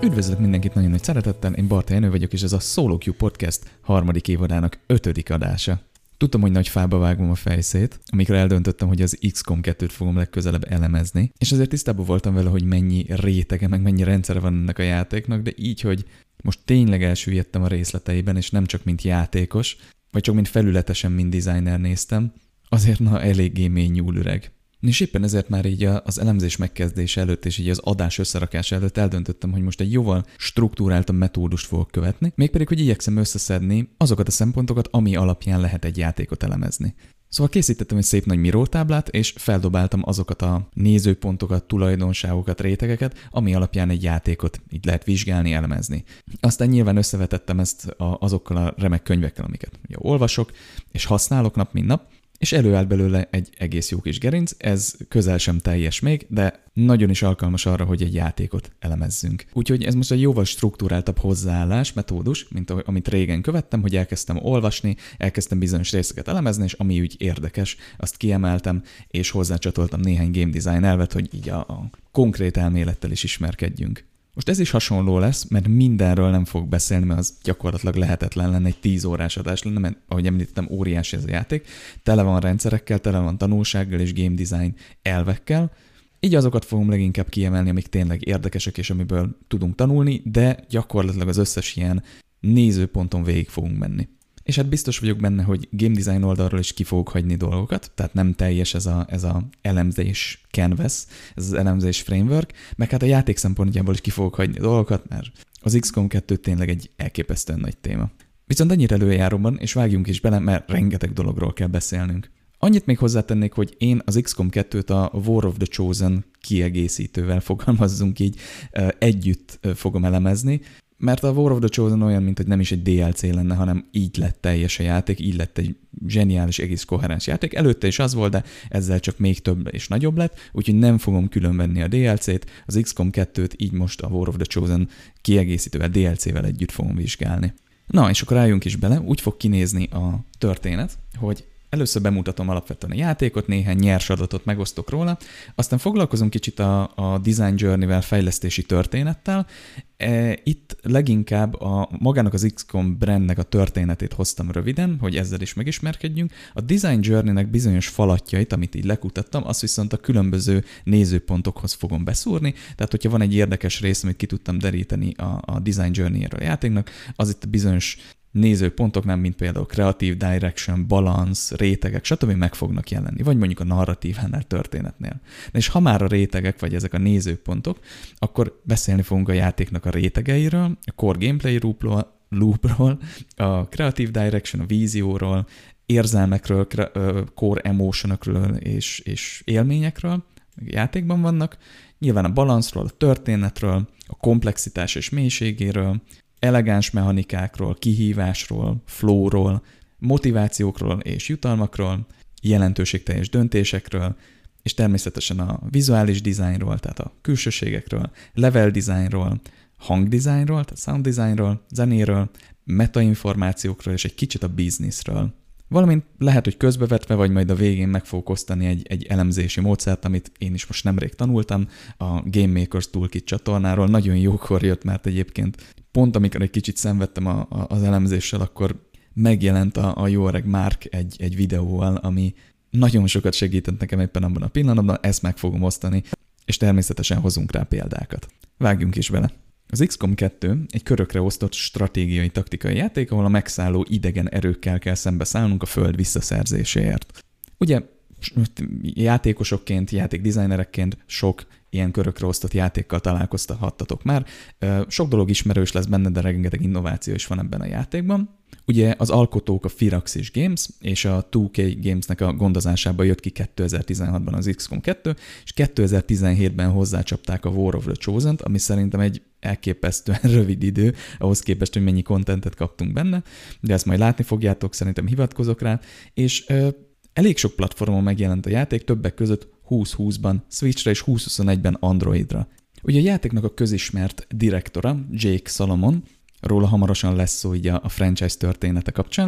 Üdvözlök mindenkit nagyon nagy szeretettel, én Barta Jenő vagyok, és ez a Solo Q Podcast harmadik évadának 5. adása. Tudtam, hogy nagy fába vágom a fejszét, amikor eldöntöttem, hogy az XCOM 2-t fogom legközelebb elemezni, és azért tisztában voltam vele, hogy mennyi rétege, meg mennyi rendszere van ennek a játéknak, de így, hogy most tényleg elsüllyedtem a részleteiben, és nem csak mint játékos, vagy csak mint felületesen, mint designer néztem, azért eléggé mély nyúlüreg. És éppen ezért már így az elemzés megkezdése előtt és így az adás összerakása előtt eldöntöttem, hogy most egy jóval struktúráltabb metódust fogok követni, mégpedig, hogy igyekszem összeszedni azokat a szempontokat, ami alapján lehet egy játékot elemezni. Szóval készítettem egy szép nagy mirrortáblát, és feldobáltam azokat a nézőpontokat, tulajdonságokat, rétegeket, ami alapján egy játékot így lehet vizsgálni, elemezni. Aztán nyilván összevetettem ezt azokkal a remek könyvekkel, amiket olvasok, és használok nap mint nap, és előállt belőle egy egész jó kis gerinc, ez közel sem teljes még, de nagyon is alkalmas arra, hogy egy játékot elemezzünk. Úgyhogy ez most egy jóval struktúráltabb hozzáállás, metódus, mint amit régen követtem, hogy elkezdtem olvasni, elkezdtem bizonyos részeket elemezni, és ami úgy érdekes, azt kiemeltem, és hozzácsatoltam néhány game design elvet, hogy így a konkrét elmélettel is ismerkedjünk. Most ez is hasonló lesz, mert mindenről nem fogok beszélni, mert az gyakorlatilag lehetetlen lenne, egy 10 órás adás lenne, mert ahogy említettem, óriási ez a játék, tele van rendszerekkel, tele van tanulsággal és game design elvekkel, így azokat fogom leginkább kiemelni, amik tényleg érdekesek és amiből tudunk tanulni, de gyakorlatilag az összes ilyen nézőponton végig fogunk menni. És hát biztos vagyok benne, hogy game design oldalról is ki fogok hagyni dolgokat, tehát nem teljes ez a elemzés canvas, ez az elemzés framework, meg hát a játék szempontjából is ki fogok hagyni dolgokat, mert az XCOM 2 tényleg egy elképesztően nagy téma. Viszont ennyire előjáróban, és vágjunk is bele, mert rengeteg dologról kell beszélnünk. Annyit még hozzátennék, hogy én az XCOM 2-t a War of the Chosen kiegészítővel, fogalmazzunk így, együtt fogom elemezni, mert a War of the Chosen olyan, mint hogy nem is egy DLC lenne, hanem így lett teljes a játék, így lett egy zseniális, egész koherens játék. Előtte is az volt, de ezzel csak még több és nagyobb lett, úgyhogy nem fogom különvenni a DLC-t, az XCOM 2-t így most a War of the Chosen kiegészítővel, DLC-vel együtt fogom vizsgálni. Na, és akkor álljunk is bele, úgy fog kinézni a történet, hogy először bemutatom alapvetően a játékot, néhány nyers adatot megosztok róla, aztán foglalkozom kicsit a Design Journey-vel, fejlesztési történettel. Itt leginkább magának az XCOM brandnek a történetét hoztam röviden, hogy ezzel is megismerkedjünk. A Design Journey-nek bizonyos falatjait, amit így lekutattam, azt viszont a különböző nézőpontokhoz fogom beszúrni, tehát hogyha van egy érdekes rész, amit ki tudtam deríteni a Design Journey-ről a játéknak, az itt bizonyos nézőpontoknál, mint például Creative Direction, Balance, rétegek, stb. Meg fognak jelenni, vagy mondjuk a narratívánál, történetnél. És ha már a rétegek, vagy ezek a nézőpontok, akkor beszélni fogunk a játéknak a rétegeiről, a core gameplay loopról, a Creative Direction, a vízióról, érzelmekről, core emotionokról és élményekről, játékban vannak, nyilván a balanszról, a történetről, a komplexitás és mélységéről, elegáns mechanikákról, kihívásról, flowról, motivációkról és jutalmakról, jelentőségteljes döntésekről, és természetesen a vizuális dizájnról, tehát a külsőségekről, level designról, hangdesignról, tehát sound designról, zenéről, metainformációkról és egy kicsit a businessről. Valamint lehet, hogy közbevetve, vagy majd a végén meg fogok osztani egy elemzési módszert, amit én is most nemrég tanultam a Game Makers Toolkit csatornáról. Nagyon jókor jött, mert egyébként pont amikor egy kicsit szenvedtem az elemzéssel, akkor megjelent a jó öreg Mark egy videóval, ami nagyon sokat segített nekem éppen abban a pillanatban, ezt meg fogom osztani, és természetesen hozunk rá példákat. Vágjunk is bele! Az XCOM 2 egy körökre osztott stratégiai taktikai játék, ahol a megszálló idegen erőkkel kell szembeszállnunk a föld visszaszerzéséért. Ugye játékosokként, játékdesignerekként sok ilyen körökre osztott játékkal találkozhattatok már. Sok dolog ismerős lesz benne, de rengeteg innováció is van ebben a játékban. Ugye az alkotók a Firaxis Games és a 2K Gamesnek a gondozásában jött ki 2016-ban az XCOM 2, és 2017-ben hozzácsapták a War of the Chosen-t, ami szerintem egy elképesztően rövid idő, ahhoz képest, hogy mennyi contentet kaptunk benne, de ezt majd látni fogjátok, szerintem hivatkozok rá, és elég sok platformon megjelent a játék, többek között 2020-ban Switchre és 2021-ben Androidra. Ugye a játéknak a közismert direktora, Jake Solomon, róla hamarosan lesz szó így a franchise története kapcsán,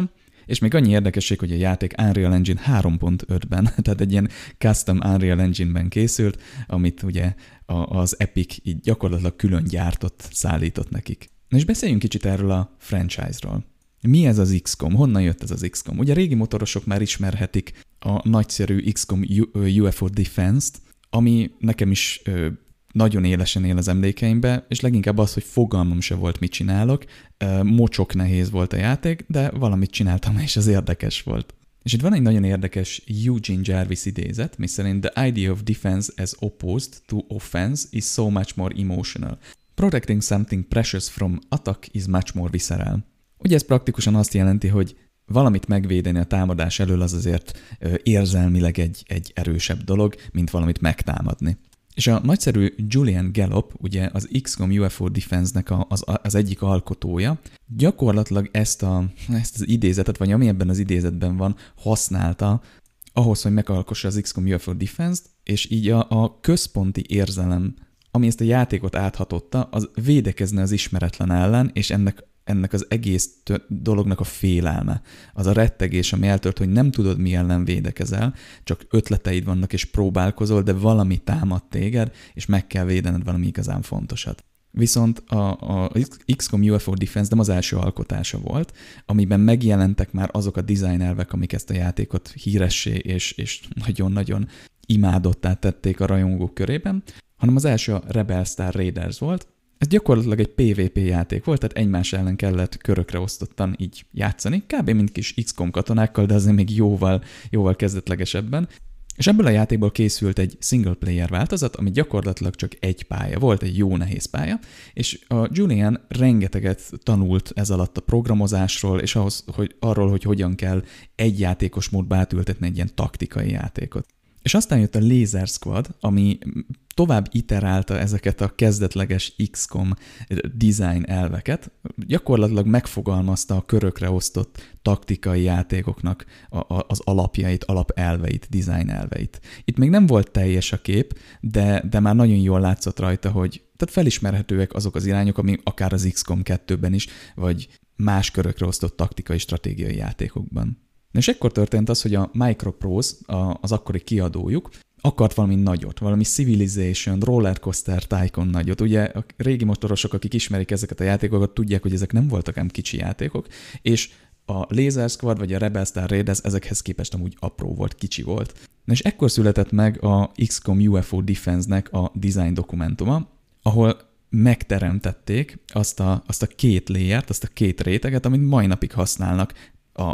És még annyi érdekesség, hogy a játék Unreal Engine 3.5-ben, tehát egy ilyen custom Unreal Engine-ben készült, amit ugye az Epic így gyakorlatilag külön gyártott, szállított nekik. Na és beszéljünk kicsit erről a franchise-ról. Mi ez az XCOM? Honnan jött ez az XCOM? Ugye a régi motorosok már ismerhetik a nagyszerű XCOM UFO Defense-t, ami nekem is nagyon élesen él az emlékeimbe, és leginkább az, hogy fogalmam se volt, mit csinálok. Mocsok nehéz volt a játék, de valamit csináltam, és az érdekes volt. És itt van egy nagyon érdekes Eugene Jarvis idézet, miszerint the idea of defense as opposed to offense is so much more emotional. Protecting something precious from attack is much more visceral. Ugye ez praktikusan azt jelenti, hogy valamit megvédeni a támadás elől az azért érzelmileg egy erősebb dolog, mint valamit megtámadni. És a nagyszerű Julian Gallop, ugye az XCOM UFO Defense-nek az egyik alkotója, gyakorlatilag ezt az idézetet, vagy ami ebben az idézetben van, használta ahhoz, hogy megalkossa az XCOM UFO Defense-t, és így a központi érzelem, ami ezt a játékot áthatotta, az védekezni az ismeretlen ellen, és ennek az egész dolognak a félelme. Az a rettegés, ami eltört, hogy nem tudod, mi ellen védekezel, csak ötleteid vannak, és próbálkozol, de valami támad téged, és meg kell védened valami igazán fontosat. Viszont a XCOM UFO Defense nem az első alkotása volt, amiben megjelentek már azok a design elvek, amik ezt a játékot híressé és nagyon-nagyon imádottá tették a rajongók körében, hanem az első a Rebel Star Raiders volt. Ez gyakorlatilag egy PvP játék volt, tehát egymás ellen kellett körökre osztottan így játszani, kb. Mint kis XCOM katonákkal, de azért még jóval kezdetlegesebben. És ebből a játékból készült egy single player változat, ami gyakorlatilag csak egy pálya volt, egy jó nehéz pálya, és a Julian rengeteget tanult ez alatt a programozásról, és arról, hogy hogyan kell egy játékos módba átültetni egy ilyen taktikai játékot. És aztán jött a Laser Squad, ami tovább iterálta ezeket a kezdetleges XCOM design elveket, gyakorlatilag megfogalmazta a körökre osztott taktikai játékoknak az alapjait, alapelveit, design elveit. Itt még nem volt teljes a kép, de már nagyon jól látszott rajta, hogy tehát felismerhetőek azok az irányok, ami akár az XCOM 2-ben is, vagy más körökre osztott taktikai stratégiai játékokban. És ekkor történt az, hogy a Microprose, az akkori kiadójuk, akart valami nagyot, valami Civilization, Rollercoaster Tycoon nagyot. Ugye a régi motorosok, akik ismerik ezeket a játékokat, tudják, hogy ezek nem voltak ám kicsi játékok, és a Laser Squad vagy a Rebel Star Raiders ezekhez képest amúgy apró volt, kicsi volt. És ekkor született meg a XCOM UFO Defense-nek a design dokumentuma, ahol megteremtették azt a két layert, azt a két réteget, amit mai napig használnak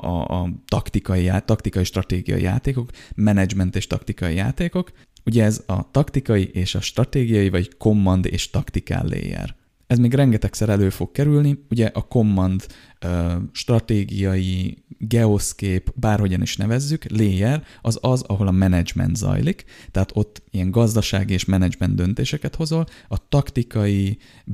a taktikai stratégiai játékok, menedzsment és taktikai játékok. Ugye ez a taktikai és a stratégiai, vagy command és tactical layer. Ez még rengetegszer elő fog kerülni, ugye a command stratégiai, geoszkép, bárhogyan is nevezzük, layer az, ahol a menedzsment zajlik, tehát ott ilyen gazdasági és menedzsment döntéseket hozol, a taktikai,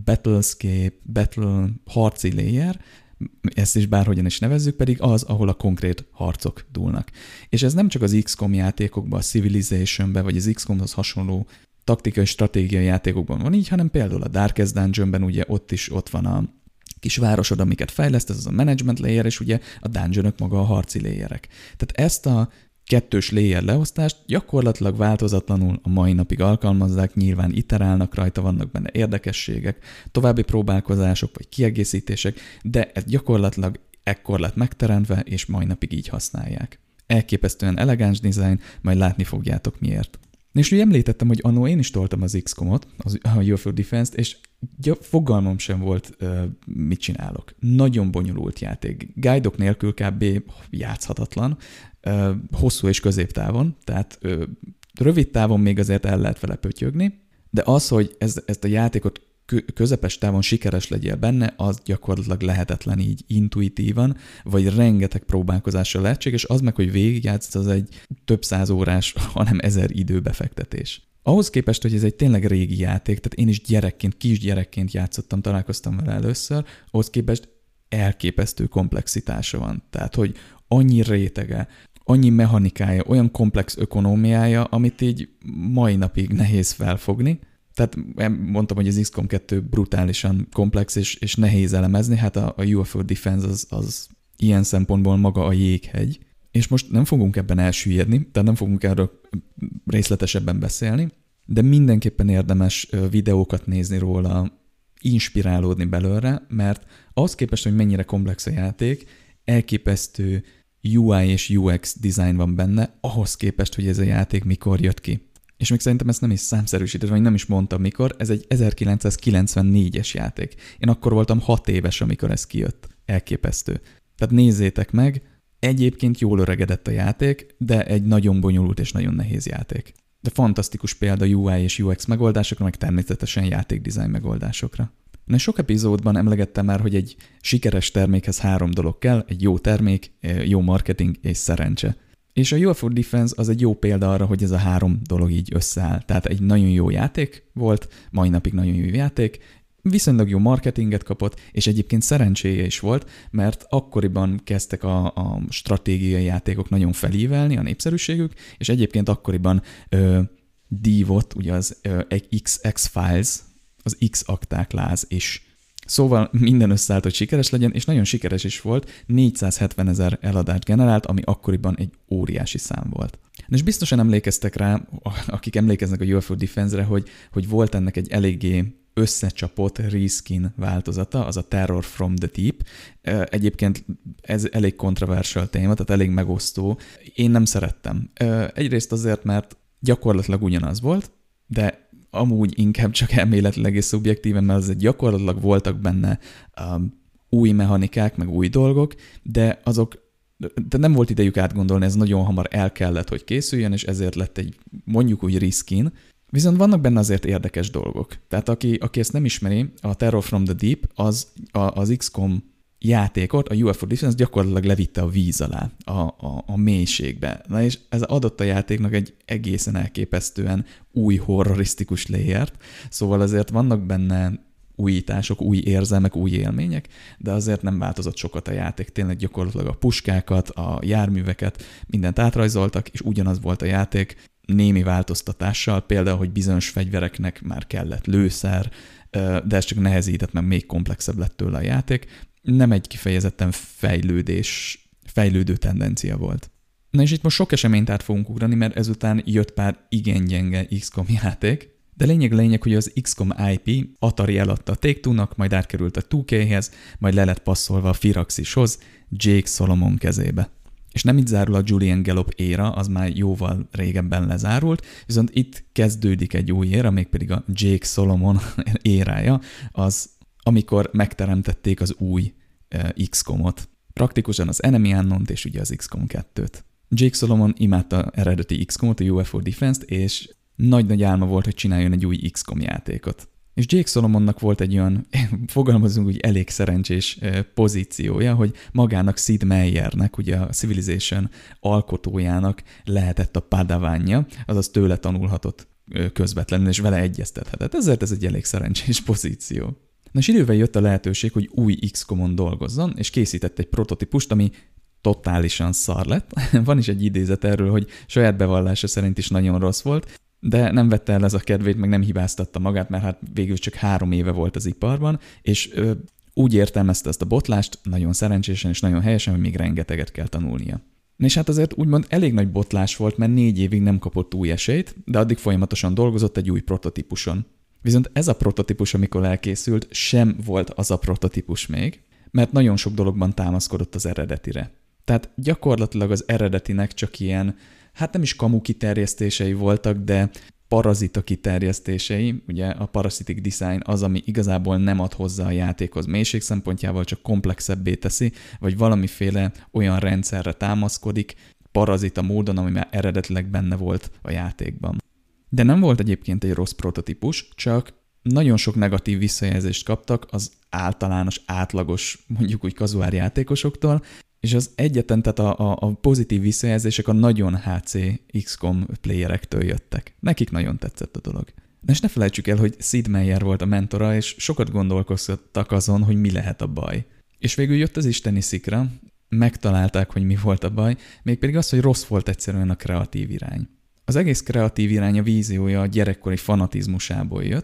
harci layer, ezt is bárhogyan is nevezzük, pedig az, ahol a konkrét harcok dúlnak. És ez nem csak az XCOM játékokban, a Civilizationben, vagy az XCOM-hoz hasonló taktikai stratégiai játékokban van így, hanem például a Darkest Dungeonben ugye ott van a kis városod, amiket fejleszt, ez az a management layer, és ugye a dungeonok maga a harci layerek. Tehát ezt a kettős layer leosztást gyakorlatilag változatlanul a mai napig alkalmazzák, nyilván iterálnak rajta, vannak benne érdekességek, további próbálkozások vagy kiegészítések, de ez gyakorlatilag ekkor lett megteremtve, és mai napig így használják. Elképesztően elegáns design, majd látni fogjátok miért. És úgy említettem, hogy annó én is toltam az XCOM-ot, a UFO Defense-t, és fogalmam sem volt, mit csinálok. Nagyon bonyolult játék. Guide-ok nélkül kb. Játszhatatlan, hosszú és középtávon, tehát rövid távon még azért el lehet vele pötyögni, de az, hogy ezt a játékot közepes távon sikeres legyél benne, az gyakorlatilag lehetetlen így intuitívan, vagy rengeteg próbálkozással lehetséges, az meg, hogy végigjátsz, az egy több száz órás, hanem 1000 időbefektetés. Ahhoz képest, hogy ez egy tényleg régi játék, tehát én is kisgyerekként játszottam, találkoztam vele először, ahhoz képest elképesztő komplexitása van. Tehát, hogy annyi rétege, annyi mechanikája, olyan komplex ökonómiája, amit így mai napig nehéz felfogni. Tehát mondtam, hogy az XCOM 2 brutálisan komplex és nehéz elemezni, hát a UFO Defense az ilyen szempontból maga a jéghegy, és most nem fogunk ebben elsüllyedni, tehát nem fogunk erről részletesebben beszélni, de mindenképpen érdemes videókat nézni róla, inspirálódni belőle, mert ahhoz képest, hogy mennyire komplex a játék, elképesztő UI és UX design van benne, ahhoz képest, hogy ez a játék mikor jött ki. És még szerintem ezt nem is számszerűsített, vagy nem is mondtam mikor, ez egy 1994-es játék. Én akkor voltam 6 éves, amikor ez kijött. Elképesztő. Tehát nézzétek meg, egyébként jól öregedett a játék, de egy nagyon bonyolult és nagyon nehéz játék. De fantasztikus példa UI és UX megoldásokra, meg természetesen játékdesign megoldásokra. Na, sok epizódban emlegettem már, hogy egy sikeres termékhez 3 dolog kell, egy jó termék, jó marketing és szerencse. És a UFO Defense az egy jó példa arra, hogy ez a 3 dolog így összeáll. Tehát egy nagyon jó játék volt, mai napig nagyon jó játék, viszonylag jó marketinget kapott, és egyébként szerencséje is volt, mert akkoriban kezdtek a stratégiai játékok nagyon felívelni a népszerűségük, és egyébként akkoriban dívott ugye az X-Files, az X-akták láz is. Szóval minden összeállt, hogy sikeres legyen, és nagyon sikeres is volt, 470 000 eladást generált, ami akkoriban egy óriási szám volt. És biztosan emlékeztek rá, akik emlékeznek a UFO Defense-re, hogy volt ennek egy eléggé összecsapott reskin változata, az a Terror from the Deep. Egyébként ez elég kontroversial téma, tehát elég megosztó. Én nem szerettem. Egyrészt azért, mert gyakorlatilag ugyanaz volt, de amúgy inkább csak elméletileg és szubjektíven, mert azért gyakorlatilag voltak benne új mechanikák, meg új dolgok, de nem volt idejük átgondolni, ez nagyon hamar el kellett, hogy készüljön, és ezért lett egy mondjuk úgy reskin. Viszont vannak benne azért érdekes dolgok. Tehát aki ezt nem ismeri, a Terror from the Deep az XCOM játékot, a UFO Defense gyakorlatilag levitte a víz alá, a mélységbe. Na és ez adott a játéknak egy egészen elképesztően új horrorisztikus layert, szóval azért vannak benne újítások, új érzelmek, új élmények, de azért nem változott sokat a játék. Tényleg gyakorlatilag a puskákat, a járműveket, mindent átrajzoltak, és ugyanaz volt a játék, némi változtatással, például, hogy bizonyos fegyvereknek már kellett lőszer, de ez csak nehezített, meg még komplexebb lett tőle a játék. Nem egy kifejezetten fejlődő tendencia volt. Na és itt most sok eseményt át fogunk ugrani, mert ezután jött pár igen gyenge XCOM játék, de lényeg, hogy az XCOM IP Atari eladta a Take-Two-nak, majd átkerült a 2K-hez, majd le lett passzolva a Firaxishoz, Jake Solomon kezébe. És nem itt zárul a Julian Gallop éra, az már jóval régebben lezárult, viszont itt kezdődik egy új éra, mégpedig a Jake Solomon érája, az amikor megteremtették az új XCOM-ot. Praktikusan az Enemy Unknown-t és ugye az XCOM 2-t. Jake Solomon imádta eredeti XCOM-ot, a UFO Defense-t, és nagy-nagy álma volt, hogy csináljon egy új XCOM játékot. És Jake Solomonnak volt egy olyan, fogalmazunk úgy, elég szerencsés pozíciója, hogy magának Sid Meiernek, ugye a Civilization alkotójának lehetett a padavánja, azaz tőle tanulhatott közvetlenül, és vele egyeztethetett. Ezért ez egy elég szerencsés pozíció. Na és idővel jött a lehetőség, hogy új XCOM-on dolgozzon, és készített egy prototípust, ami totálisan szar lett. Van is egy idézet erről, hogy saját bevallása szerint is nagyon rossz volt, de nem vette el ez a kedvét, meg nem hibáztatta magát, mert hát végül csak 3 éve volt az iparban, és úgy értelmezte ezt a botlást, nagyon szerencsésen és nagyon helyesen, hogy még rengeteget kell tanulnia. És hát azért úgymond elég nagy botlás volt, mert 4 évig nem kapott új esélyt, de addig folyamatosan dolgozott egy új prototípuson. Viszont ez a prototípus, amikor elkészült, sem volt az a prototípus még, mert nagyon sok dologban támaszkodott az eredetire. Tehát gyakorlatilag az eredetinek csak ilyen, hát nem is kamu kiterjesztései voltak, de parazita kiterjesztései, ugye a parasitic design az, ami igazából nem ad hozzá a játékhoz mélység szempontjából, csak komplexebbé teszi, vagy valamiféle olyan rendszerre támaszkodik, parazita módon, ami már eredetileg benne volt a játékban. De nem volt egyébként egy rossz prototípus, csak nagyon sok negatív visszajelzést kaptak az általános, átlagos, mondjuk úgy kazuár játékosoktól, és az egyetlen, tehát a pozitív visszajelzések a nagyon HC XCOM playerektől jöttek. Nekik nagyon tetszett a dolog. De és ne felejtsük el, hogy Sid Meier volt a mentora, és sokat gondolkoztak azon, hogy mi lehet a baj. És végül jött az isteni szikra, megtalálták, hogy mi volt a baj, mégpedig az, hogy rossz volt egyszerűen a kreatív irány. Az egész kreatív irány, a víziója a gyerekkori fanatizmusából jött,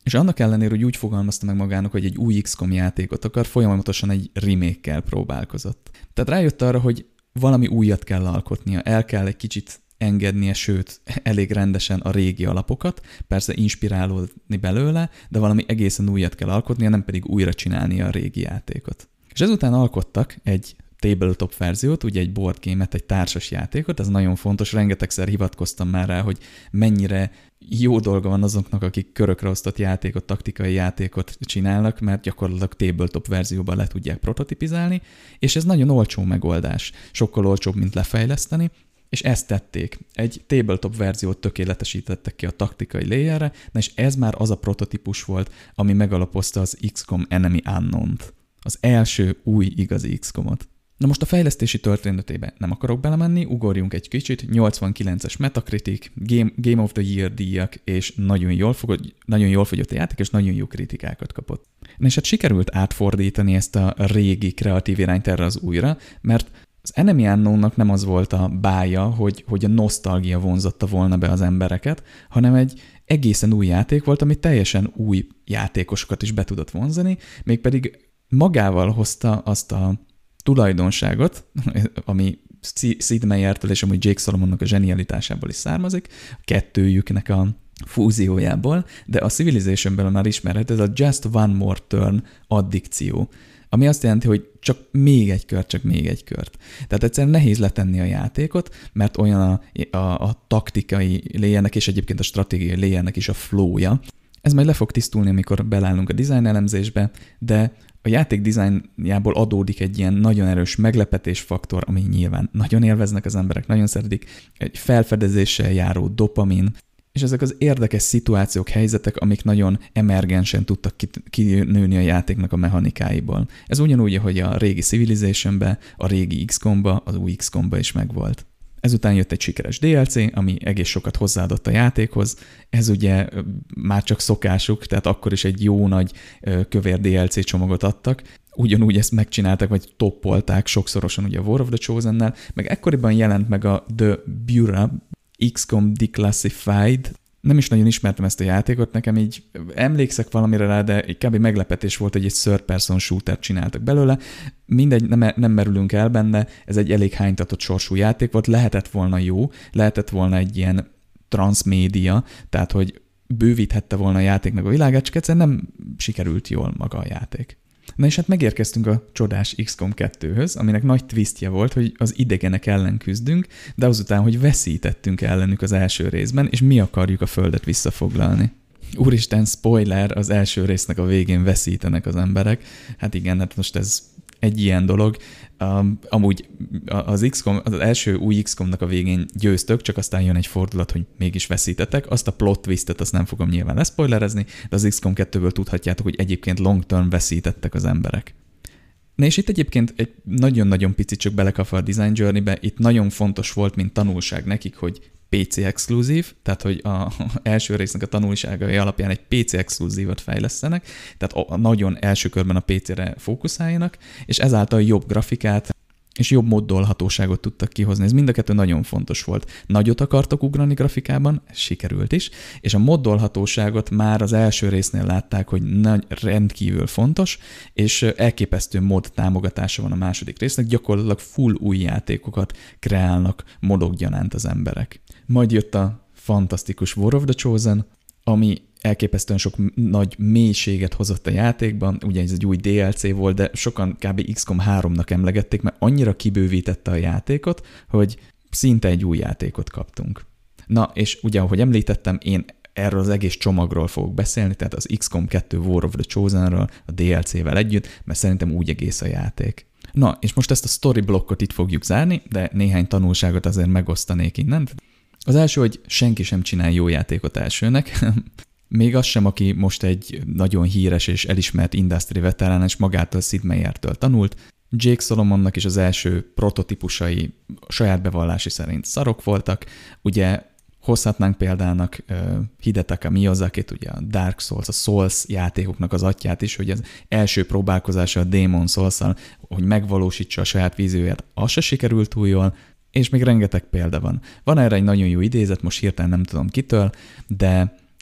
És annak ellenére, hogy úgy fogalmazta meg magának, hogy egy új XCOM játékot akar, folyamatosan egy remake-kel próbálkozott. Tehát rájött arra, hogy valami újat kell alkotnia, el kell egy kicsit engednie, sőt, elég rendesen a régi alapokat, persze inspirálódni belőle, de valami egészen újat kell alkotnia, nem pedig újra csinálnia a régi játékot. És ezután alkottak egy tabletop verziót, ugye egy board game-et, egy társas játékot, ez nagyon fontos, rengetegszer hivatkoztam már rá, hogy mennyire jó dolga van azoknak, akik körökre osztott játékot, taktikai játékot csinálnak, mert gyakorlatilag tabletop verzióban le tudják prototipizálni, és ez nagyon olcsó megoldás, sokkal olcsóbb, mint lefejleszteni, és ezt tették. Egy tabletop verziót tökéletesítettek ki a taktikai layerre, na és ez már az a prototípus volt, ami megalapozta az XCOM Enemy Unknown-t. Az első új igazi XCOM-ot. Na most a fejlesztési történetébe nem akarok belemenni, ugorjunk egy kicsit, 89-es Metacritic, Game of the Year díjak, és nagyon jól fogyott a játék, és nagyon jó kritikákat kapott. Na és hát sikerült átfordítani ezt a régi kreatív irányt erre az újra, mert az Enemy Unknown-nak nem az volt a bája, hogy a nosztalgia vonzotta volna be az embereket, hanem egy egészen új játék volt, ami teljesen új játékosokat is be tudott vonzani, mégpedig magával hozta azt a tulajdonságot, ami Sid Meiertől és amúgy Jake Solomonnak a zsenialitásából is származik, a kettőjüknek a fúziójából, de a Civilizationből már ismerhető, ez a Just One More Turn addikció, ami azt jelenti, hogy csak még egy kört. Tehát egyszerűen nehéz letenni a játékot, mert olyan a taktikai layernek és egyébként a stratégiai layernek is a flowja. Ez majd le fog tisztulni, amikor belállunk a design elemzésbe, de a játék dizájnjából adódik egy ilyen nagyon erős meglepetésfaktor, ami nyilván nagyon élveznek az emberek, nagyon szeretik, egy felfedezéssel járó dopamin, és ezek az érdekes szituációk, helyzetek, amik nagyon emergensen tudtak kinőni a játéknak a mechanikáiból. Ez ugyanúgy, ahogy a régi Civilizationbe, a régi XCOM-ba, az új XCOM-ba is megvolt. Ezután jött egy sikeres DLC, ami egész sokat hozzáadott a játékhoz. Ez ugye már csak szokásuk, tehát akkor is egy jó nagy kövér DLC csomagot adtak. Ugyanúgy ezt megcsinálták, vagy toppolták sokszorosan ugye a War of the Chosen-nel, meg ekkoriban jelent meg a The Bureau XCOM Declassified. Nem is nagyon ismertem ezt a játékot, nekem így emlékszek valamire rá, de kb. Meglepetés volt, hogy egy third person shootert csináltak belőle. Mindegy, nem merülünk el benne, ez egy elég hánytatott sorsú játék volt, lehetett volna jó, lehetett volna egy ilyen transmédia, tehát hogy bővíthette volna a játéknak a világát, csak egyszerűen nem sikerült jól maga a játék. Na és hát megérkeztünk a csodás XCOM 2-höz, aminek nagy twistje volt, hogy az idegenek ellen küzdünk, de azután, hogy veszítettünk ellenük az első részben, és mi akarjuk a földet visszafoglalni. Úristen, spoiler, az első résznek a végén veszítenek az emberek. Hát igen, hát most ez egy ilyen dolog. Amúgy az első új XCOM-nak a végén győztök, csak aztán jön egy fordulat, hogy mégis veszítetek. Azt a plot twistet azt nem fogom nyilván leszpoilerezni, de az XCOM 2-ből tudhatjátok, hogy egyébként long term veszítettek az emberek. Na és itt egyébként egy nagyon-nagyon picit csak belekapva a Design Journey-be, itt nagyon fontos volt, mint tanulság nekik, hogy PC exkluzív, tehát hogy az első résznek a tanulságai alapján egy PC exkluzívat fejlesztenek, tehát a nagyon első körben a PC-re fókuszáljanak, és ezáltal jobb grafikát és jobb moddolhatóságot tudtak kihozni. Ez mind a kettő nagyon fontos volt. Nagyot akartak ugrani grafikában, ez sikerült is, és a moddolhatóságot már az első résznél látták, hogy rendkívül fontos, és elképesztő mod támogatása van a második résznek, gyakorlatilag full új játékokat kreálnak modok gyanánt az emberek. Majd jött a fantasztikus War of the Chosen, ami elképesztően sok nagy mélységet hozott a játékban, ugye ez egy új DLC volt, de sokan kb. XCOM 3-nak emlegették, mert annyira kibővítette a játékot, hogy szinte egy új játékot kaptunk. Na, és ugye, ahogy említettem, én erről az egész csomagról fogok beszélni, tehát az XCOM 2 War of the Chosenről, a DLC-vel együtt, mert szerintem úgy egész a játék. Na, és most ezt a story blokkot itt fogjuk zárni, de néhány tanulságot azért megosztanék innen. Az első, hogy senki sem csinál jó játékot elsőnek, még az sem, aki most egy nagyon híres és elismert industry veterán, és magától Sid Meiertől tanult. Jake Solomonnak is az első prototípusai saját bevallási szerint szarok voltak. Ugye hozhatnánk példának Hidetaka Miyazakit, ugye a Dark Souls, a Souls játékoknak az atyát is, hogy az első próbálkozása a Demon Souls-szal, hogy megvalósítsa a saját vízióját, az se sikerült túl jól, és még rengeteg példa van. Van erre egy nagyon jó idézet, most hirtelen nem tudom kitől, de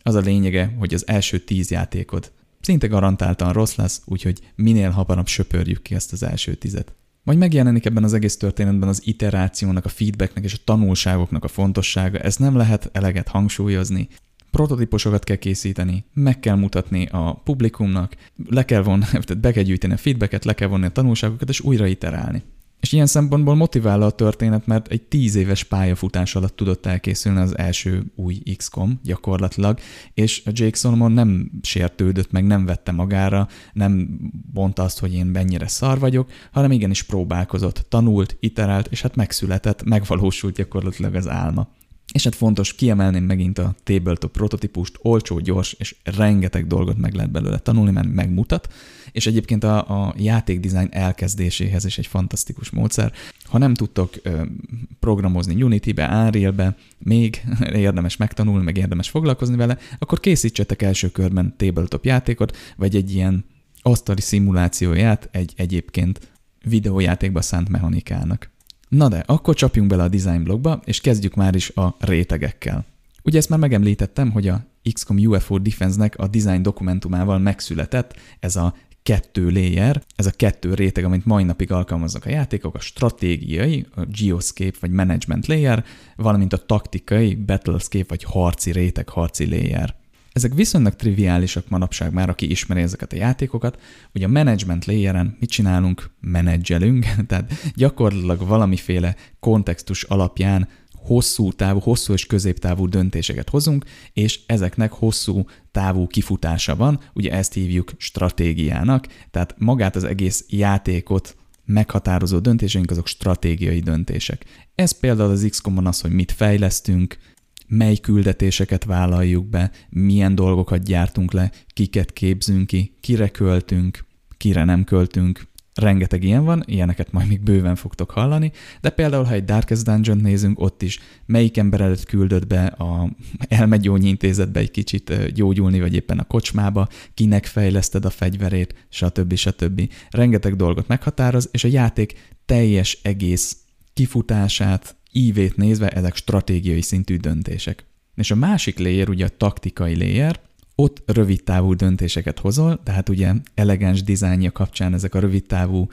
Az a lényege, hogy az első 10 játékod szinte garantáltan rossz lesz, úgyhogy minél hamarabb söpörjük ki ezt az első 10-et. Majd megjelenik ebben az egész történetben az iterációnak, a feedbacknek és a tanulságoknak a fontossága, ezt nem lehet eleget hangsúlyozni. Prototípusokat kell készíteni, meg kell mutatni a publikumnak, be kell gyűjteni a feedbacket, le kell vonni a tanulságokat, és újra iterálni. És ilyen szempontból motivál a történet, mert egy 10 éves pályafutás alatt tudott elkészülni az első új XCOM gyakorlatilag, és a Jake Solomon nem sértődött meg, nem vette magára, nem mondta azt, hogy én mennyire szar vagyok, hanem igenis próbálkozott, tanult, iterált, és hát megszületett, megvalósult gyakorlatilag az álma. És hát fontos, kiemelném megint a tabletop prototípust, olcsó, gyors, és rengeteg dolgot meg lehet belőle tanulni, mert megmutat, és egyébként a játékdizájn elkezdéséhez is egy fantasztikus módszer. Ha nem tudtok programozni Unity-be, Unreal-be, még érdemes megtanulni, meg érdemes foglalkozni vele, akkor készítsetek első körben tabletop játékot, vagy egy ilyen asztali szimulációját egy egyébként videójátékba szánt mechanikának. Na de, akkor csapjunk bele a design blogba, és kezdjük már is a rétegekkel. Ugye ezt már megemlítettem, hogy a XCOM UFO Defense-nek a design dokumentumával megszületett ez a 2 layer, ez a 2 réteg, amit mai napig alkalmaznak a játékok, a stratégiai, a geoscape vagy management layer, valamint a taktikai, battlescape vagy harci réteg, harci layer. Ezek viszonylag triviálisak manapság már, aki ismeri ezeket a játékokat. Ugye a management layeren mit csinálunk? Menedzselünk, tehát gyakorlatilag valamiféle kontextus alapján hosszú és középtávú döntéseket hozunk, és ezeknek hosszú távú kifutása van, ugye ezt hívjuk stratégiának, tehát magát az egész játékot meghatározó döntéseink azok stratégiai döntések. Ez például az XCOM-on az, hogy mit fejlesztünk, mely küldetéseket vállaljuk be, milyen dolgokat gyártunk le, kiket képzünk ki, kire költünk, kire nem költünk. Rengeteg ilyen van, ilyeneket majd még bőven fogtok hallani, de például, ha egy Darkest Dungeon-t nézünk, ott is melyik emberedet küldött be a elmegyógyi intézetbe egy kicsit gyógyulni, vagy éppen a kocsmába, kinek fejleszted a fegyverét, stb. Rengeteg dolgot meghatároz, és a játék teljes egész kifutását, ívét nézve ezek stratégiai szintű döntések. És a másik layer, ugye a taktikai layer, ott rövidtávú döntéseket hozol, tehát ugye elegáns dizájnja kapcsán ezek a rövidtávú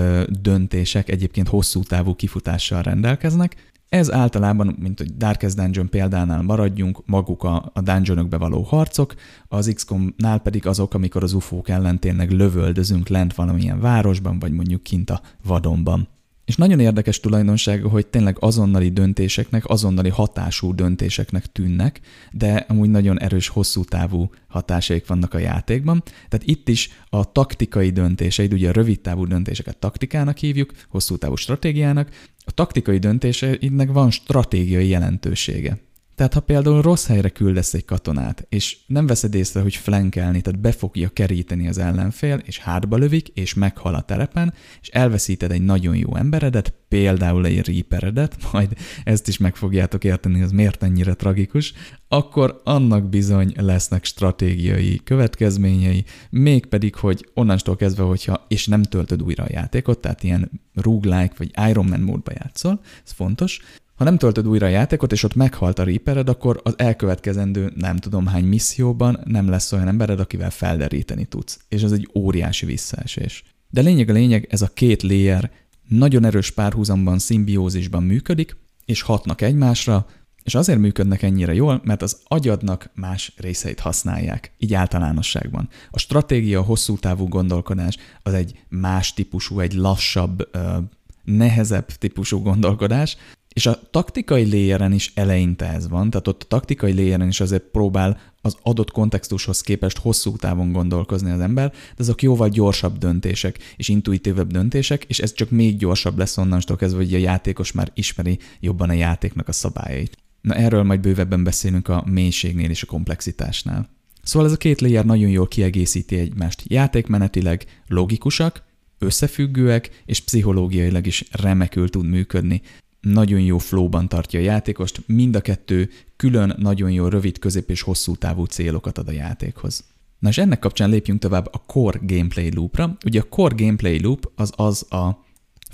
döntések egyébként hosszú távú kifutással rendelkeznek. Ez általában, mint hogy Darkest Dungeon példánál maradjunk, maguk a dungeonokbe való harcok, az XCOM-nál pedig azok, amikor az UFO-k ellen tényleg lövöldözünk lent valamilyen városban, vagy mondjuk kint a vadonban. És nagyon érdekes tulajdonsága, hogy tényleg azonnali döntéseknek, azonnali hatású döntéseknek tűnnek, de amúgy nagyon erős, hosszú távú hatásaik vannak a játékban. Tehát itt is a taktikai döntéseid, ugye a rövid távú döntéseket taktikának hívjuk, hosszú távú stratégiának, a taktikai döntéseidnek van stratégiai jelentősége. Tehát ha például rossz helyre küldesz egy katonát, és nem veszed észre, hogy flankelni, tehát be fogja keríteni az ellenfél, és hátba lövik, és meghal a terepen, és elveszíted egy nagyon jó emberedet, például egy reaperedet, majd ezt is meg fogjátok érteni, ez miért ennyire tragikus, akkor annak bizony lesznek stratégiai következményei, mégpedig, hogy onnantól kezdve, hogyha, és nem töltöd újra a játékot, tehát ilyen roguelike vagy Iron Man módba játszol, ez fontos. Ha nem töltöd újra a játékot, és ott meghalt a Reapered, akkor az elkövetkezendő nem tudom hány misszióban nem lesz olyan embered, akivel felderíteni tudsz. És ez egy óriási visszaesés. De lényeg, ez a 2 layer nagyon erős párhuzamban, szimbiózisban működik, és hatnak egymásra, és azért működnek ennyire jól, mert az agyadnak más részeit használják, így általánosságban. A stratégia, a hosszú távú gondolkodás az egy más típusú, egy lassabb, nehezebb típusú gondolkodás, és a taktikai layeren is eleinte ez van, tehát ott a taktikai layeren is azért próbál az adott kontextushoz képest hosszú távon gondolkozni az ember, de azok jóval gyorsabb döntések és intuitívebb döntések, és ez csak még gyorsabb lesz onnantól kezdve, hogy a játékos már ismeri jobban a játéknak a szabályait. Na erről majd bővebben beszélünk a mélységnél és a komplexitásnál. Szóval ez a 2 layer nagyon jól kiegészíti egymást. Játékmenetileg logikusak, összefüggőek, és pszichológiailag is remekül tud működni. Nagyon jó flowban tartja a játékost, mind a 2 külön nagyon jó rövid, közép és hosszú távú célokat ad a játékhoz. Na és ennek kapcsán lépjünk tovább a Core Gameplay Loopra. Ugye a Core Gameplay Loop az a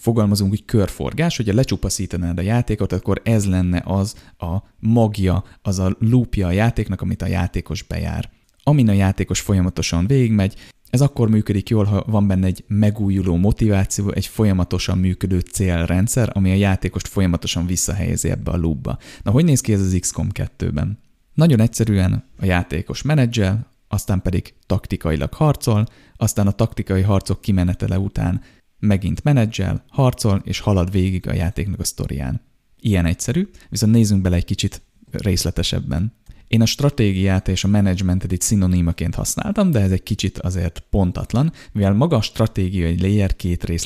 fogalmazunk úgy körforgás, hogyha lecsupaszítanád a játékot, akkor ez lenne az a magja, az a loopja a játéknak, amit a játékos bejár. Amin a játékos folyamatosan végigmegy, ez akkor működik jól, ha van benne egy megújuló motiváció, egy folyamatosan működő célrendszer, ami a játékost folyamatosan visszahelyezi ebbe a loopba. Na, hogy néz ki ez az XCOM 2-ben? Nagyon egyszerűen a játékos menedzsel, aztán pedig taktikailag harcol, aztán a taktikai harcok kimenetele után megint menedzsel, harcol, és halad végig a játéknak a sztorián. Ilyen egyszerű, viszont nézzünk bele egy kicsit részletesebben. Én a stratégiát és a menedzsmentet itt szinonimaként használtam, de ez egy kicsit azért pontatlan, mivel maga a stratégiai layer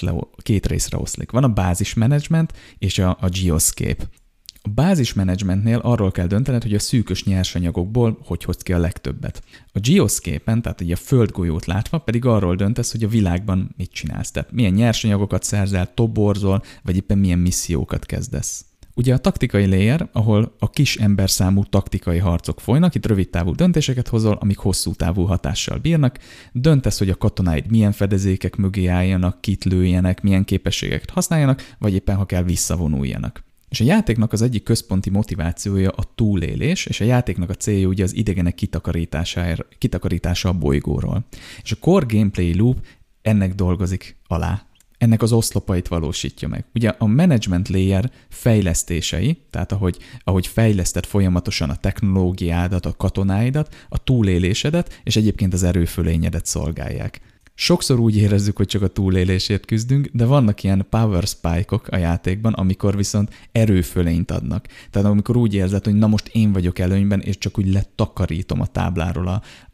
két részre oszlik. Van a bázis menedzsment és a geoscape. A bázis menedzsmentnél arról kell döntened, hogy a szűkös nyersanyagokból hogy hozd ki a legtöbbet. A geoscape-en, tehát ugye a földgolyót látva, pedig arról döntesz, hogy a világban mit csinálsz. Tehát milyen nyersanyagokat szerzel, toborzol, vagy éppen milyen missziókat kezdesz. Ugye a taktikai layer, ahol a kis emberszámú taktikai harcok folynak, itt rövid távú döntéseket hozol, amik hosszú távú hatással bírnak, döntesz, hogy a katonáid milyen fedezékek mögé álljanak, kit lőjenek, milyen képességeket használjanak, vagy éppen ha kell visszavonuljanak. És a játéknak az egyik központi motivációja a túlélés, és a játéknak a célja ugye az idegenek kitakarítása a bolygóról. És a core gameplay loop ennek dolgozik alá. Ennek az oszlopait valósítja meg. Ugye a management layer fejlesztései, tehát ahogy fejleszted folyamatosan a technológiádat, a katonáidat, a túlélésedet, és egyébként az erőfölényedet szolgálják. Sokszor úgy érezzük, hogy csak a túlélésért küzdünk, de vannak ilyen power spike-ok a játékban, amikor viszont erőfölényt adnak. Tehát amikor úgy érzed, hogy na most én vagyok előnyben, és csak úgy letakarítom a tábláról,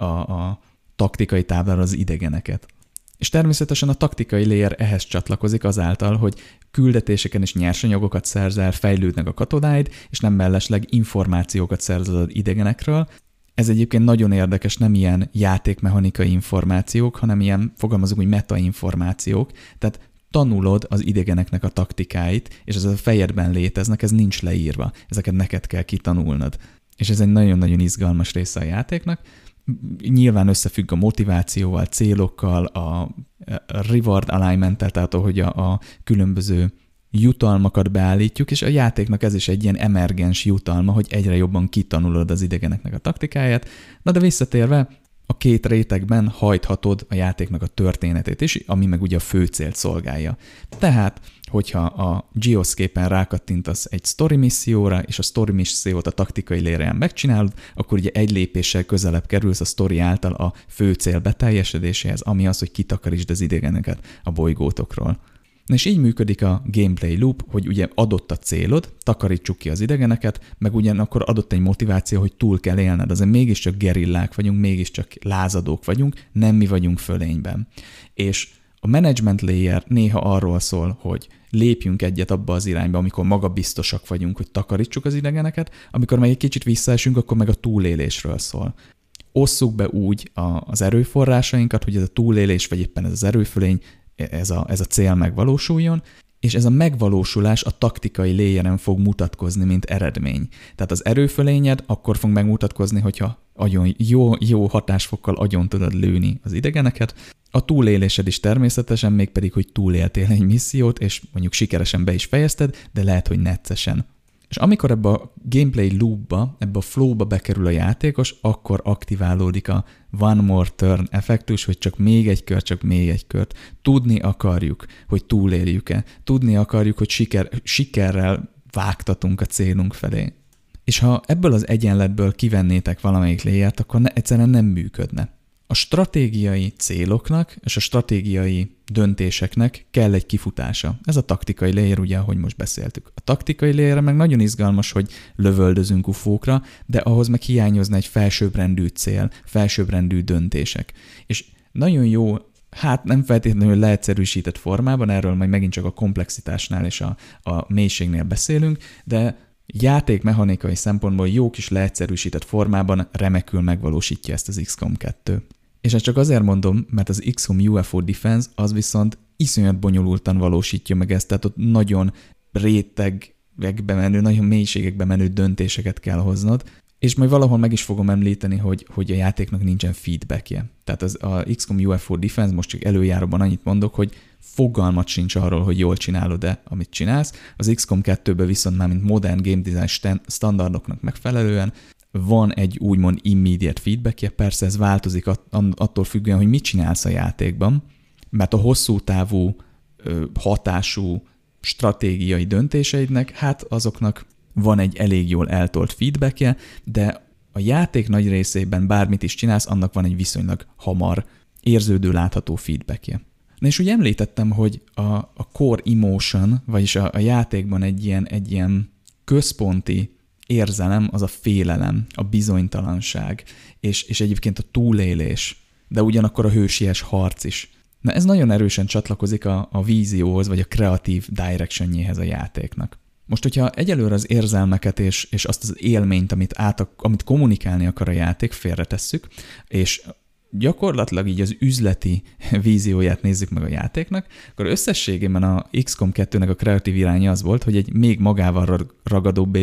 a taktikai tábláról az idegeneket. És természetesen a taktikai layer ehhez csatlakozik azáltal, hogy küldetéseken és nyersanyagokat szerzel, fejlődnek a katonáid, és nem mellesleg információkat szerzel az idegenekről. Ez egyébként nagyon érdekes, nem ilyen játékmechanikai információk, hanem ilyen, fogalmazunk úgy, metainformációk, tehát tanulod az idegeneknek a taktikáit, és ez a fejedben léteznek, ez nincs leírva, ezeket neked kell kitanulnod. És ez egy nagyon-nagyon izgalmas része a játéknak. Nyilván összefügg a motivációval, célokkal, a reward alignment-tel, tehát ahogy a különböző jutalmakat beállítjuk, és a játéknak ez is egy ilyen emergens jutalma, hogy egyre jobban kitanulod az idegeneknek a taktikáját. Na de visszatérve, a két rétegben hajthatod a játéknak a történetét is, ami meg ugye a fő célt szolgálja. Tehát, hogyha a geoscape-en rákattintasz egy story misszióra, és a story missziót a taktikai layeren megcsinálod, akkor ugye egy lépéssel közelebb kerülsz a story által a fő cél beteljesedéséhez, ami az, hogy kitakarítsd az idegeneket a bolygótokról. Na és így működik a gameplay loop, hogy ugye adott a célod, takarítsuk ki az idegeneket, meg ugyanakkor adott egy motiváció, hogy túl kell élned. Azért mégiscsak gerillák vagyunk, mégiscsak lázadók vagyunk, nem mi vagyunk fölényben. És a management layer néha arról szól, hogy lépjünk egyet abba az irányba, amikor magabiztosak vagyunk, hogy takarítsuk az idegeneket, amikor meg egy kicsit visszaesünk, akkor meg a túlélésről szól. Osszuk be úgy az erőforrásainkat, hogy ez a túlélés, vagy éppen ez az erőfölény, ez a cél megvalósuljon, és ez a megvalósulás a taktikai layeren fog mutatkozni, mint eredmény. Tehát az erőfölényed akkor fog megmutatkozni, hogyha jó hatásfokkal agyon tudod lőni az idegeneket. A túlélésed is természetesen, mégpedig, hogy túléltél egy missziót, és mondjuk sikeresen be is fejezted, de lehet, hogy neccesen. És amikor ebbe a gameplay loopba, ebbe a flowba bekerül a játékos, akkor aktiválódik a one more turn effektus, hogy csak még egy kört. Tudni akarjuk, hogy túléljük-e. Tudni akarjuk, hogy sikerrel vágtatunk a célunk felé. És ha ebből az egyenletből kivennétek valamelyik layert, akkor egyszerűen nem működne. A stratégiai céloknak és a stratégiai döntéseknek kell egy kifutása. Ez a taktikai layer, ugye, ahogy most beszéltük. A taktikai layer meg nagyon izgalmas, hogy lövöldözünk ufókra, de ahhoz meg hiányozna egy felsőbbrendű cél, felsőbbrendű döntések. És nagyon jó, hát nem feltétlenül leegyszerűsített formában, erről majd megint csak a komplexitásnál és a mélységnél beszélünk, de játékmechanikai szempontból jó kis leegyszerűsített formában remekül megvalósítja ezt az XCOM 2. És ezt csak azért mondom, mert az XCOM UFO Defense az viszont iszonyat bonyolultan valósítja meg ezt, tehát ott nagyon rétegekbe menő, nagyon mélységekbe menő döntéseket kell hoznod, és majd valahol meg is fogom említeni, hogy a játéknak nincsen feedbackje. Tehát a XCOM UFO Defense, most csak előjáróban annyit mondok, hogy fogalmat sincs arról, hogy jól csinálod-e, amit csinálsz. Az XCOM 2-ben viszont már mint modern game design standardoknak megfelelően van egy úgymond immediate feedbackje, persze ez változik attól függően, hogy mit csinálsz a játékban, mert a hosszú távú hatású stratégiai döntéseidnek, hát azoknak van egy elég jól eltolt feedbackje, de a játék nagy részében bármit is csinálsz, annak van egy viszonylag hamar érződő, látható feedbackje. Na és úgy említettem, hogy a core emotion, vagyis a játékban egy ilyen központi érzelem, az a félelem, a bizonytalanság, és egyébként a túlélés, de ugyanakkor a hősies harc is. Na ez nagyon erősen csatlakozik a vízióhoz, vagy a kreatív directionjéhez a játéknak. Most, hogyha egyelőre az érzelmeket és azt az élményt, amit kommunikálni akar a játék, félretesszük, és gyakorlatilag így az üzleti vízióját nézzük meg a játéknak, akkor összességében a XCOM 2-nek a kreatív iránya az volt, hogy egy még magával ragadóbb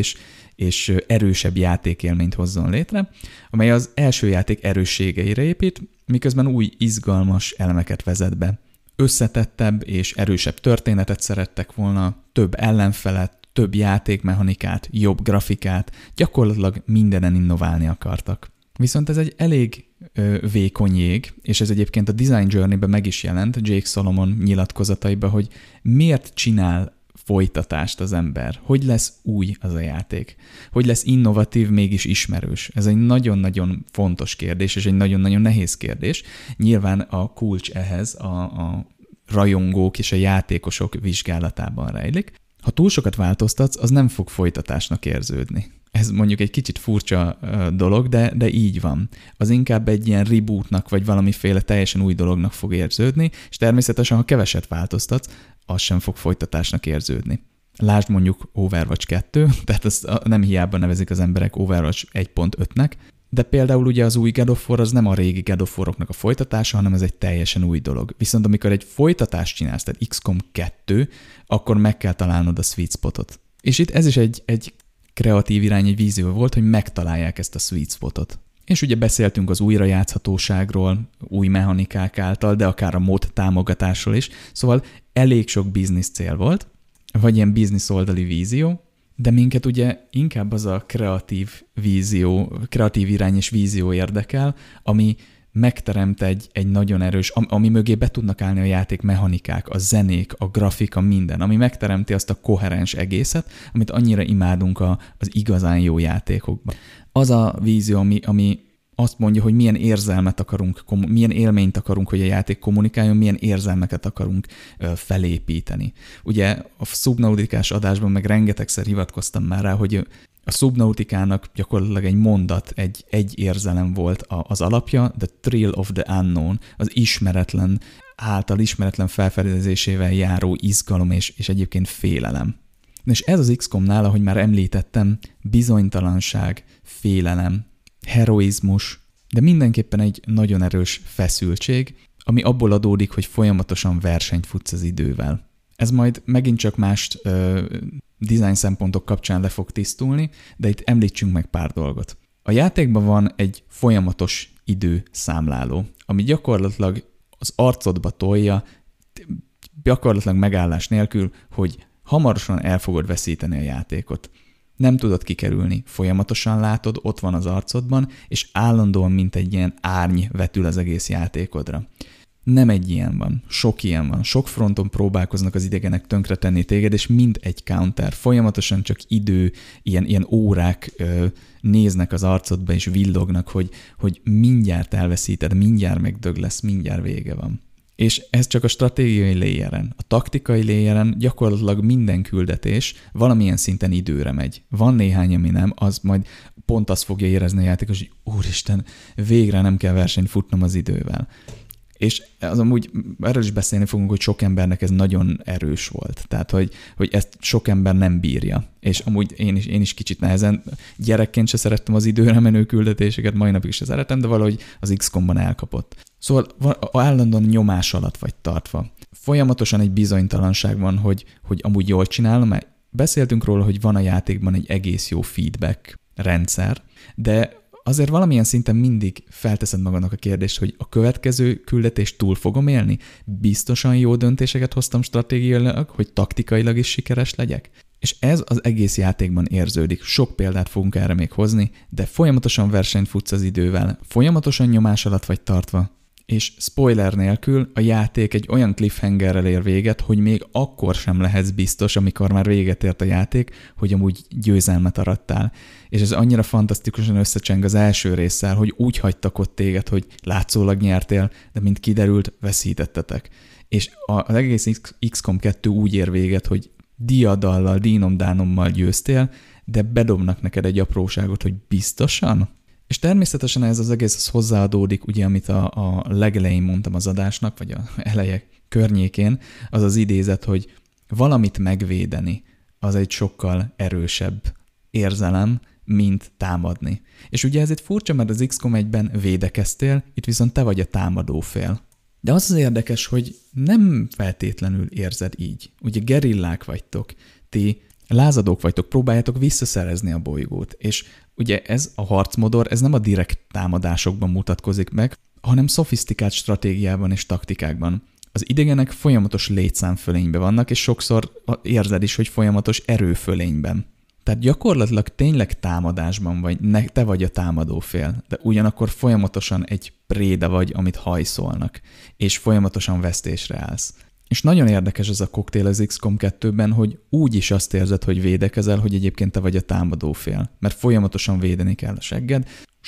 és erősebb játékélményt hozzon létre, amely az első játék erősségeire épít, miközben új izgalmas elemeket vezet be. Összetettebb és erősebb történetet szerettek volna, több ellenfelet, több játékmechanikát, jobb grafikát, gyakorlatilag mindenen innoválni akartak. Viszont ez egy elég vékony jég, és ez egyébként a Design Journey-ben meg is jelent, Jake Solomon nyilatkozataiban, hogy miért csinál folytatást az ember, hogy lesz új az a játék, hogy lesz innovatív, mégis ismerős. Ez egy nagyon-nagyon fontos kérdés, és egy nagyon-nagyon nehéz kérdés. Nyilván a kulcs ehhez a rajongók és a játékosok vizsgálatában rejlik. Ha túl sokat változtatsz, az nem fog folytatásnak érződni. Ez mondjuk egy kicsit furcsa dolog, de így van. Az inkább egy ilyen rebootnak, vagy valamiféle teljesen új dolognak fog érződni, és természetesen, ha keveset változtatsz, az sem fog folytatásnak érződni. Lásd mondjuk Overwatch 2, tehát ezt nem hiába nevezik az emberek Overwatch 1.5-nek, de például ugye az új God of War az nem a régi God of War-oknak a folytatása, hanem ez egy teljesen új dolog. Viszont amikor egy folytatást csinálsz, tehát XCOM 2, akkor meg kell találnod a sweet spotot. És itt ez is egy kreatív irány, egy vízió volt, hogy megtalálják ezt a sweet spotot. És ugye beszéltünk az újrajátszhatóságról, új mechanikák által, de akár a mod támogatásról is. Szóval elég sok biznisz cél volt, vagy ilyen biznisz oldali vízió, de minket ugye inkább az a kreatív irány és vízió érdekel, ami megteremt egy nagyon erős, ami mögé be tudnak állni a játék mechanikák, a zenék, a grafika, minden, ami megteremti azt a koherens egészet, amit annyira imádunk az igazán jó játékokban. Az a vízió, ami azt mondja, hogy milyen érzelmet akarunk, milyen élményt akarunk, hogy a játék kommunikáljon, milyen érzelmeket akarunk felépíteni. Ugye a Subnautikás adásban meg rengetegszer hivatkoztam már rá, hogy a Subnautikának gyakorlatilag egy mondat, egy érzelem volt az alapja, the thrill of the unknown, az ismeretlen felfedezésével járó izgalom és egyébként félelem. És ez az XCOM-nál, ahogy már említettem, bizonytalanság, félelem, heroizmus, de mindenképpen egy nagyon erős feszültség, ami abból adódik, hogy folyamatosan versenyt futsz az idővel. Ez majd megint csak más design szempontok kapcsán le fog tisztulni, de itt említsünk meg pár dolgot. A játékban van egy folyamatos időszámláló, ami gyakorlatilag az arcodba tolja, gyakorlatilag megállás nélkül, hogy hamarosan el fogod veszíteni a játékot. Nem tudod kikerülni, folyamatosan látod, ott van az arcodban, és állandóan, mint egy ilyen árny vetül az egész játékodra. Nem egy ilyen van, sok ilyen van. Sok fronton próbálkoznak az idegenek tönkretenni téged, és mind egy counter. Folyamatosan csak idő, ilyen órák néznek az arcodba, és villognak, hogy mindjárt elveszíted, mindjárt megdög lesz, mindjárt vége van. És ez csak a stratégiai layeren. A taktikai layeren gyakorlatilag minden küldetés valamilyen szinten időre megy. Van néhány, ami nem, az majd pont azt fogja érezni a játékos, hogy úristen, végre nem kell versenyt futnom az idővel. És az amúgy, erről is beszélni fogunk, hogy sok embernek ez nagyon erős volt. Tehát, hogy ezt sok ember nem bírja. És amúgy én is kicsit nehezen, gyerekként se szerettem az időre menő küldetéseket, mai napig se szeretem, de valahogy az XCOM-ban elkapott. Szóval állandóan nyomás alatt vagy tartva. Folyamatosan egy bizonytalanság van, hogy amúgy jól csinálom, mert beszéltünk róla, hogy van a játékban egy egész jó feedback rendszer, de azért valamilyen szinten mindig felteszed magadnak a kérdést, hogy a következő küldetést túl fogom élni? Biztosan jó döntéseket hoztam stratégiailag, hogy taktikailag is sikeres legyek? És ez az egész játékban érződik. Sok példát fogunk erre még hozni, de folyamatosan versenyt futsz az idővel, folyamatosan nyomás alatt vagy tartva, és spoiler nélkül a játék egy olyan cliffhangerrel ér véget, hogy még akkor sem lehetsz biztos, amikor már véget ért a játék, hogy amúgy győzelmet arattál. És ez annyira fantasztikusan összecseng az első résszel, hogy úgy hagytak ott téged, hogy látszólag nyertél, de mint kiderült, veszítettetek. És az egész XCOM 2 úgy ér véget, hogy diadallal, dínom-dánommal győztél, de bedobnak neked egy apróságot, hogy biztosan? És természetesen ez az egész hozzáadódik, ugye, amit a legelején mondtam az adásnak, vagy a eleje környékén, az az idézet, hogy valamit megvédeni, az egy sokkal erősebb érzelem, mint támadni. És ugye ez egy furcsa, mert az XCOM 1-ben védekeztél, itt viszont te vagy a támadó fél. De az érdekes, hogy nem feltétlenül érzed így. Ugye gerillák vagytok, ti lázadók vagytok, próbáljátok visszaszerezni a bolygót, és ugye ez a harcmodor, ez nem a direkt támadásokban mutatkozik meg, hanem szofisztikált stratégiában és taktikákban. Az idegenek folyamatos létszámfölényben vannak, és sokszor érzed is, hogy folyamatos erőfölényben. Tehát gyakorlatilag tényleg támadásban vagy, te vagy a támadó fél, de ugyanakkor folyamatosan egy préda vagy, amit hajszolnak, és folyamatosan vesztésre állsz. És nagyon érdekes ez a koktél az XCOM 2-ben, hogy úgy is azt érzed, hogy védekezel, hogy egyébként te vagy a támadó fél, mert folyamatosan védeni kell a segged.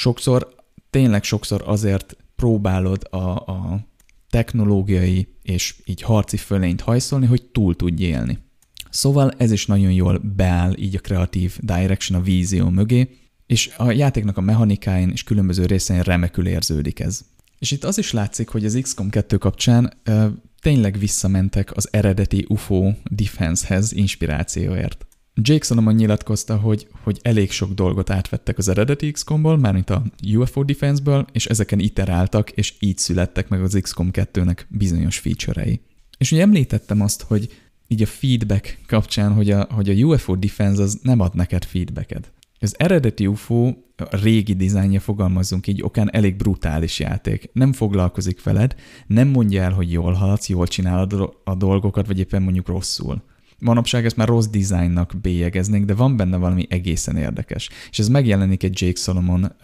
Tényleg sokszor azért próbálod a technológiai és így harci fölényt hajszolni, hogy túl tudj élni. Szóval ez is nagyon jól beáll így a kreatív direction, a vízió mögé, és a játéknak a mechanikáin és különböző részein remekül érződik ez. És itt az is látszik, hogy az XCOM 2 kapcsán tényleg visszamentek az eredeti UFO Defense-hez inspirációért. Jake Solomon nyilatkozta, hogy elég sok dolgot átvettek az eredeti XCOM-ból, mármint a UFO Defense-ből, és ezeken iteráltak, és így születtek meg az XCOM 2-nek bizonyos feature-ei. És ugye említettem azt, hogy így a feedback kapcsán, hogy a UFO Defense az nem ad neked feedbacket. Az eredeti UFO, a régi dizájnja, fogalmazzunk így, okán elég brutális játék. Nem foglalkozik veled, nem mondja el, hogy jól haladsz, jól csinálod a dolgokat, vagy éppen mondjuk rosszul. Manapság ezt már rossz dizájnnak bélyegeznék, de van benne valami egészen érdekes. És ez megjelenik egy Jake Solomon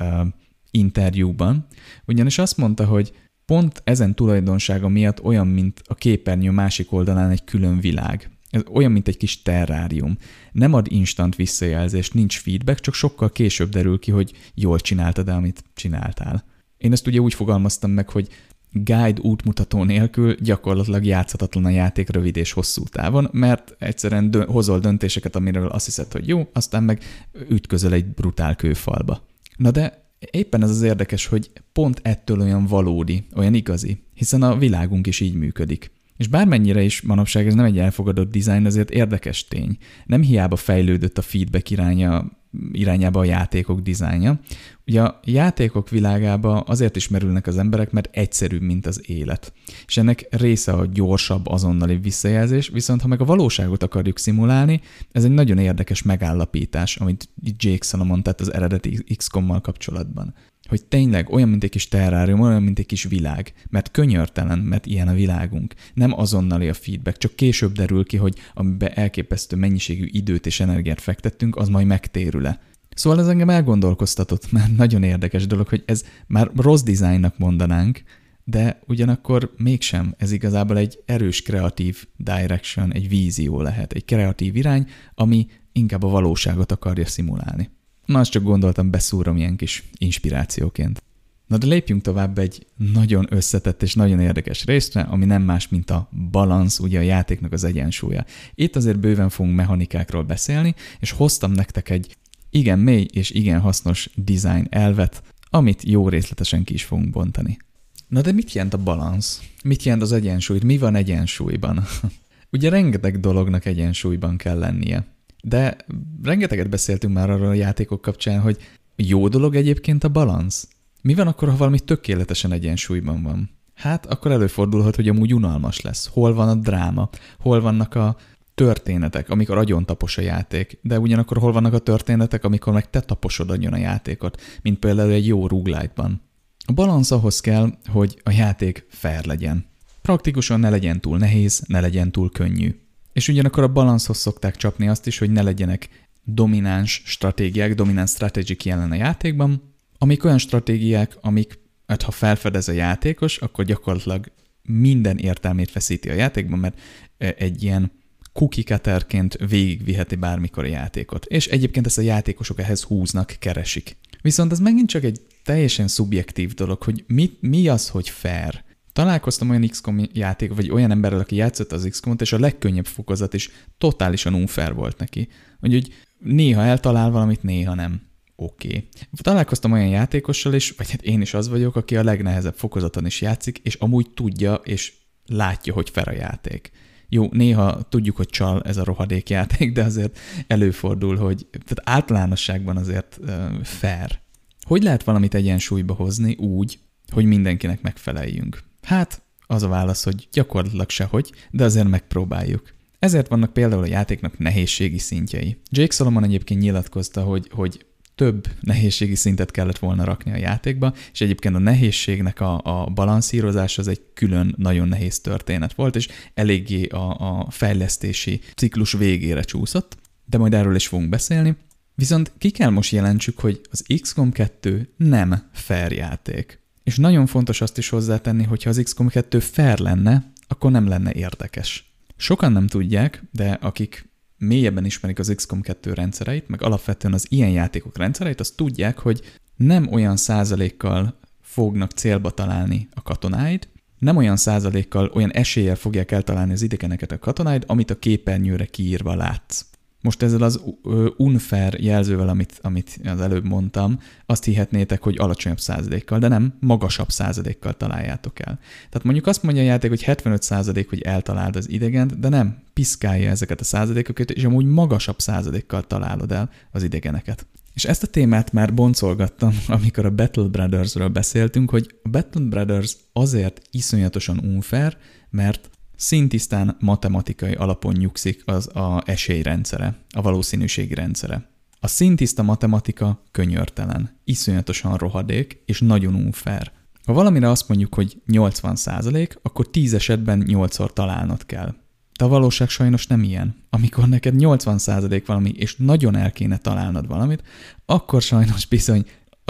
interjúban, ugyanis azt mondta, hogy pont ezen tulajdonsága miatt olyan, mint a képernyő másik oldalán egy külön világ. Ez olyan, mint egy kis terrárium. Nem ad instant visszajelzést, nincs feedback, csak sokkal később derül ki, hogy jól csináltad, amit csináltál. Én ezt ugye úgy fogalmaztam meg, hogy guide útmutató nélkül gyakorlatilag játszhatatlan a játék rövid és hosszú távon, mert egyszerűen hozol döntéseket, amiről azt hiszed, hogy jó, aztán meg ütközöl egy brutál kőfalba. Na de éppen ez az érdekes, hogy pont ettől olyan valódi, olyan igazi, hiszen a világunk is így működik. És bármennyire is manapság ez nem egy elfogadott dizájn, azért érdekes tény. Nem hiába fejlődött a feedback irányába a játékok dizájnja. Ugye a játékok világába azért is merülnek az emberek, mert egyszerűbb, mint az élet. És ennek része a gyorsabb, azonnali visszajelzés, viszont ha meg a valóságot akarjuk szimulálni, ez egy nagyon érdekes megállapítás, amit Jake Solomon tett az eredeti XCOM-mal kapcsolatban. Hogy tényleg olyan, mint egy kis terrárium, olyan, mint egy kis világ, mert könyörtelen, mert ilyen a világunk. Nem azonnali a feedback, csak később derül ki, hogy amiben elképesztő mennyiségű időt és energiát fektettünk, az majd megtérül-e. Szóval ez engem elgondolkoztatott, mert nagyon érdekes dolog, hogy ez már rossz dizájnnak mondanánk, de ugyanakkor mégsem, ez igazából egy erős kreatív direction, egy vízió lehet, egy kreatív irány, ami inkább a valóságot akarja szimulálni. Na, azt csak gondoltam, beszúrom ilyen kis inspirációként. Na de lépjünk tovább egy nagyon összetett és nagyon érdekes részre, ami nem más, mint a balansz, ugye a játéknak az egyensúlya. Itt azért bőven fogunk mechanikákról beszélni, és hoztam nektek egy igen mély és igen hasznos design elvet, amit jó részletesen ki is fogunk bontani. Na de mit jelent a balansz? Mit jelent az egyensúly? Mi van egyensúlyban? Ugye rengeteg dolognak egyensúlyban kell lennie. De rengeteget beszéltünk már arról a játékok kapcsán, hogy jó dolog egyébként a balansz. Mi van akkor, ha valami tökéletesen egyensúlyban van? Hát akkor előfordulhat, hogy amúgy unalmas lesz. Hol van a dráma? Hol vannak történetek, amikor agyon tapos a játék, de ugyanakkor hol vannak a történetek, amikor meg te taposod agyon a játékot, mint például egy jó roguelite-ban. A balansz ahhoz kell, hogy a játék fair legyen. Praktikusan ne legyen túl nehéz, ne legyen túl könnyű. És ugyanakkor a balanszhoz szokták csapni azt is, hogy ne legyenek domináns stratégiák, domináns strategic jelen a játékban, amik olyan stratégiák, amik, ha felfedez a játékos, akkor gyakorlatilag minden értelmét feszíti a játékban, mert egy ilyen cookie cutterként végigviheti bármikor a játékot. És egyébként ezt a játékosok ehhez húznak, keresik. Viszont ez megint csak egy teljesen szubjektív dolog, hogy mi az, hogy fair. Találkoztam olyan XCOM játék, vagy olyan emberrel, aki játszott az XCOM-ot, és a legkönnyebb fokozat is totálisan unfair volt neki. Úgyhogy néha eltalál valamit, néha nem. Oké. Találkoztam olyan játékossal is, vagy hát én is az vagyok, aki a legnehezebb fokozaton is játszik, és amúgy tudja, és látja, hogy fair a játék. Jó, néha tudjuk, hogy csal ez a rohadék játék, de azért előfordul, hogy tehát általánosságban azért fair. Hogy lehet valamit egyensúlyba hozni úgy, hogy mindenkinek megfeleljünk? Hát, az a válasz, hogy gyakorlatilag sehogy, de azért megpróbáljuk. Ezért vannak például a játéknak nehézségi szintjei. Jake Solomon egyébként nyilatkozta, hogy több nehézségi szintet kellett volna rakni a játékba, és egyébként a nehézségnek a balanszírozás az egy külön nagyon nehéz történet volt, és eléggé a fejlesztési ciklus végére csúszott, de majd erről is fogunk beszélni. Viszont ki kell most jelentsük, hogy az XCOM 2 nem fair játék. És nagyon fontos azt is hozzátenni, hogy ha az XCOM 2 fair lenne, akkor nem lenne érdekes. Sokan nem tudják, de akik mélyebben ismerik az XCOM 2 rendszereit, meg alapvetően az ilyen játékok rendszereit, azt tudják, hogy nem olyan százalékkal fognak célba találni a katonáid, nem olyan százalékkal, olyan eséllyel fogják eltalálni az idegeneket a katonáid, amit a képernyőre kiírva látsz. Most ezzel az unfair jelzővel, amit az előbb mondtam, azt hihetnétek, hogy alacsonyabb százalékkal, de nem, magasabb százalékkal találjátok el. Tehát mondjuk azt mondja a játék, hogy 75%, hogy eltaláld az idegent, de nem, piszkálja ezeket a százalékokat, és amúgy magasabb százalékkal találod el az idegeneket. És ezt a témát már boncolgattam, amikor a Battle Brothersről beszéltünk, hogy a Battle Brothers azért iszonyatosan unfair, mert szintisztán matematikai alapon nyugszik az esélyrendszere, a valószínűségi rendszere. A szintiszta matematika könyörtelen, iszonyatosan rohadék és nagyon unfair. Ha valamire azt mondjuk, hogy 80%, akkor 10 esetben 8-szor találnod kell. De a valóság sajnos nem ilyen. Amikor neked 80% valami, és nagyon el kéne találnod valamit, akkor sajnos bizony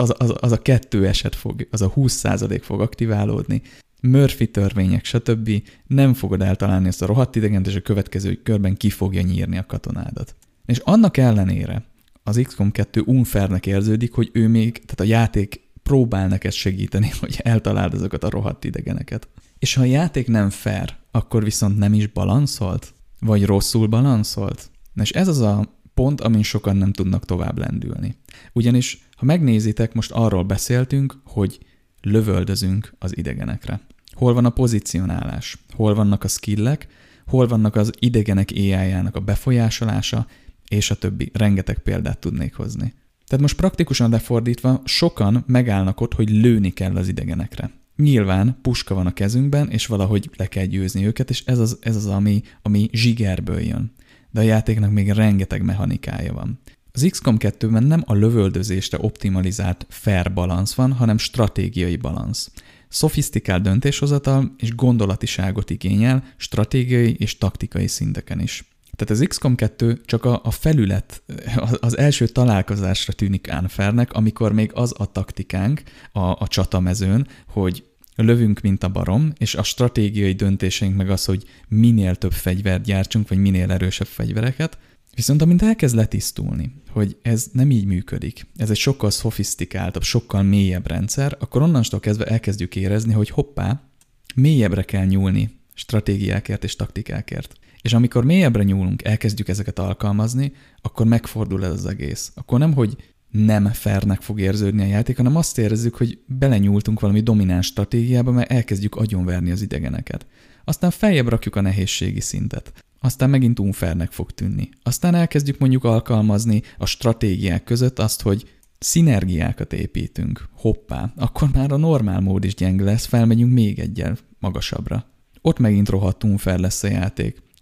az a 2 eset az a 20% fog aktiválódni, Murphy törvények, stb. Nem fogod eltalálni ezt a rohadt idegent, és a következő körben ki fogja nyírni a katonádat. És annak ellenére az XCOM 2 unfairnek érződik, hogy ő még, tehát a játék próbál neked segíteni, hogy eltaláld azokat a rohadt idegeneket. És ha a játék nem fair, akkor viszont nem is balanszolt? Vagy rosszul balanszolt? És ez az a pont, amin sokan nem tudnak tovább lendülni. Ugyanis, ha megnézitek, most arról beszéltünk, hogy lövöldözünk az idegenekre. Hol van a pozicionálás? Hol vannak a skillek? Hol vannak az idegenek AI-jának a befolyásolása? És a többi. Rengeteg példát tudnék hozni. Tehát most praktikusan lefordítva, sokan megállnak ott, hogy lőni kell az idegenekre. Nyilván puska van a kezünkben, és valahogy le kell győzni őket, és ez az ami zsigerből jön. De a játéknak még rengeteg mechanikája van. Az XCOM 2-ben nem a lövöldözésre optimalizált fair balansz van, hanem stratégiai balansz. Szofisztikált döntéshozatal és gondolatiságot igényel stratégiai és taktikai szinteken is. Tehát az XCOM 2 csak a felület, az első találkozásra tűnik unfairnek, amikor még az a taktikánk a csatamezőn, hogy lövünk, mint a barom, és a stratégiai döntéseink meg az, hogy minél több fegyvert gyártsunk, vagy minél erősebb fegyvereket. Viszont amint elkezd letisztulni, hogy ez nem így működik, ez egy sokkal szofisztikáltabb, sokkal mélyebb rendszer, akkor onnantól kezdve elkezdjük érezni, hogy hoppá, mélyebbre kell nyúlni stratégiákért és taktikákért. És amikor mélyebbre nyúlunk, elkezdjük ezeket alkalmazni, akkor megfordul ez az egész. Akkor nem, hogy nem fairnek fog érződni a játék, hanem azt érezzük, hogy belenyúltunk valami domináns stratégiába, mert elkezdjük agyonverni az idegeneket. Aztán feljebb rakjuk a nehézségi szintet. Aztán megint unfairnek fog tűnni. Aztán elkezdjük mondjuk alkalmazni a stratégiák között azt, hogy szinergiákat építünk. Hoppá, akkor már a normál mód is gyenge lesz, felmegyünk még egyel magasabbra. Ott megint rohadt unfair lesz a játék.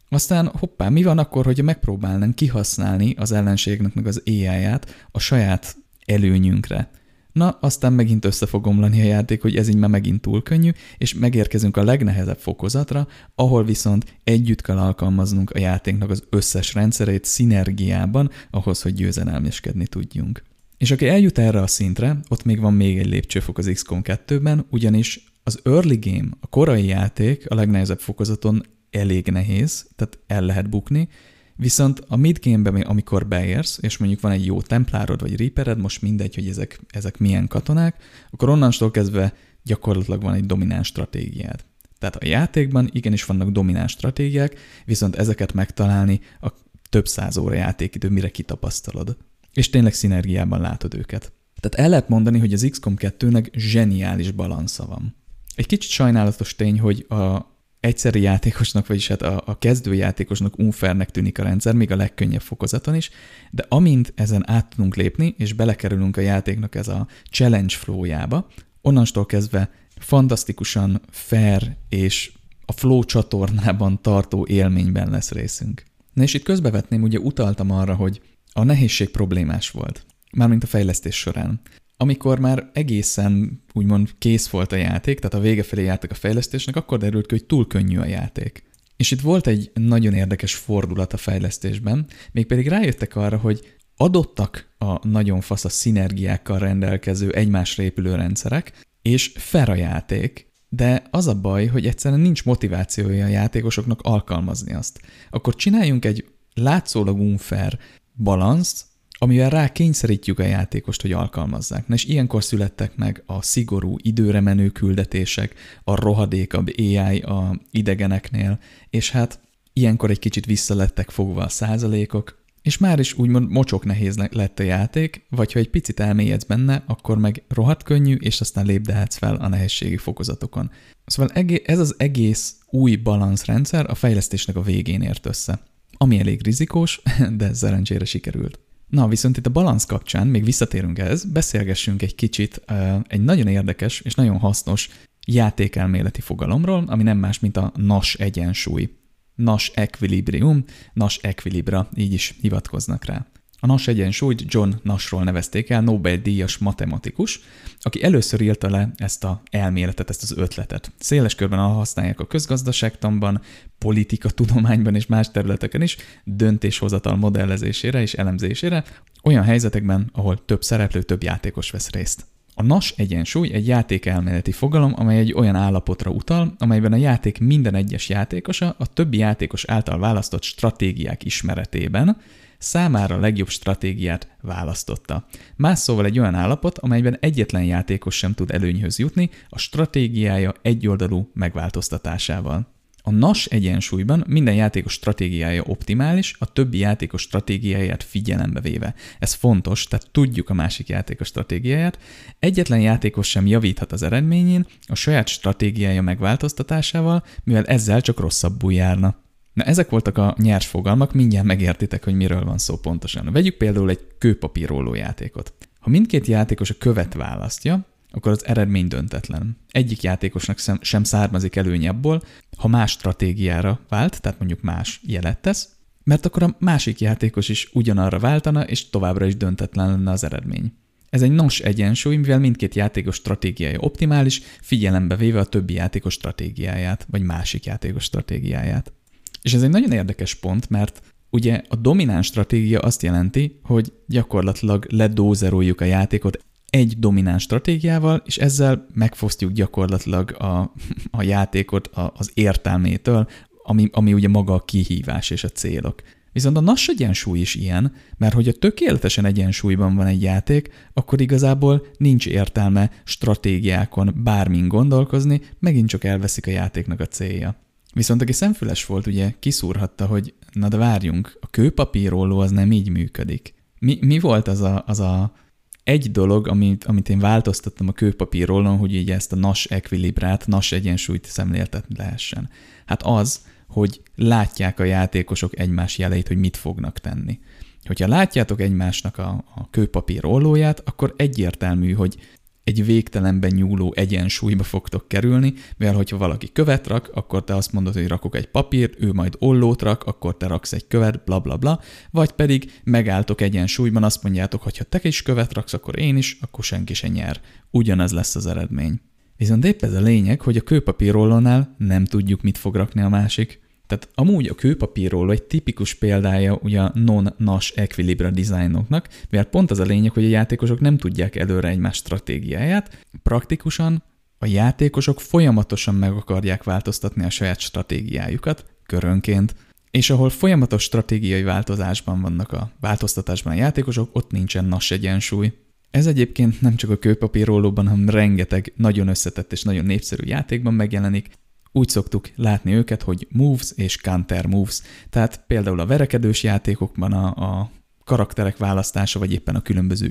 Aztán hoppá, mi van akkor, hogyha megpróbálnánk kihasználni az ellenségnek meg az AI-ját a saját előnyünkre? Na, aztán megint össze fog omlani a játék, hogy ez így már megint túl könnyű, és megérkezünk a legnehezebb fokozatra, ahol viszont együtt kell alkalmaznunk a játéknak az összes rendszerét szinergiában, ahhoz, hogy győzedelmeskedni tudjunk. És aki eljut erre a szintre, ott még van még egy lépcsőfok az XCOM 2-ben, ugyanis az early game, a korai játék a legnehezebb fokozaton elég nehéz, tehát el lehet bukni, viszont a mid-game-ben, amikor beérsz, és mondjuk van egy jó templárod vagy reapered, most mindegy, hogy ezek milyen katonák, akkor onnantól kezdve gyakorlatilag van egy domináns stratégiád. Tehát a játékban igenis vannak domináns stratégiák, viszont ezeket megtalálni a több száz óra játékidő, mire kitapasztalod. És tényleg szinergiában látod őket. Tehát el lehet mondani, hogy az XCOM 2-nek zseniális balansza van. Egy kicsit sajnálatos tény, hogy a egyszeri játékosnak, vagyis hát a kezdőjátékosnak unfairnek tűnik a rendszer, még a legkönnyebb fokozaton is, de amint ezen át tudunk lépni, és belekerülünk a játéknak ez a challenge flow-jába, onnantól kezdve fantasztikusan fair és a flow csatornában tartó élményben lesz részünk. Na és itt közbevetném, ugye utaltam arra, hogy a nehézség problémás volt, mármint a fejlesztés során. Amikor már egészen úgymond kész volt a játék, tehát a vége felé jártak a fejlesztésnek, akkor derült ki, hogy túl könnyű a játék. És itt volt egy nagyon érdekes fordulat a fejlesztésben, mégpedig rájöttek arra, hogy adottak a nagyon fasz a szinergiákkal rendelkező egymásra épülő rendszerek, és fair a játék, de az a baj, hogy egyszerűen nincs motivációja a játékosoknak alkalmazni azt. Akkor csináljunk egy látszólag unfair balanszt, amivel rá kényszerítjük a játékost, hogy alkalmazzák. Na és ilyenkor születtek meg a szigorú időre menő küldetések, a rohadékabb AI a idegeneknél, és hát ilyenkor egy kicsit vissza lettek fogva a százalékok, és már is úgymond mocsok nehéz lett a játék, vagy ha egy picit elmélyedsz benne, akkor meg rohadt könnyű, és aztán lépdelhetsz fel a nehézségi fokozatokon. Szóval ez az egész új balanszrendszer a fejlesztésnek a végén ért össze. Ami elég rizikós, de szerencsére sikerült. Na, viszont itt a balansz kapcsán, még visszatérünk ehhez, beszélgessünk egy kicsit egy nagyon érdekes és nagyon hasznos játékelméleti fogalomról, ami nem más, mint a Nash egyensúly. Nash equilibrium, Nash equilibra, így is hivatkoznak rá. A Nash egyensúlyt John Nashról nevezték el, Nobel-díjas matematikus, aki először írta le ezt az elméletet, ezt az ötletet. Széles körben használják a közgazdaságtanban, politikatudományban és más területeken is, döntéshozatal modellezésére és elemzésére, olyan helyzetekben, ahol több szereplő, több játékos vesz részt. A Nash egyensúly egy játékelméleti fogalom, amely egy olyan állapotra utal, amelyben a játék minden egyes játékosa a többi játékos által választott stratégiák ismeretében számára a legjobb stratégiát választotta. Más szóval egy olyan állapot, amelyben egyetlen játékos sem tud előnyhöz jutni a stratégiája egyoldalú megváltoztatásával. A Nash egyensúlyban minden játékos stratégiája optimális, a többi játékos stratégiáját figyelembe véve. Ez fontos, tehát tudjuk a másik játékos stratégiáját. Egyetlen játékos sem javíthat az eredményén a saját stratégiája megváltoztatásával, mivel ezzel csak rosszabbul járna. Na, ezek voltak a nyers fogalmak, mindjárt megértitek, hogy miről van szó pontosan. Vegyük például egy kőpapíróló játékot. Ha mindkét játékos a követ választja, akkor az eredmény döntetlen. Egyik játékosnak sem származik előny abból, ha más stratégiára vált, tehát mondjuk más jelet tesz, mert akkor a másik játékos is ugyanarra váltana, és továbbra is döntetlen lenne az eredmény. Ez egy Nash egyensúly, mivel mindkét játékos stratégiája optimális, figyelembe véve a többi játékos stratégiáját, vagy másik játékos stratégiáját. És ez egy nagyon érdekes pont, mert ugye a domináns stratégia azt jelenti, hogy gyakorlatilag ledózeroljuk a játékot egy domináns stratégiával, és ezzel megfosztjuk gyakorlatilag a játékot az értelmétől, ami ugye maga a kihívás és a célok. Viszont a Nash egyensúly is ilyen, mert hogyha tökéletesen egyensúlyban van egy játék, akkor igazából nincs értelme stratégiákon bármin gondolkozni, megint csak elveszik a játéknak a célja. Viszont aki szemfüles volt, ugye kiszúrhatta, hogy na de várjunk, a kőpapírolló az nem így működik. Mi volt az a egy dolog, amit én változtattam a kőpapírollón, hogy így ezt a Nash ekvilibrát, Nash egyensúlyt szemléltetni lehessen? Hát az, hogy látják a játékosok egymás jeleit, hogy mit fognak tenni. Hogyha látjátok egymásnak a kőpapírollóját, akkor egyértelmű, hogy egy végtelenben nyúló egyensúlyba fogtok kerülni, mivel hogyha valaki követ rak, akkor te azt mondod, hogy rakok egy papírt, ő majd ollót rak, akkor te raksz egy követ, bla bla bla, vagy pedig megálltok egyensúlyban, azt mondjátok, hogy ha te is követ raksz, akkor én is, akkor senki se nyer. Ugyanaz lesz az eredmény. Viszont épp ez a lényeg, hogy a kőpapírollónál nem tudjuk, mit fog rakni a másik. Tehát amúgy a kőpapírolló egy tipikus példája ugye a non-Nash equilibra dizájnoknak, mert pont az a lényeg, hogy a játékosok nem tudják előre egymás stratégiáját. Praktikusan a játékosok folyamatosan meg akarják változtatni a saját stratégiájukat körönként, és ahol folyamatos stratégiai változásban vannak változtatásban a játékosok, ott nincsen Nash egyensúly. Ez egyébként nem csak a kőpapírollóban, hanem rengeteg nagyon összetett és nagyon népszerű játékban megjelenik. Úgy szoktuk látni őket, hogy moves és counter moves. Tehát például a verekedős játékokban a karakterek választása, vagy éppen a különböző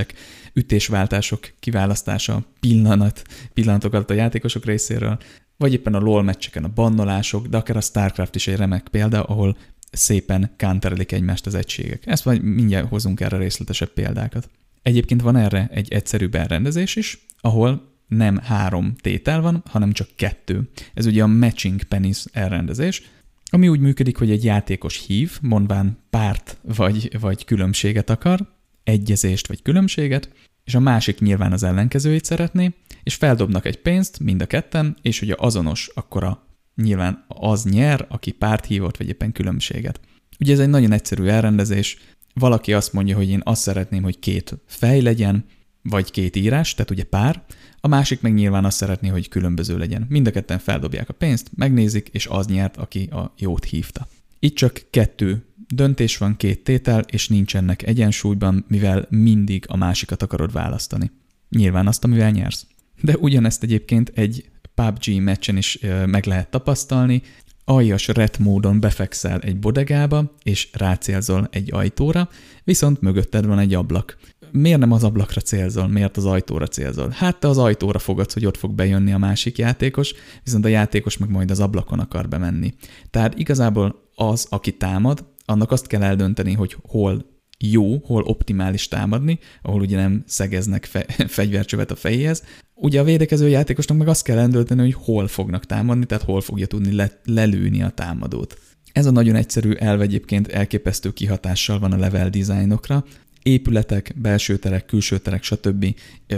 ütésváltások kiválasztása pillanatok alatt a játékosok részéről, vagy éppen a LoL meccseken a bannolások, de akár a StarCraft is egy remek példa, ahol szépen counterelik egymást az egységek. Ezt majd mindjárt hozunk erre részletesebb példákat. Egyébként van erre egy egyszerűbb elrendezés is, ahol nem 3 tétel van, hanem csak 2. Ez ugye a matching penis elrendezés, ami úgy működik, hogy egy játékos hív, mondván párt vagy különbséget akar, egyezést vagy különbséget, és a másik nyilván az ellenkezőjét szeretné, és feldobnak egy pénzt mind a ketten, és ugye azonos, akkor nyilván az nyer, aki párt hívott, vagy éppen különbséget. Ugye ez egy nagyon egyszerű elrendezés, valaki azt mondja, hogy én azt szeretném, hogy 2 fej legyen, vagy 2 írás, tehát ugye pár, a másik meg nyilván azt szeretné, hogy különböző legyen. Mind a ketten feldobják a pénzt, megnézik, és az nyert, aki a jót hívta. Itt csak 2 döntés van, 2 tétel, és nincsenek egyensúlyban, mivel mindig a másikat akarod választani. Nyilván azt, amivel nyersz. De ugyanezt egyébként egy PUBG meccsen is meg lehet tapasztalni. Aljas ret módon befekszel egy bodegába, és rácélzol egy ajtóra, viszont mögötted van egy ablak. Miért nem az ablakra célzol? Miért az ajtóra célzol? Hát te az ajtóra fogadsz, hogy ott fog bejönni a másik játékos, viszont a játékos meg majd az ablakon akar bemenni. Tehát igazából az, aki támad, annak azt kell eldönteni, hogy hol jó, hol optimális támadni, ahol ugye nem szegeznek fegyvercsövet a fejéhez. Ugye a védekező játékosnak meg azt kell eldönteni, hogy hol fognak támadni, tehát hol fogja tudni lelőni a támadót. Ez a nagyon egyszerű elv egyébként elképesztő kihatással van a level designokra. Épületek, belső terek, külső terek, stb.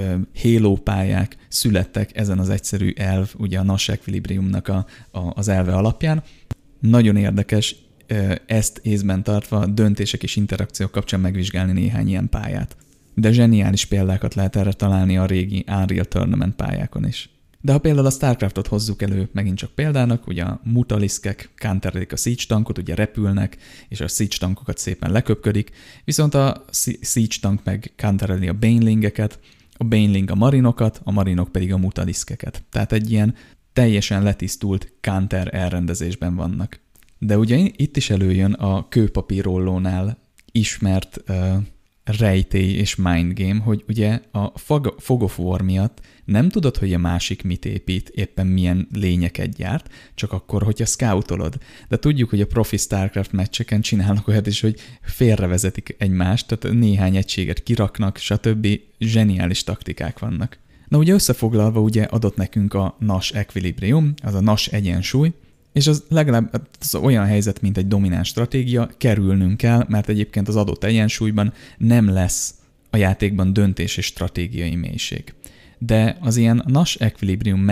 Halo pályák születtek ezen az egyszerű elv, ugye a Nash Equilibriumnak az elve alapján. Nagyon érdekes ezt észben tartva döntések és interakciók kapcsán megvizsgálni néhány ilyen pályát. De zseniális példákat lehet erre találni a régi Unreal Tournament pályákon is. De ha például a StarCraftot hozzuk elő megint csak példának, ugye a mutaliszkek counterelik a siege tankot, ugye repülnek, és a siege tankokat szépen leköpködik, viszont a siege tank meg countereli a banelingeket, a baneling a marinokat, a marinok pedig a mutaliszkeket. Tehát egy ilyen teljesen letisztult counter elrendezésben vannak. De ugye itt is előjön a kőpapírollónál ismert rejtély és mind game, hogy ugye a Fog of War miatt nem tudod, hogy a másik mit épít, éppen milyen lényeket gyárt, csak akkor, hogyha scoutolod. De tudjuk, hogy a profi StarCraft meccseken csinálnak olyat is, hogy félrevezetik egymást, tehát néhány egységet kiraknak, stb. Zseniális taktikák vannak. Na ugye összefoglalva ugye adott nekünk a Nash Equilibrium, az a Nash egyensúly, és az legalább az olyan helyzet, mint egy domináns stratégia, kerülnünk kell, mert egyébként az adott egyensúlyban nem lesz a játékban döntés és stratégiai mélység. De az ilyen Nash Equilibrium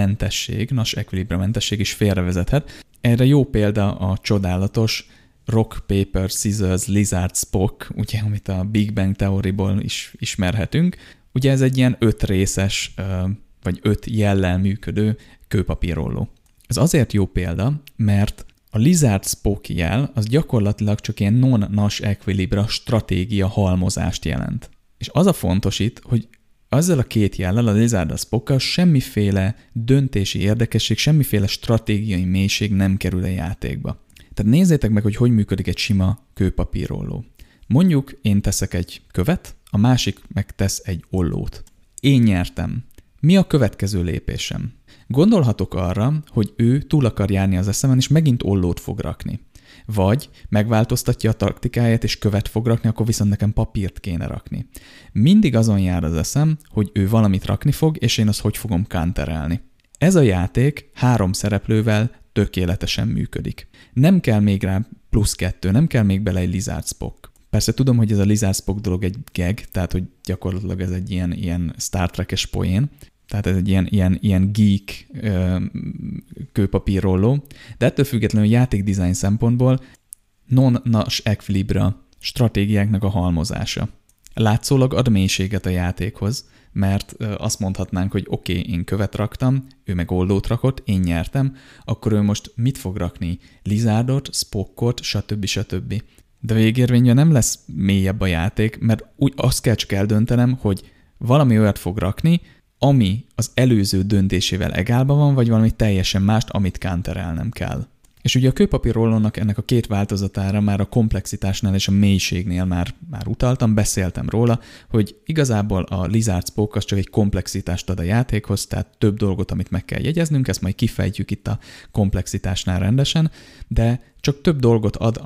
mentesség is félrevezethet. Erre jó példa a csodálatos Rock, Paper, Scissors, Lizard, Spock, ugye, amit a Big Bang Theoryból is ismerhetünk. Ugye ez egy ilyen 5 részes, vagy 5 jellel működő kőpapírolló. Ez azért jó példa, mert a Lizard Spock jel az gyakorlatilag csak ilyen non-Nash Equilibra stratégia halmozást jelent. És az a fontos itt, hogy azzal a 2 jellel, a Lizard Spockkal semmiféle döntési érdekesség, semmiféle stratégiai mélység nem kerül a játékba. Tehát nézzétek meg, hogy működik egy sima kőpapírolló. Mondjuk én teszek egy követ, a másik meg tesz egy ollót. Én nyertem. Mi a következő lépésem? Gondolhatok arra, hogy ő túl akar járni az eszemen, és megint ollót fog rakni. Vagy megváltoztatja a taktikáját, és követ fog rakni, akkor viszont nekem papírt kéne rakni. Mindig azon jár az eszem, hogy ő valamit rakni fog, és én azt hogy fogom counterelni. Ez a játék 3 szereplővel tökéletesen működik. Nem kell még rá +2, nem kell még bele egy Lizard Spock. Persze tudom, hogy ez a Lizard Spock dolog egy gag, tehát hogy gyakorlatilag ez egy ilyen Star Trek-es poén, tehát ez egy ilyen geek kőpapírrolló, de ettől függetlenül játékdesign szempontból non-nash equilibra stratégiáknak a halmozása. Látszólag ad mélységet a játékhoz, mert azt mondhatnánk, hogy oké, én követ raktam, ő meg oldót rakott, én nyertem, akkor ő most mit fog rakni? Lizardot, Spockot, stb. De végérvényben nem lesz mélyebb a játék, mert úgy azt kell csak eldöntenem, hogy valami olyat fog rakni, ami az előző döntésével egálban van, vagy valami teljesen mást, amit counterelnem kell. És ugye a kőpapírrollónak ennek a 2 változatára már a komplexitásnál és a mélységnél már utaltam, beszéltem róla, hogy igazából a Lizard Spock az csak egy komplexitást ad a játékhoz, tehát több dolgot, amit meg kell jegyeznünk, ezt majd kifejtjük itt a komplexitásnál rendesen, de csak több dolgot ad,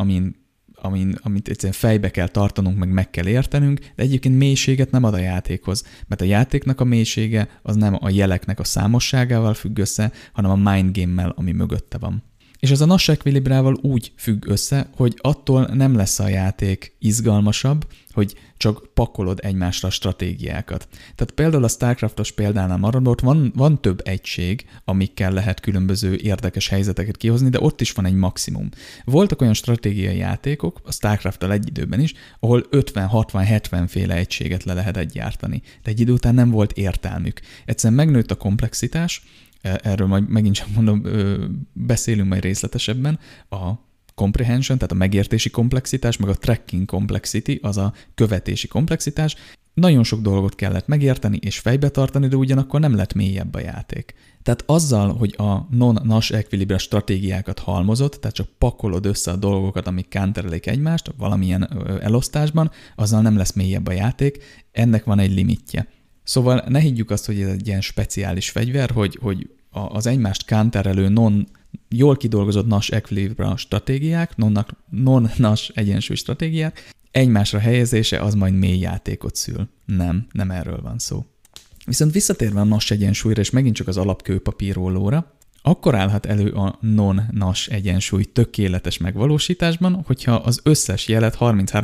amit egyszerűen fejbe kell tartanunk, meg kell értenünk, de egyébként mélységet nem ad a játékhoz, mert a játéknak a mélysége az nem a jeleknek a számosságával függ össze, hanem a mind game-mel, ami mögötte van. És ez a nash equilibrával úgy függ össze, hogy attól nem lesz a játék izgalmasabb, hogy csak pakolod egymásra a stratégiákat. Tehát például a Starcraftos példánál maradott, van több egység, amikkel lehet különböző érdekes helyzeteket kihozni, de ott is van egy maximum. Voltak olyan stratégiai játékok, a Starcrafttal egy időben is, ahol 50, 60, 70 féle egységet le lehet gyártani. De egy idő után nem volt értelmük. Egyszerűen megnőtt a komplexitás, erről majd megint csak mondom, beszélünk majd részletesebben, a comprehension, tehát a megértési komplexitás, meg a tracking complexity, az a követési komplexitás. Nagyon sok dolgot kellett megérteni és fejbe tartani, de ugyanakkor nem lett mélyebb a játék. Tehát azzal, hogy a non-nash equilibra stratégiákat halmozott, tehát csak pakolod össze a dolgokat, amik counterelik egymást valamilyen elosztásban, azzal nem lesz mélyebb a játék, ennek van egy limitje. Szóval ne higgyük azt, hogy ez egy ilyen speciális fegyver, hogy az egymást counterelő jól kidolgozott nash equilibra stratégiák, non-nash egyensúly stratégiák, egymásra helyezése az majd mély játékot szül. Nem erről van szó. Viszont visszatérve a nash egyensúlyra, és megint csak az alapkőpapírrollóra, akkor állhat elő a non-nash egyensúly tökéletes megvalósításban, hogyha az összes jelet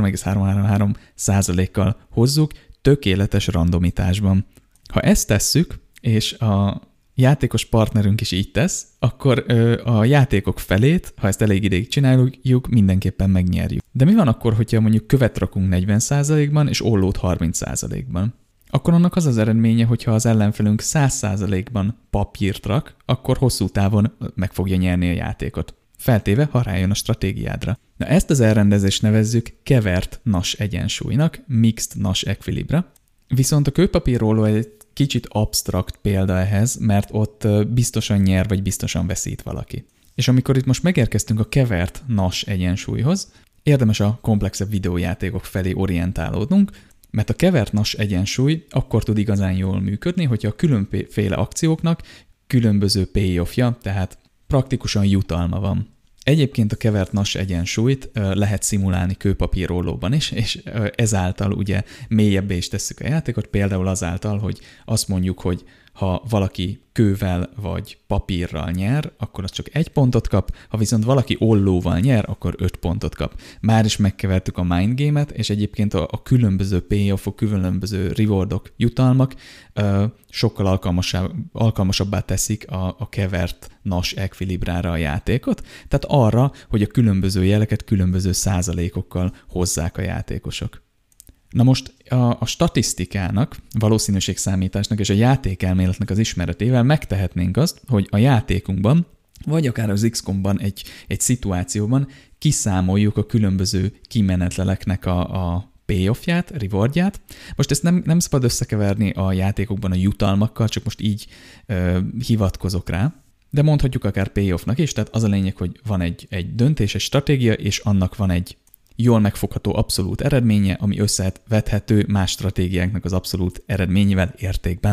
33,333%-kal hozzuk tökéletes randomitásban. Ha ezt tesszük, és a játékos partnerünk is így tesz, akkor a játékok felét, ha ezt elég ideig csináljuk, mindenképpen megnyerjük. De mi van akkor, hogyha mondjuk követ rakunk 40%-ban, és ollót 30%-ban? Akkor annak az az eredménye, hogyha az ellenfelünk 100%-ban papírt rak, akkor hosszú távon meg fogja nyerni a játékot. Feltéve, ha rájön a stratégiádra. Na ezt az elrendezést nevezzük kevert nash egyensúlynak, mixed nash equilibra. Viszont a kőpapírrolló egy kicsit absztrakt példa ehhez, mert ott biztosan nyer, vagy biztosan veszít valaki. És amikor itt most megérkeztünk a kevert nash egyensúlyhoz, érdemes a komplexebb videójátékok felé orientálódnunk, mert a kevert nash egyensúly akkor tud igazán jól működni, hogyha a különféle akcióknak különböző payoffja, tehát praktikusan jutalma van. Egyébként a kevert nash egyensúlyt lehet szimulálni kőpapírrollóban is, és ezáltal ugye mélyebbé is tesszük a játékot, például azáltal, hogy azt mondjuk, hogy ha valaki kővel vagy papírral nyer, akkor az csak 1 pontot kap, ha viszont valaki ollóval nyer, akkor 5 pontot kap. Már is megkevertük a mind game-et, és egyébként a különböző payoff-ok, különböző rewardok, jutalmak sokkal alkalmasabbá teszik a kevert nash equilibrára a játékot, tehát arra, hogy a különböző jeleket különböző százalékokkal hozzák a játékosok. Na most a statisztikának, valószínűségszámításnak és a játékelméletnek az ismeretével megtehetnénk azt, hogy a játékunkban, vagy akár az XCOM-ban egy szituációban kiszámoljuk a különböző kimenetleleknek a payoffját, rewardját. Most ezt nem szabad összekeverni a játékokban a jutalmakkal, csak most így hivatkozok rá, de mondhatjuk akár payoffnak is, tehát az a lényeg, hogy van egy döntés, egy stratégia, és annak van egy jól megfogható abszolút eredménye, ami összevethető más stratégiáknak az abszolút eredményével értékben.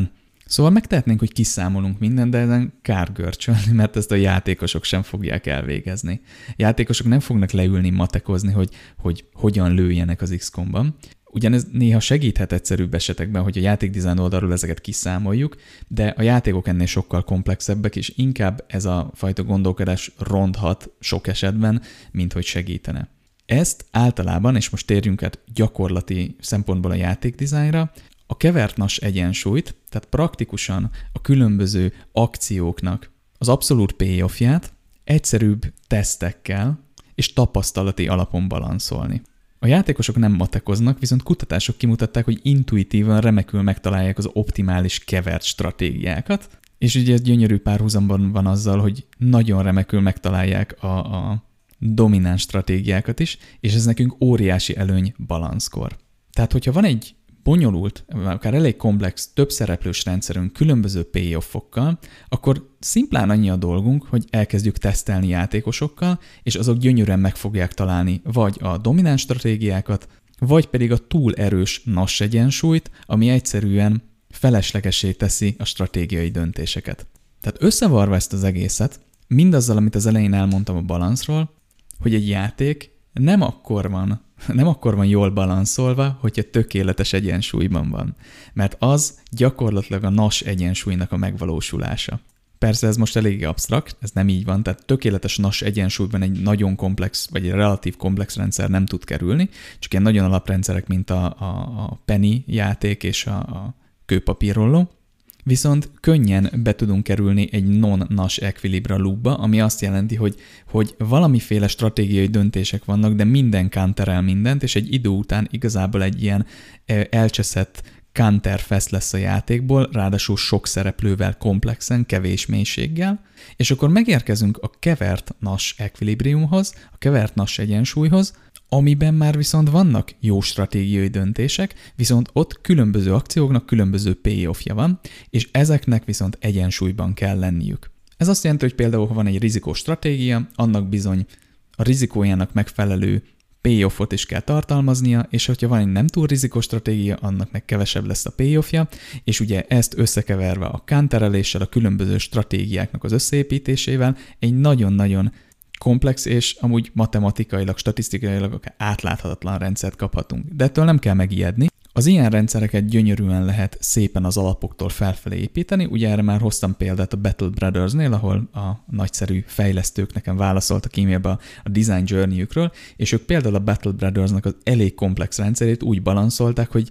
Szóval megtehetnénk, hogy kiszámolunk mindent, de ezen kár görcsölni, mert ezt a játékosok sem fogják elvégezni. Játékosok nem fognak leülni matekozni, hogy hogyan lőjenek az XCOM-ban. Ugyanez néha segíthet egyszerűbb esetekben, hogy a játékdizájn oldalról ezeket kiszámoljuk, de a játékok ennél sokkal komplexebbek, és inkább ez a fajta gondolkodás ronthat sok esetben, mint hogy segítene. Ezt általában, és most térjünk át gyakorlati szempontból a játékdizájnra, a kevert NAS egyensúlyt, tehát praktikusan a különböző akcióknak az abszolút payoffját egyszerűbb tesztekkel és tapasztalati alapon balanszolni. A játékosok nem matekoznak, viszont kutatások kimutatták, hogy intuitívan remekül megtalálják az optimális kevert stratégiákat, és ugye ez gyönyörű párhuzamban van azzal, hogy nagyon remekül megtalálják a domináns stratégiákat is, és ez nekünk óriási előny balanszkor. Tehát, hogyha van egy bonyolult, akár elég komplex, több szereplős rendszerünk különböző payoffokkal, akkor szimplán annyi a dolgunk, hogy elkezdjük tesztelni játékosokkal, és azok gyönyörűen meg fogják találni vagy a domináns stratégiákat, vagy pedig a túl erős NAS egyensúlyt, ami egyszerűen feleslegessé teszi a stratégiai döntéseket. Tehát összevarva ezt az egészet, mindazzal, amit az elején elmondtam a balanszról, hogy egy játék nem akkor van jól balanszolva, hogyha tökéletes egyensúlyban van. Mert az gyakorlatilag a NAS egyensúlynak a megvalósulása. Persze ez most eléggé absztrakt, ez nem így van, tehát tökéletes NAS egyensúlyban egy nagyon komplex, vagy egy relatív komplex rendszer nem tud kerülni, csak ilyen nagyon alaprendszerek, mint a Penny játék és a kőpapírolló. Viszont könnyen be tudunk kerülni egy non-NAS equilibra loopba, ami azt jelenti, hogy valamiféle stratégiai döntések vannak, de minden counterel mindent, és egy idő után igazából egy ilyen elcseszett counterfest lesz a játékból, ráadásul sok szereplővel komplexen, kevés mélységgel, és akkor megérkezünk a kevert NAS equilibriumhoz, a kevert NAS egyensúlyhoz, amiben már viszont vannak jó stratégiai döntések, viszont ott különböző akcióknak különböző payoffja van, és ezeknek viszont egyensúlyban kell lenniük. Ez azt jelenti, hogy például, ha van egy rizikós stratégia, annak bizony a rizikójának megfelelő payoffot is kell tartalmaznia, és hogyha van egy nem túl rizikós stratégia, annak meg kevesebb lesz a payoffja, és ugye ezt összekeverve a countereléssel, a különböző stratégiáknak az összeépítésével egy nagyon-nagyon komplex és amúgy matematikailag, statisztikailag akár átláthatatlan rendszert kaphatunk. De ettől nem kell megijedni. Az ilyen rendszereket gyönyörűen lehet szépen az alapoktól felfelé építeni. Ugye erre már hoztam példát a Battle Brothersnél, ahol a nagyszerű fejlesztők nekem válaszoltak e-mailbe a design journey-ükről, és ők például a Battle Brothersnak az elég komplex rendszerét úgy balanszolták, hogy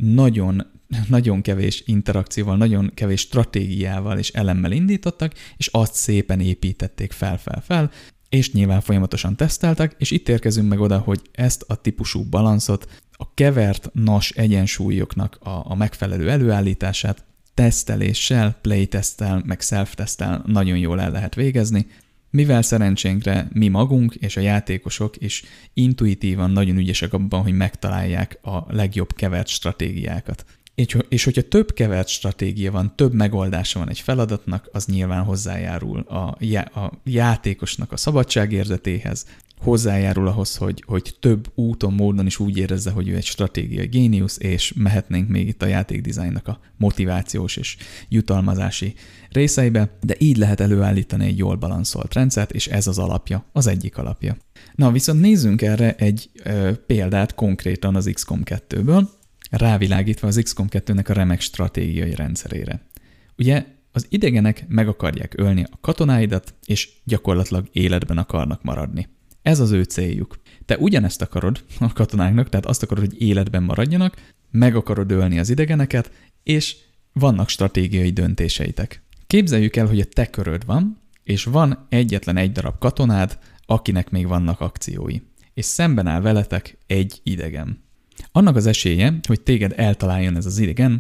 nagyon kevés interakcióval, nagyon kevés stratégiával és elemmel indítottak, és azt szépen építették fel, és nyilván folyamatosan teszteltek, és itt érkezünk meg oda, hogy ezt a típusú balanszot, a kevert NAS egyensúlyoknak a megfelelő előállítását teszteléssel, playteszttel, meg self-teszttel nagyon jól el lehet végezni, mivel szerencsénkre mi magunk és a játékosok is intuitívan nagyon ügyesek abban, hogy megtalálják a legjobb kevert stratégiákat. És hogyha több kevert stratégia van, több megoldása van egy feladatnak, az nyilván hozzájárul a játékosnak a szabadságérzetéhez, hozzájárul ahhoz, hogy több úton, módon is úgy érezze, hogy ő egy stratégiai géniusz, és mehetnénk még itt a játékdizájnnak a motivációs és jutalmazási részeibe, de így lehet előállítani egy jól balanszolt rendszert, és ez az alapja, az egyik alapja. Na, viszont nézzünk erre egy példát konkrétan az XCOM 2-ből, rávilágítva az XCOM 2-nek a remek stratégiai rendszerére. Ugye az idegenek meg akarják ölni a katonáidat, és gyakorlatilag életben akarnak maradni. Ez az ő céljuk. Te ugyanezt akarod a katonáknak, tehát azt akarod, hogy életben maradjanak, meg akarod ölni az idegeneket, és vannak stratégiai döntéseitek. Képzeljük el, hogy a te köröd van, és van egyetlen egy darab katonád, akinek még vannak akciói. És szemben áll veletek egy idegen. Annak az esélye, hogy téged eltaláljon ez az idegen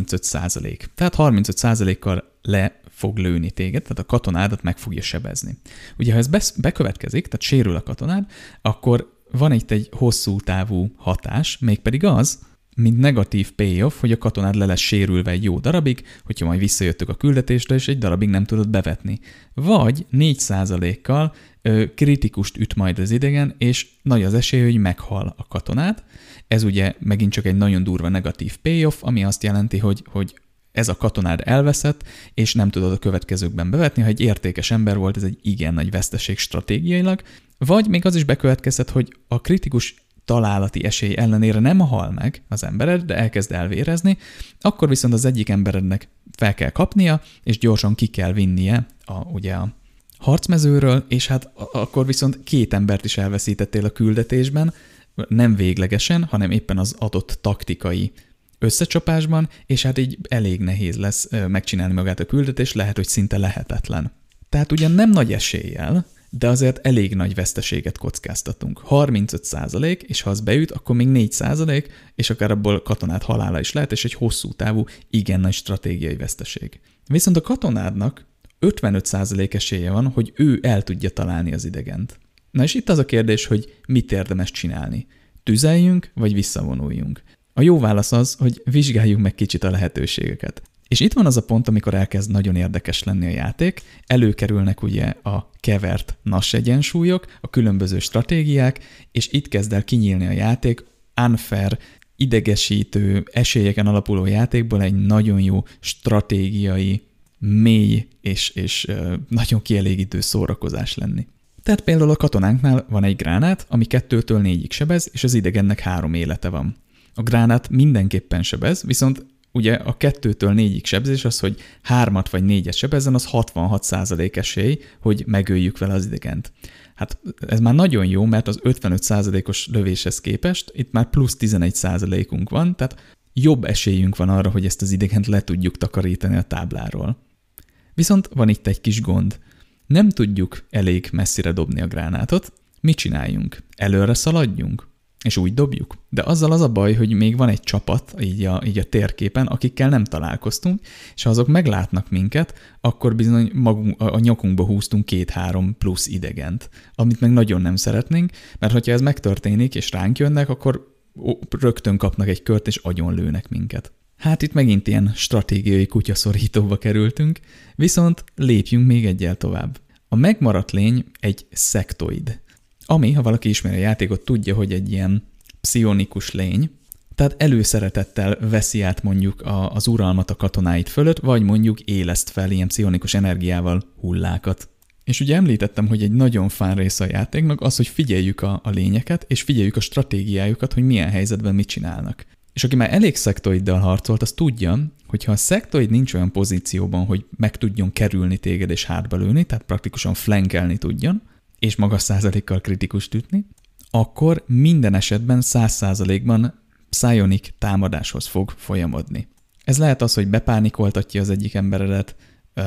35%. Tehát 35%-kal le fog lőni téged, tehát a katonádat meg fogja sebezni. Ugye, ha ez bekövetkezik, tehát sérül a katonád, akkor van itt egy hosszú távú hatás, mégpedig az, mint negatív payoff, hogy a katonád le lesz sérülve egy jó darabig, hogyha majd visszajöttök a küldetésre, és egy darabig nem tudod bevetni. Vagy 4%-kal kritikust üt majd az idegen, és nagy az esély, hogy meghal a katonád. Ez ugye megint csak egy nagyon durva negatív payoff, ami azt jelenti, hogy ez a katonád elveszett, és nem tudod a következőkben bevetni, ha egy értékes ember volt, ez egy igen nagy veszteség stratégiailag, vagy még az is bekövetkezhet, hogy a kritikus találati esély ellenére nem hal meg az embered, de elkezd elvérezni, akkor viszont az egyik emberednek fel kell kapnia, és gyorsan ki kell vinnie ugye a harcmezőről, és hát akkor viszont 2 embert is elveszítettél a küldetésben, nem véglegesen, hanem éppen az adott taktikai összecsapásban, és hát így elég nehéz lesz megcsinálni magát a küldetés, lehet, hogy szinte lehetetlen. Tehát ugyan nem nagy eséllyel, de azért elég nagy veszteséget kockáztatunk. 35%, és ha az beüt, akkor még 4%, és akár abból katonát halála is lehet, és egy hosszú távú, igen nagy stratégiai veszteség. Viszont a katonádnak 55% esélye van, hogy ő el tudja találni az idegent. Na és itt az a kérdés, hogy mit érdemes csinálni. Tüzeljünk, vagy visszavonuljunk? A jó válasz az, hogy vizsgáljuk meg kicsit a lehetőségeket. És itt van az a pont, amikor elkezd nagyon érdekes lenni a játék, előkerülnek ugye a kevert NAS egyensúlyok, a különböző stratégiák, és itt kezd el kinyílni a játék, unfair, idegesítő, esélyeken alapuló játékból egy nagyon jó stratégiai, mély és nagyon kielégítő szórakozás lenni. Tehát például a katonánknál van egy gránát, ami 2-től 4-ig sebez, és az idegennek 3 élete van. A gránát mindenképpen sebez, viszont ugye a 2-től 4-ig sebzés az, hogy 3-at vagy 4-et sebezzen, az 66% esély, hogy megöljük vele az idegent. Hát ez már nagyon jó, mert az 55%-os lövéshez képest itt már plusz 11%-unk van, tehát jobb esélyünk van arra, hogy ezt az idegent le tudjuk takarítani a tábláról. Viszont van itt egy kis gond. Nem tudjuk elég messzire dobni a gránátot. Mit csináljunk? Előre szaladjunk? És úgy dobjuk. De azzal az a baj, hogy még van egy csapat így a térképen, akikkel nem találkoztunk, és ha azok meglátnak minket, akkor bizony a nyakunkba húztunk 2-3 plusz idegent, amit meg nagyon nem szeretnénk, mert hogyha ez megtörténik, és ránk jönnek, akkor rögtön kapnak egy kört, és agyonlőnek minket. Hát itt megint ilyen stratégiai kutyaszorítóba kerültünk, viszont lépjünk még egyel tovább. A megmaradt lény egy szektoid, ami, ha valaki ismeri a játékot, tudja, hogy egy ilyen pszionikus lény, tehát előszeretettel veszi át mondjuk az uralmat a katonáit fölött, vagy mondjuk éleszt fel ilyen pszionikus energiával hullákat. És ugye említettem, hogy egy nagyon fán része a játéknak az, hogy figyeljük a lényeket, és figyeljük a stratégiájukat, hogy milyen helyzetben mit csinálnak. És aki már elég szektoiddal harcolt, az tudja, hogy ha a szektoid nincs olyan pozícióban, hogy meg tudjon kerülni téged és hátba lőni, tehát praktikusan flankelni tudjon, és magas százalékkal kritikust ütni, akkor minden esetben 100%-ban psionic támadáshoz fog folyamodni. Ez lehet az, hogy bepánikoltatja az egyik emberedet,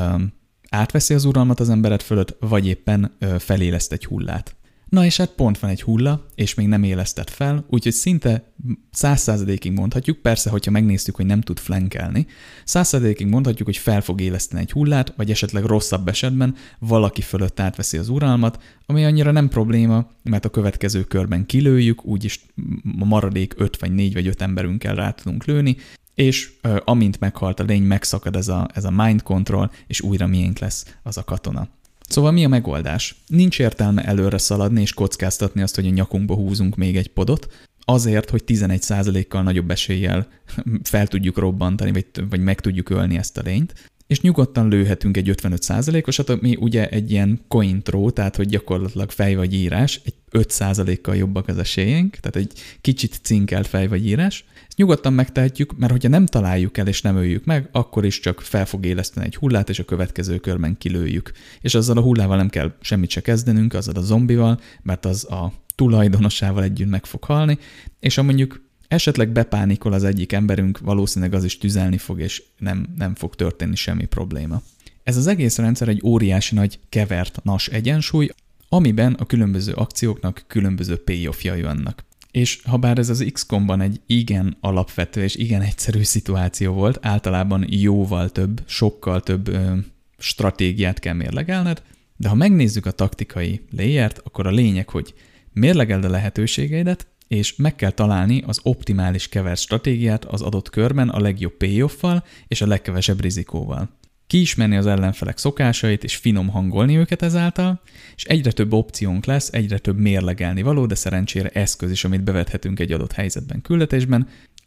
átveszi az uralmat az embered fölött, vagy éppen feléleszt egy hullát. Na és hát pont van egy hulla, és még nem élesztett fel, úgyhogy szinte 100%-ig mondhatjuk, persze, hogyha megnéztük, hogy nem tud flankelni, 100%-ig mondhatjuk, hogy fel fog éleszteni egy hullát, vagy esetleg rosszabb esetben valaki fölött átveszi az uralmat, ami annyira nem probléma, mert a következő körben kilőjük, úgyis a maradék 5 vagy 4 vagy 5 emberünkkel rá tudunk lőni, és amint meghalt a lény, megszakad ez a mind control, és újra miénk lesz az a katona. Szóval mi a megoldás? Nincs értelme előre szaladni és kockáztatni azt, hogy a nyakunkba húzunk még egy podot, azért, hogy 11%-kal nagyobb eséllyel fel tudjuk robbantani, vagy meg tudjuk ölni ezt a lényt, és nyugodtan lőhetünk egy 55%-osat, ami ugye egy ilyen coin throw, tehát hogy gyakorlatilag fej vagy írás, egy 5%-kal jobbak az esélyénk, tehát egy kicsit cinkelt fej vagy írás. Ezt nyugodtan megtehetjük, mert hogyha nem találjuk el és nem öljük meg, akkor is csak fel fog éleszteni egy hullát, és a következő körben kilőjük. És azzal a hullával nem kell semmit se kezdenünk, azzal a zombival, mert az a tulajdonosával együtt meg fog halni, és ha mondjuk esetleg bepánikol az egyik emberünk, valószínűleg az is tüzelni fog, és nem fog történni semmi probléma. Ez az egész rendszer egy óriási nagy kevert NAS egyensúly, amiben a különböző akcióknak különböző payoffjai vannak. És ha bár ez az XCOM-ban egy igen alapvető és igen egyszerű szituáció volt, általában jóval több, sokkal több stratégiát kell mérlegelned, de ha megnézzük a taktikai layert, akkor a lényeg, hogy mérlegeld a lehetőségeidet, és meg kell találni az optimális kevert stratégiát az adott körben a legjobb payoff-val és a legkevesebb rizikóval. Kiismerni az ellenfelek szokásait és finom hangolni őket ezáltal, és egyre több opciónk lesz, egyre több mérlegelni való, de szerencsére eszköz is, amit bevethetünk egy adott helyzetben, küldetésben,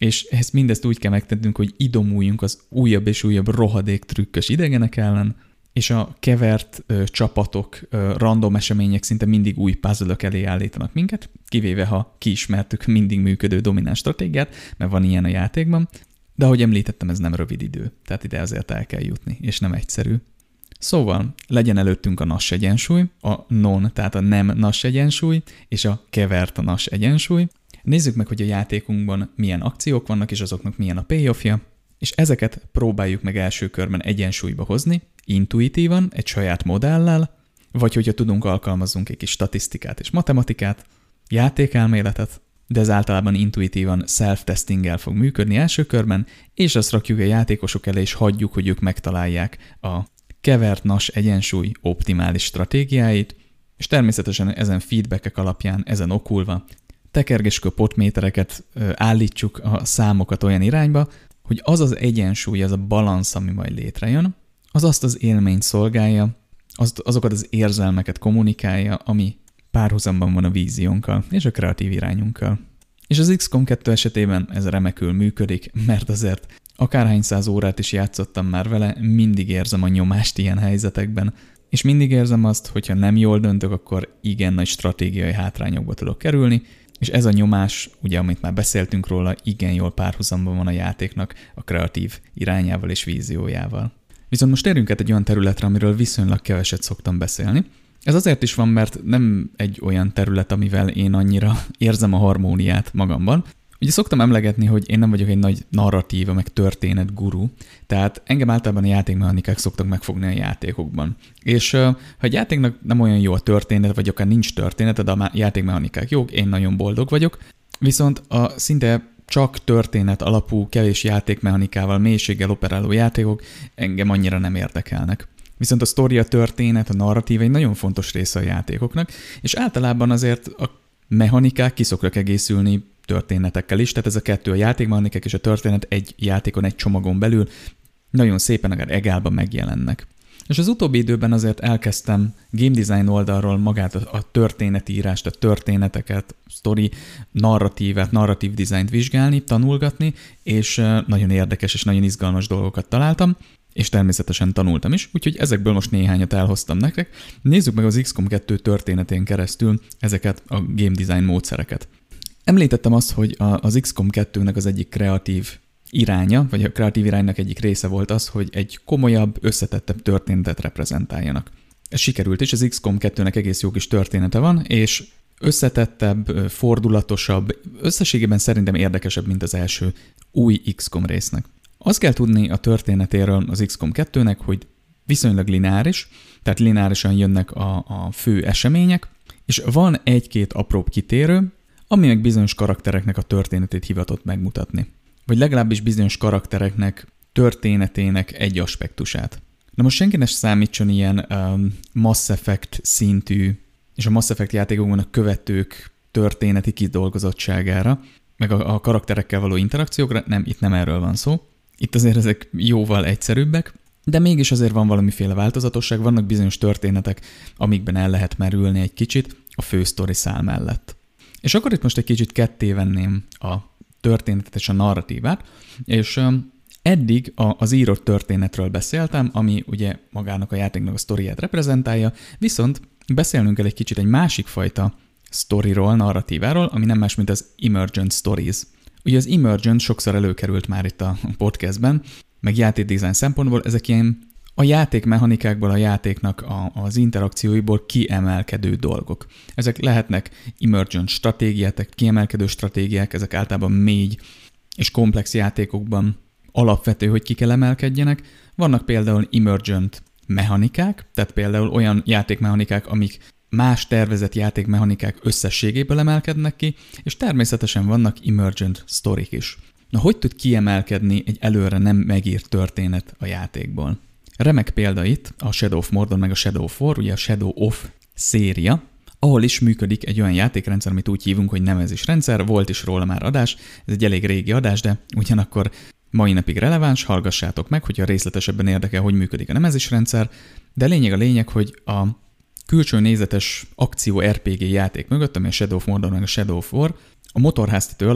és ezt mindezt úgy kell megtennünk, hogy idomuljunk az újabb és újabb rohadék trükkös idegenek ellen, és a kevert csapatok, random események szinte mindig új puzzle-ök elé állítanak minket, kivéve ha kiismertük mindig működő domináns stratégiát, mert van ilyen a játékban, de ahogy említettem, ez nem rövid idő, tehát ide azért el kell jutni, és nem egyszerű. Szóval legyen előttünk a NAS egyensúly, a non, tehát a nem NAS egyensúly, és a kevert a NAS egyensúly. Nézzük meg, hogy a játékunkban milyen akciók vannak, és azoknak milyen a payoffja, és ezeket próbáljuk meg első körben egyensúlyba hozni, intuitívan, egy saját modellel, vagy hogyha tudunk, alkalmazzunk egy kis statisztikát és matematikát, játékelméletet, de ez általában intuitívan self-testinggel fog működni első körben, és azt rakjuk a játékosok elé, és hagyjuk, hogy ők megtalálják a kevert NAS egyensúly optimális stratégiáit, és természetesen ezen feedbackek alapján, ezen okulva, tekergéskör potmétereket állítsuk a számokat olyan irányba, hogy az az egyensúly, az a balansz, ami majd létrejön, az azt az élményt szolgálja, azokat az érzelmeket kommunikálja, ami párhuzamban van a víziónkkal és a kreatív irányunkkal. És az XCOM 2 esetében ez remekül működik, mert azért akárhány száz órát is játszottam már vele, mindig érzem a nyomást ilyen helyzetekben, és mindig érzem azt, hogyha nem jól döntök, akkor igen nagy stratégiai hátrányokba tudok kerülni, és ez a nyomás, ugye amit már beszéltünk róla, igen jól párhuzamban van a játéknak a kreatív irányával és víziójával. Viszont most térjünk át egy olyan területre, amiről viszonylag keveset szoktam beszélni. Ez azért is van, mert nem egy olyan terület, amivel én annyira érzem a harmóniát magamban. Ugye szoktam emlegetni, hogy én nem vagyok egy nagy narratíva, meg történet guru, tehát engem általában a játékmechanikák szoktak megfogni a játékokban. És ha egy játéknak nem olyan jó a történet, vagy akár nincs története, de a játékmechanikák jók, én nagyon boldog vagyok, viszont a szinte csak történet alapú, kevés játékmechanikával, mélységgel operáló játékok engem annyira nem érdekelnek. Viszont a sztori, a történet, a narratíva egy nagyon fontos része a játékoknak, és általában azért a mechanikák ki szoktak egészülni történetekkel is, tehát ez a kettő, a játékmechanikák és a történet egy játékon, egy csomagon belül nagyon szépen akár egálban megjelennek. És az utóbbi időben azért elkezdtem game design oldalról magát a történetírást, a történeteket, sztori, narratívát, narratív dizájnt vizsgálni, tanulgatni, és nagyon érdekes és nagyon izgalmas dolgokat találtam, és természetesen tanultam is, úgyhogy ezekből most néhányat elhoztam nektek. Nézzük meg az XCOM 2 történetén keresztül ezeket a game design módszereket. Említettem azt, hogy az XCOM 2-nek az egyik kreatív iránya, vagy a kreatív iránynak egyik része volt az, hogy egy komolyabb, összetettebb történetet reprezentáljanak. Ez sikerült is, az XCOM 2-nek egész jó kis története van, és összetettebb, fordulatosabb, összességében szerintem érdekesebb, mint az első új XCOM résznek. Azt kell tudni a történetéről az XCOM 2-nek, hogy viszonylag lineáris, tehát lineárisan jönnek a fő események, és van egy-két apróbb kitérő, ami meg bizonyos karaktereknek a történetét hivatott megmutatni. Vagy legalábbis bizonyos karaktereknek történetének egy aspektusát. Na most senki ne számítson ilyen Mass Effect szintű, és a Mass Effect játékokban a követők történeti kidolgozottságára, meg a karakterekkel való interakciókra, nem, itt nem erről van szó. Itt azért ezek jóval egyszerűbbek, de mégis azért van valamiféle változatosság, vannak bizonyos történetek, amikben el lehet merülni egy kicsit a fő sztori szál mellett. És akkor itt most egy kicsit ketté venném a történetet és a narratívát, és eddig az írott történetről beszéltem, ami ugye magának a játéknak a sztoriát reprezentálja, viszont beszélnünk kell egy kicsit egy másik fajta sztoriról, narratíváról, ami nem más, mint az emergent stories. Ugye az emergent sokszor előkerült már itt a podcastben, meg játékdesign szempontból, ezek ilyen a játékmechanikákból, a játéknak az interakcióiból kiemelkedő dolgok. Ezek lehetnek emergent stratégiák, kiemelkedő stratégiák, ezek általában mély és komplex játékokban alapvető, hogy ki kell emelkedjenek. Vannak például emergent mechanikák, tehát például olyan játékmechanikák, amik más tervezett játékmechanikák összességéből emelkednek ki, és természetesen vannak emergent sztorik is. Na, hogy tud kiemelkedni egy előre nem megírt történet a játékból? Remek példa itt a Shadow of Mordor meg a Shadow of War, ugye a Shadow of széria, ahol is működik egy olyan játékrendszer, amit úgy hívunk, hogy nevezés rendszer, volt is róla már adás, ez egy elég régi adás, de ugyanakkor mai napig releváns, hallgassátok meg, hogyha részletesebben érdekel, hogy működik a nevezésrendszer, de lényeg a lényeg, hogy a külső nézetes akció RPG játék mögött, ami a Shadow of Mordor meg a Shadow of War, a motorháztető alatt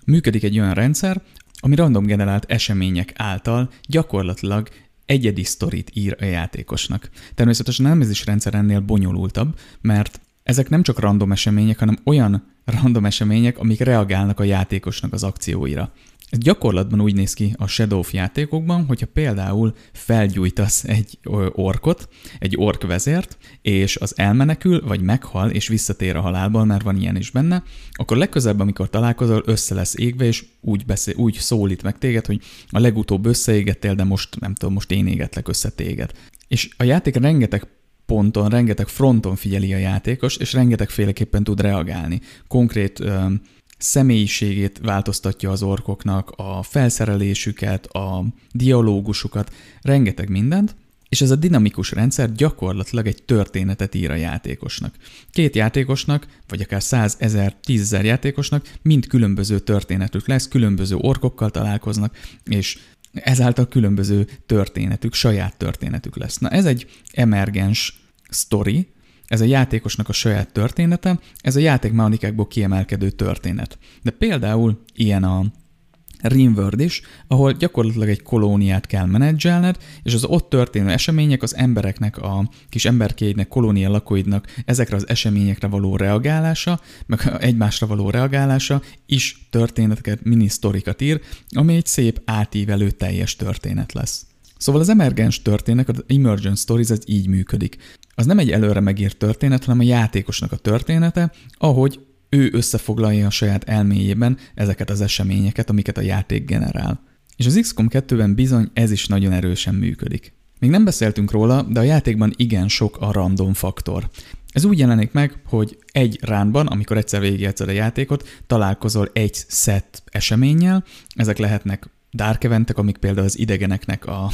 Működik egy olyan rendszer, ami random generált események által gyakorlatilag egyedi sztorit ír a játékosnak. Természetesen a Nemesis rendszer ennél bonyolultabb, mert ezek nem csak random események, hanem olyan random események, amik reagálnak a játékosnak az akcióira. Ez gyakorlatban úgy néz ki a Shadow of játékokban, hogyha például felgyújtasz egy orkot, egy ork vezért, és az elmenekül, vagy meghal, és visszatér a halálból, mert van ilyen is benne, akkor legközelebb, amikor találkozol, össze lesz égve, és úgy szólít meg téged, hogy a legutóbb összeégettél, de most nem tudom, most én égetlek össze téged. És a játék rengeteg ponton, rengeteg fronton figyeli a játékos, és rengetegféleképpen tud reagálni. Konkrét személyiségét változtatja az orkoknak, a felszerelésüket, a dialógusukat, rengeteg mindent, és ez a dinamikus rendszer gyakorlatilag egy történetet ír a játékosnak. Két játékosnak, vagy akár 100 000, 10 000 játékosnak mind különböző történetük lesz, különböző orkokkal találkoznak, és ezáltal különböző történetük, saját történetük lesz. Na ez egy emergens sztori, ez a játékosnak a saját története, ez a játékmechanikákból kiemelkedő történet. De például ilyen a Rimworld is, ahol gyakorlatilag egy kolóniát kell menedzselned, és az ott történő események az embereknek, a kis emberkéidnek, kolónia lakóidnak ezekre az eseményekre való reagálása, meg egymásra való reagálása is történeteket, mini-sztorikat ír, ami egy szép átívelő teljes történet lesz. Szóval az emergens történet, az Emergent Stories, ez így működik. Az nem egy előre megírt történet, hanem a játékosnak a története, ahogy ő összefoglalja a saját elméjében ezeket az eseményeket, amiket a játék generál. És az XCOM 2-ben bizony ez is nagyon erősen működik. Még nem beszéltünk róla, de a játékban igen sok a random faktor. Ez úgy jelenik meg, hogy egy ránban, amikor egyszer végigjátszod a játékot, találkozol egy set eseménnyel, ezek lehetnek dark eventek, amik például az idegeneknek a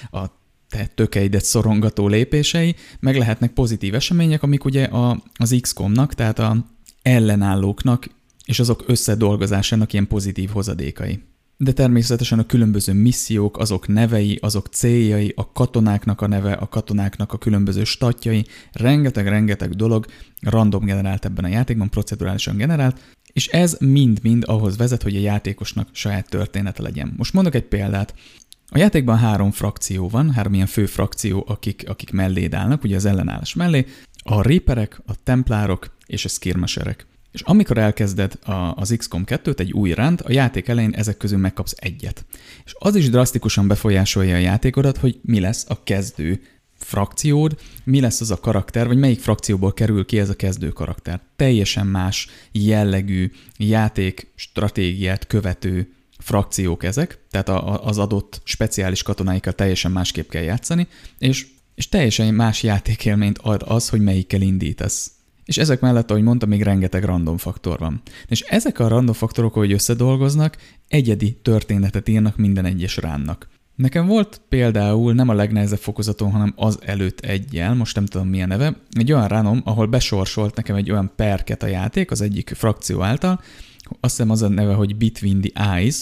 te tökeidet szorongató lépései, meg lehetnek pozitív események, amik ugye az XCOM-nak, tehát a ellenállóknak és azok összedolgozásának ilyen pozitív hozadékai. De természetesen a különböző missziók, azok nevei, azok céljai, a katonáknak a neve, a katonáknak a különböző statjai, rengeteg dolog random generált ebben a játékban, procedurálisan generált, és ez mind-mind ahhoz vezet, hogy a játékosnak saját története legyen. Most mondok egy példát. A játékban 3 frakció van, 3 ilyen fő frakció, akik melléd állnak, ugye az ellenállás mellé, a Reaperek, a Templárok és a Skirmisherek. És amikor elkezded az XCOM 2-t, egy új ránt, a játék elején ezek közül megkapsz egyet. És az is drasztikusan befolyásolja a játékodat, hogy mi lesz a kezdő frakciód, mi lesz az a karakter, vagy melyik frakcióból kerül ki ez a kezdő karakter. Teljesen más jellegű játék stratégiát követő frakciók ezek, tehát az adott speciális katonáikkal teljesen másképp kell játszani, és teljesen más játékélményt ad az, hogy melyikkel indítasz. És ezek mellett, ahogy mondtam, még rengeteg random faktor van. És ezek a random faktorok, hogy összedolgoznak, egyedi történetet írnak minden egyes ránnak. Nekem volt például nem a legnehezebb fokozaton, hanem az előtt egyel, most nem tudom milyen neve, egy olyan ránom, ahol besorsolt nekem egy olyan perket a játék az egyik frakció által, azt hiszem az a neve, hogy Between the Eyes,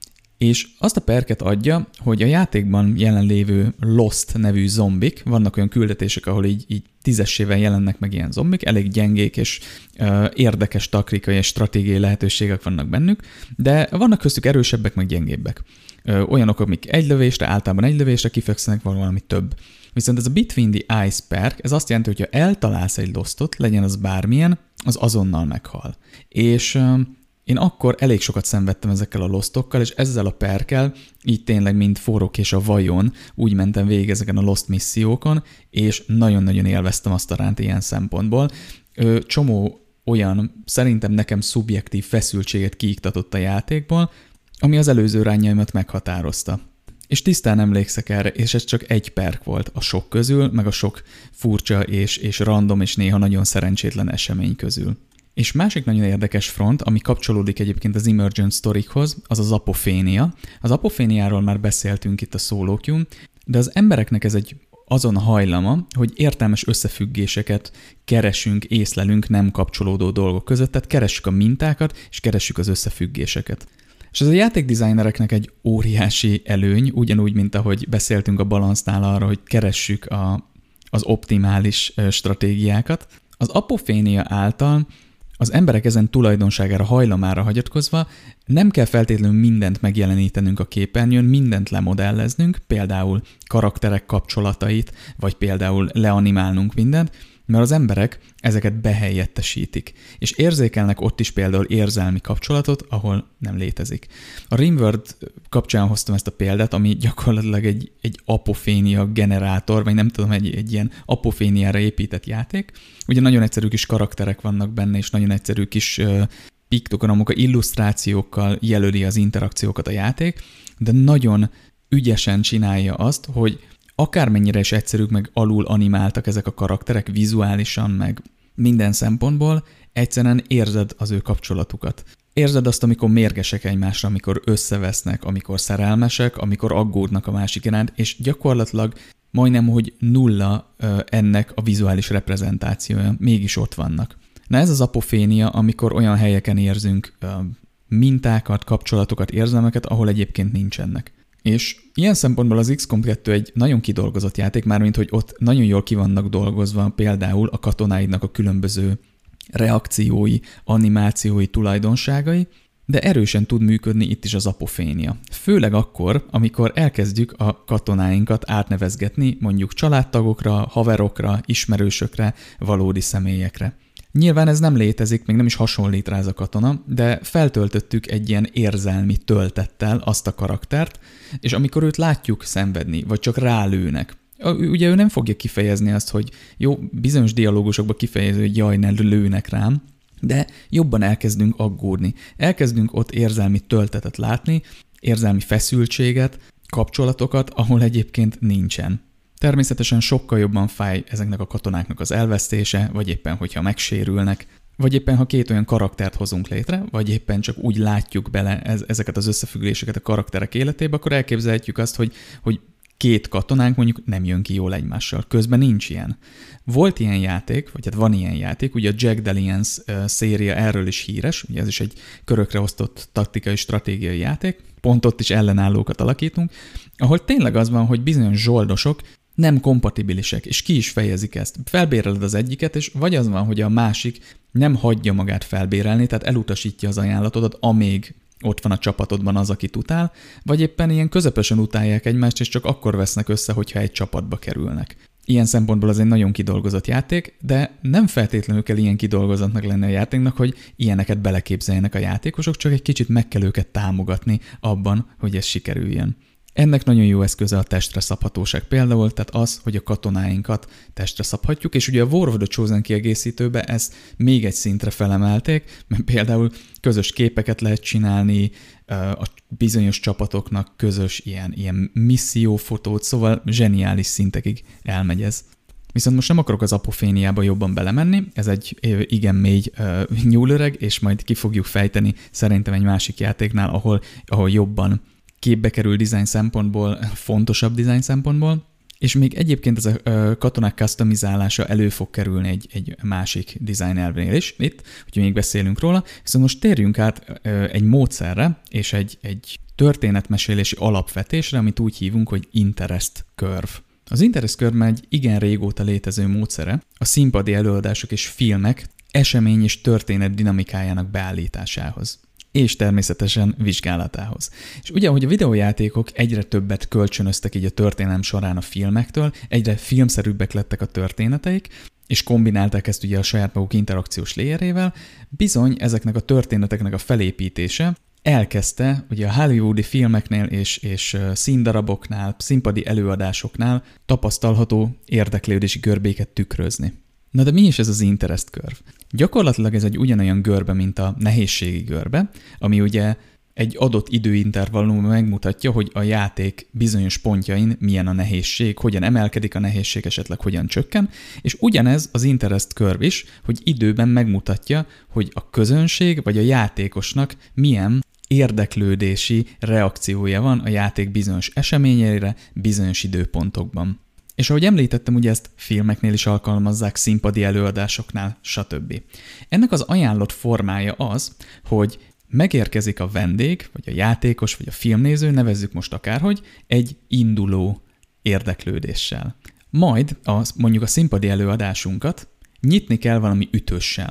és azt a perket adja, hogy a játékban jelenlévő Lost nevű zombik, vannak olyan küldetések, ahol így tízessével jelennek meg ilyen zombik, elég gyengék és érdekes taktikai és stratégiai lehetőségek vannak bennük, de vannak köztük erősebbek, meg gyengébbek. Olyanok, amik általában egy lövésre kifekszenek, valami több. Viszont ez a Between the Eyes perk, ez azt jelenti, hogy ha eltalálsz egy Lostot, legyen az bármilyen, az azonnal meghal. És én akkor elég sokat szenvedtem ezekkel a Lostokkal, és ezzel a perkkel, így tényleg mint forrókés a vajon, úgy mentem végig ezeken a Lost missziókon, és nagyon-nagyon élveztem azt a ránt ilyen szempontból. Csomó olyan, szerintem nekem szubjektív feszültséget kiiktatott a játékból, ami az előző ránjaimat meghatározta. És tisztán emlékszek erre, és ez csak egy perk volt a sok közül, meg a sok furcsa és random és néha nagyon szerencsétlen esemény közül. És másik nagyon érdekes front, ami kapcsolódik egyébként az Emergent Story-hoz, az az apofénia. Az apoféniáról már beszéltünk itt a Solo Queue-n, de az embereknek ez egy azon hajlama, hogy értelmes összefüggéseket keresünk, észlelünk nem kapcsolódó dolgok között, tehát keressük a mintákat, és keressük az összefüggéseket. És ez a játékdesignereknek egy óriási előny, ugyanúgy, mint ahogy beszéltünk a balansznál arra, hogy keressük az optimális stratégiákat. Az apofénia által Az emberek ezen tulajdonságára, hajlamára hagyatkozva nem kell feltétlenül mindent megjelenítenünk a képernyőn, mindent lemodelleznünk, például karakterek kapcsolatait, vagy például leanimálnunk mindent, mert az emberek ezeket behelyettesítik, és érzékelnek ott is például érzelmi kapcsolatot, ahol nem létezik. A Rimworld kapcsán hoztam ezt a példát, ami gyakorlatilag egy apofénia generátor, vagy nem tudom, egy ilyen apoféniára épített játék. Ugye nagyon egyszerű kis karakterek vannak benne, és nagyon egyszerű kis piktogramok, illusztrációkkal jelöli az interakciókat a játék, de nagyon ügyesen csinálja azt, hogy akármennyire is egyszerűk, meg alul animáltak ezek a karakterek vizuálisan, meg minden szempontból, egyszerűen érzed az ő kapcsolatukat. Érzed azt, amikor mérgesek egymásra, amikor összevesznek, amikor szerelmesek, amikor aggódnak a másik iránt, és gyakorlatilag majdnem, hogy nulla ennek a vizuális reprezentációja, mégis ott vannak. Na ez az apofénia, amikor olyan helyeken érzünk mintákat, kapcsolatokat, érzelmeket, ahol egyébként nincsenek. És ilyen szempontból az XCOM 2 egy nagyon kidolgozott játék, mármint hogy ott nagyon jól ki vannak dolgozva például a katonáidnak a különböző reakciói, animációi, tulajdonságai, de erősen tud működni itt is az apofénia. Főleg akkor, amikor elkezdjük a katonáinkat átnevezgetni mondjuk családtagokra, haverokra, ismerősökre, valódi személyekre. Nyilván ez nem létezik, még nem is hasonlít rá ez a katona, de feltöltöttük egy ilyen érzelmi töltettel azt a karaktert, és amikor őt látjuk szenvedni, vagy csak rálőnek, ugye ő nem fogja kifejezni azt, hogy jó, bizonyos dialógusokban kifejező, hogy jaj, ne lőnek rám, de jobban elkezdünk aggódni. Elkezdünk ott érzelmi töltetet látni, érzelmi feszültséget, kapcsolatokat, ahol egyébként nincsen. Természetesen sokkal jobban fáj ezeknek a katonáknak az elvesztése, vagy éppen, hogyha megsérülnek, vagy éppen, ha két olyan karaktert hozunk létre, vagy éppen csak úgy látjuk bele ezeket az összefüggéseket a karakterek életébe, akkor elképzelhetjük azt, hogy két katonánk mondjuk nem jön ki jól egymással. Közben nincs ilyen. Volt ilyen játék, vagy hát van ilyen játék, ugye a Jack Dalliance széria erről is híres, ugye ez is egy körökre osztott taktikai, stratégiai játék, pont ott is ellenállókat alakítunk, ahol tényleg az van, hogy bizonyos zsoldosok nem kompatibilisek, és ki is fejezik ezt. Felbéreled az egyiket, és vagy az van, hogy a másik nem hagyja magát felbérelni, tehát elutasítja az ajánlatodat, amíg ott van a csapatodban az, akit utál, vagy éppen ilyen közepesen utálják egymást, és csak akkor vesznek össze, hogyha egy csapatba kerülnek. Ilyen szempontból az egy nagyon kidolgozott játék, de nem feltétlenül kell ilyen kidolgozottnak lenni a játéknak, hogy ilyeneket beleképzeljenek a játékosok, csak egy kicsit meg kell őket támogatni abban, hogy ez sikerüljön. Ennek nagyon jó eszköze a testre szabhatóság például, tehát az, hogy a katonáinkat testre szabhatjuk, és ugye a War of the Chosen kiegészítőbe ezt még egy szintre felemelték, mert például közös képeket lehet csinálni, a bizonyos csapatoknak közös ilyen missziófotót, szóval zseniális szintekig elmegy ez. Viszont most nem akarok az apoféniába jobban belemenni, ez egy igen mély nyúlöreg, és majd ki fogjuk fejteni szerintem egy másik játéknál, ahol jobban képbe kerül design szempontból, fontosabb design szempontból, és még egyébként ez a katonák customizálása elő fog kerülni egy másik design elvnél is itt, úgyhogy még beszélünk róla, viszont most térjünk át egy módszerre és egy történetmesélési alapvetésre, amit úgy hívunk, hogy interest curve. Az interest curve már egy igen régóta létező módszere a színpadi előadások és filmek esemény és történet dinamikájának beállításához. És természetesen vizsgálatához. És ugye, hogy a videójátékok egyre többet kölcsönöztek így a történelem során a filmektől, egyre filmszerűbbek lettek a történeteik, és kombinálták ezt ugye a saját maguk interakciós layerével, bizony ezeknek a történeteknek a felépítése elkezdte ugye a hollywoodi filmeknél és színdaraboknál, színpadi előadásoknál tapasztalható érdeklődési görbéket tükrözni. Na de mi is ez az interest curve? Gyakorlatilag ez egy ugyanolyan görbe, mint a nehézségi görbe, ami ugye egy adott időintervallumban megmutatja, hogy a játék bizonyos pontjain milyen a nehézség, hogyan emelkedik a nehézség, esetleg hogyan csökken, és ugyanez az interest curve is, hogy időben megmutatja, hogy a közönség vagy a játékosnak milyen érdeklődési reakciója van a játék bizonyos eseményeire, bizonyos időpontokban. És ahogy említettem, ugye ezt filmeknél is alkalmazzák, színpadi előadásoknál, stb. Ennek az ajánlott formája az, hogy megérkezik a vendég, vagy a játékos, vagy a filmnéző, nevezzük most akárhogy, egy induló érdeklődéssel. Majd mondjuk a színpadi előadásunkat nyitni kell valami ütössel.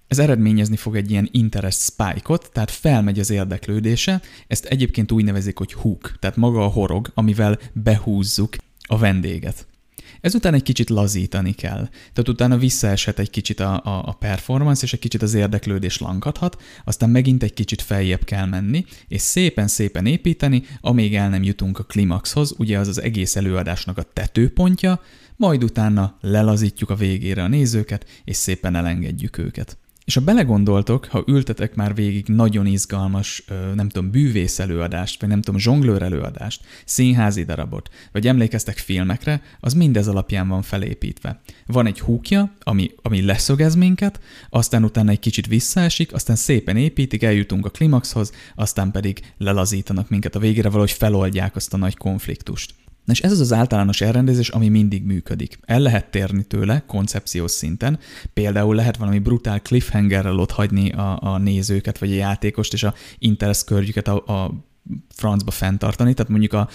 Ez eredményezni fog egy ilyen interest spike-ot, tehát felmegy az érdeklődése, ezt egyébként úgy nevezik, hogy hook, tehát maga a horog, amivel behúzzuk a vendéget. Ezután egy kicsit lazítani kell. Tehát utána visszaeshet egy kicsit a performance, és egy kicsit az érdeklődés lankadhat, aztán megint egy kicsit feljebb kell menni, és szépen-szépen építeni, amíg el nem jutunk a klimaxhoz, ugye az egész előadásnak a tetőpontja, majd utána lelazítjuk a végére a nézőket, és szépen elengedjük őket. És ha belegondoltok, ha ültetek már végig nagyon izgalmas, nem tudom, bűvész előadást, vagy nem tudom, zsonglőr előadást, színházi darabot, vagy emlékeztek filmekre, az mindez alapján van felépítve. Van egy hookja, ami leszögez minket, aztán utána egy kicsit visszaesik, aztán szépen építik, eljutunk a klimaxhoz, aztán pedig lelazítanak minket a végére, valahogy feloldják azt a nagy konfliktust. Na és ez az általános elrendezés, ami mindig működik. El lehet térni tőle koncepciós szinten, például lehet valami brutál cliffhangerrel ott hagyni a nézőket, vagy a játékost, és a interest körjüket a francba fenntartani, tehát mondjuk a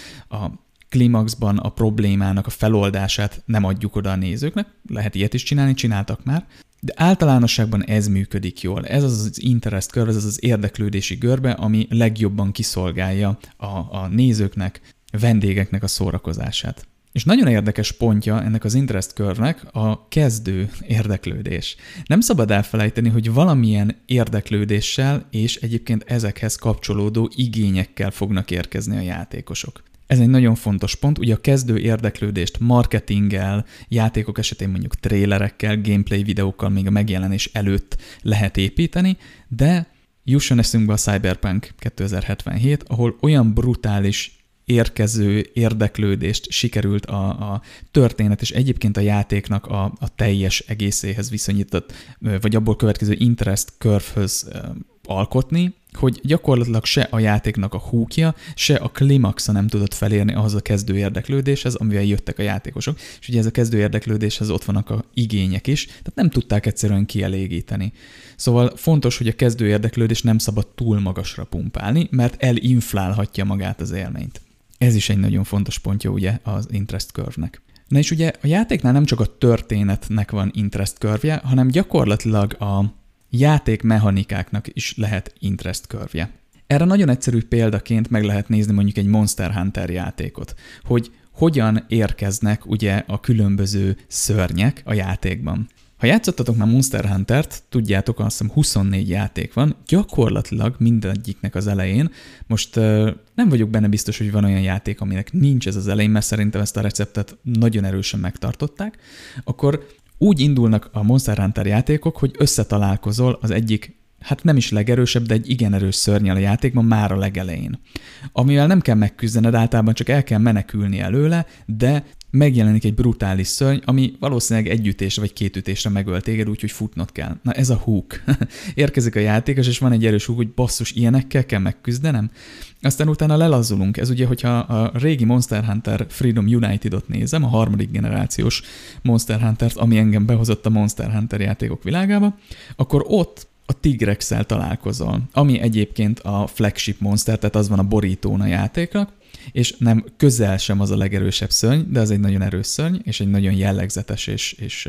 klimaxban a problémának a feloldását nem adjuk oda a nézőknek, lehet ilyet is csinálni, csináltak már, de általánosságban ez működik jól. Ez az interest curve, ez az érdeklődési görbe, ami legjobban kiszolgálja a nézőknek, vendégeknek a szórakozását. És nagyon érdekes pontja ennek az interest curve-nek a kezdő érdeklődés. Nem szabad elfelejteni, hogy valamilyen érdeklődéssel és egyébként ezekhez kapcsolódó igényekkel fognak érkezni a játékosok. Ez egy nagyon fontos pont, ugye a kezdő érdeklődést marketinggel, játékok esetén mondjuk trélerekkel, gameplay videókkal még a megjelenés előtt lehet építeni, de jusson eszünkbe a Cyberpunk 2077, ahol olyan brutális érkező érdeklődést sikerült a történet és egyébként a játéknak a teljes egészéhez viszonyított, vagy abból következő interest curve-höz alkotni, hogy gyakorlatilag se a játéknak a hookja, se a klimaxa nem tudott felérni ahhoz a kezdő érdeklődéshez, amivel jöttek a játékosok. És ugye ez a kezdő érdeklődéshez ott vannak a igények is, tehát nem tudták egyszerűen kielégíteni. Szóval fontos, hogy a kezdő érdeklődés nem szabad túl magasra pumpálni, mert elinflálhatja magát az élményt. Ez is egy nagyon fontos pontja ugye az interest curve-nek. Na és ugye a játéknál nem csak a történetnek van interest curve-je, hanem gyakorlatilag a játékmechanikáknak is lehet interest curve-je. Erre nagyon egyszerű példaként meg lehet nézni mondjuk egy Monster Hunter játékot, hogy hogyan érkeznek ugye a különböző szörnyek a játékban. Ha játszottatok már Monster Huntert, tudjátok, azt hiszem 24 játék van, gyakorlatilag mindegyiknek az elején. Most nem vagyok benne biztos, hogy van olyan játék, aminek nincs ez az elején, mert szerintem ezt a receptet nagyon erősen megtartották. Akkor úgy indulnak a Monster Hunter játékok, hogy összetalálkozol az egyik, hát nem is legerősebb, de egy igen erős szörnnyel a játékban már a legelején. Amivel nem kell megküzdened, általában csak el kell menekülni előle, de megjelenik egy brutális szörny, ami valószínűleg egy ütésre vagy két ütésre megöl téged, úgyhogy futnod kell. Na ez a hook. Érkezik a játékos, és van egy erős hook, hogy basszus, ilyenekkel kell megküzdenem. Aztán utána lelazulunk. Ez ugye, hogyha a régi Monster Hunter Freedom United-ot nézem, a harmadik generációs Monster Huntert, ami engem behozott a Monster Hunter játékok világába, akkor ott a Tigrex-szel találkozol, ami egyébként a flagship monster, tehát az van a borítón a játéknak, és nem közel sem az a legerősebb szörny, de az egy nagyon erős szörny, és egy nagyon jellegzetes és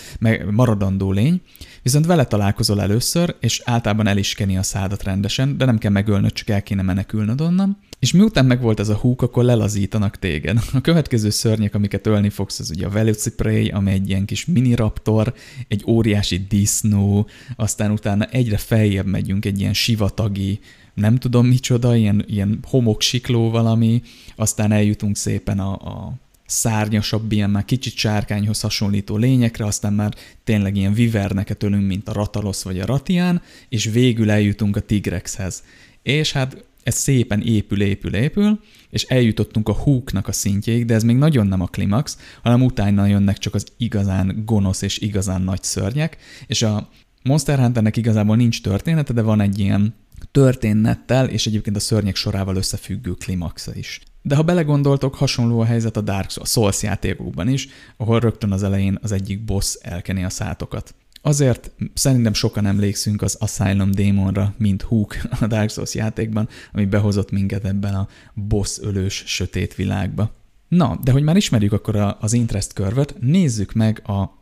maradandó lény. Viszont vele találkozol először, és általában el is keni a szádat rendesen, de nem kell megölnöd, csak el kéne menekülnöd onnan. És miután megvolt ez a hook, akkor lelazítanak téged. A következő szörnyek, amiket ölni fogsz, az ugye a Velociraptor, ami egy ilyen kis mini raptor, egy óriási disznó, aztán utána egyre feljebb megyünk egy ilyen sivatagi, nem tudom micsoda, ilyen homoksikló valami, aztán eljutunk szépen a szárnyasabb, ilyen már kicsit sárkányhoz hasonlító lényekre, aztán már tényleg ilyen viverneket ölünk, mint a Rathalos vagy a Ratián, és végül eljutunk a Tigrexhez. És hát ez szépen épül, és eljutottunk a hooknak a szintjéig, de ez még nagyon nem a klimax, hanem utána jönnek csak az igazán gonosz és igazán nagy szörnyek, és a Monster Hunternek igazából nincs története, de van egy ilyen történettel, és egyébként a szörnyek sorával összefüggő klimaxa is. De ha belegondoltok, hasonló a helyzet a Dark Souls játékokban is, ahol rögtön az elején az egyik boss elkeni a szátokat. Azért szerintem sokan emlékszünk az Asylum Demonra, mint Hook a Dark Souls játékban, ami behozott minket ebben a boss-ölős sötét világba. Na, de hogy már ismerjük akkor az interest curve-öt, nézzük meg a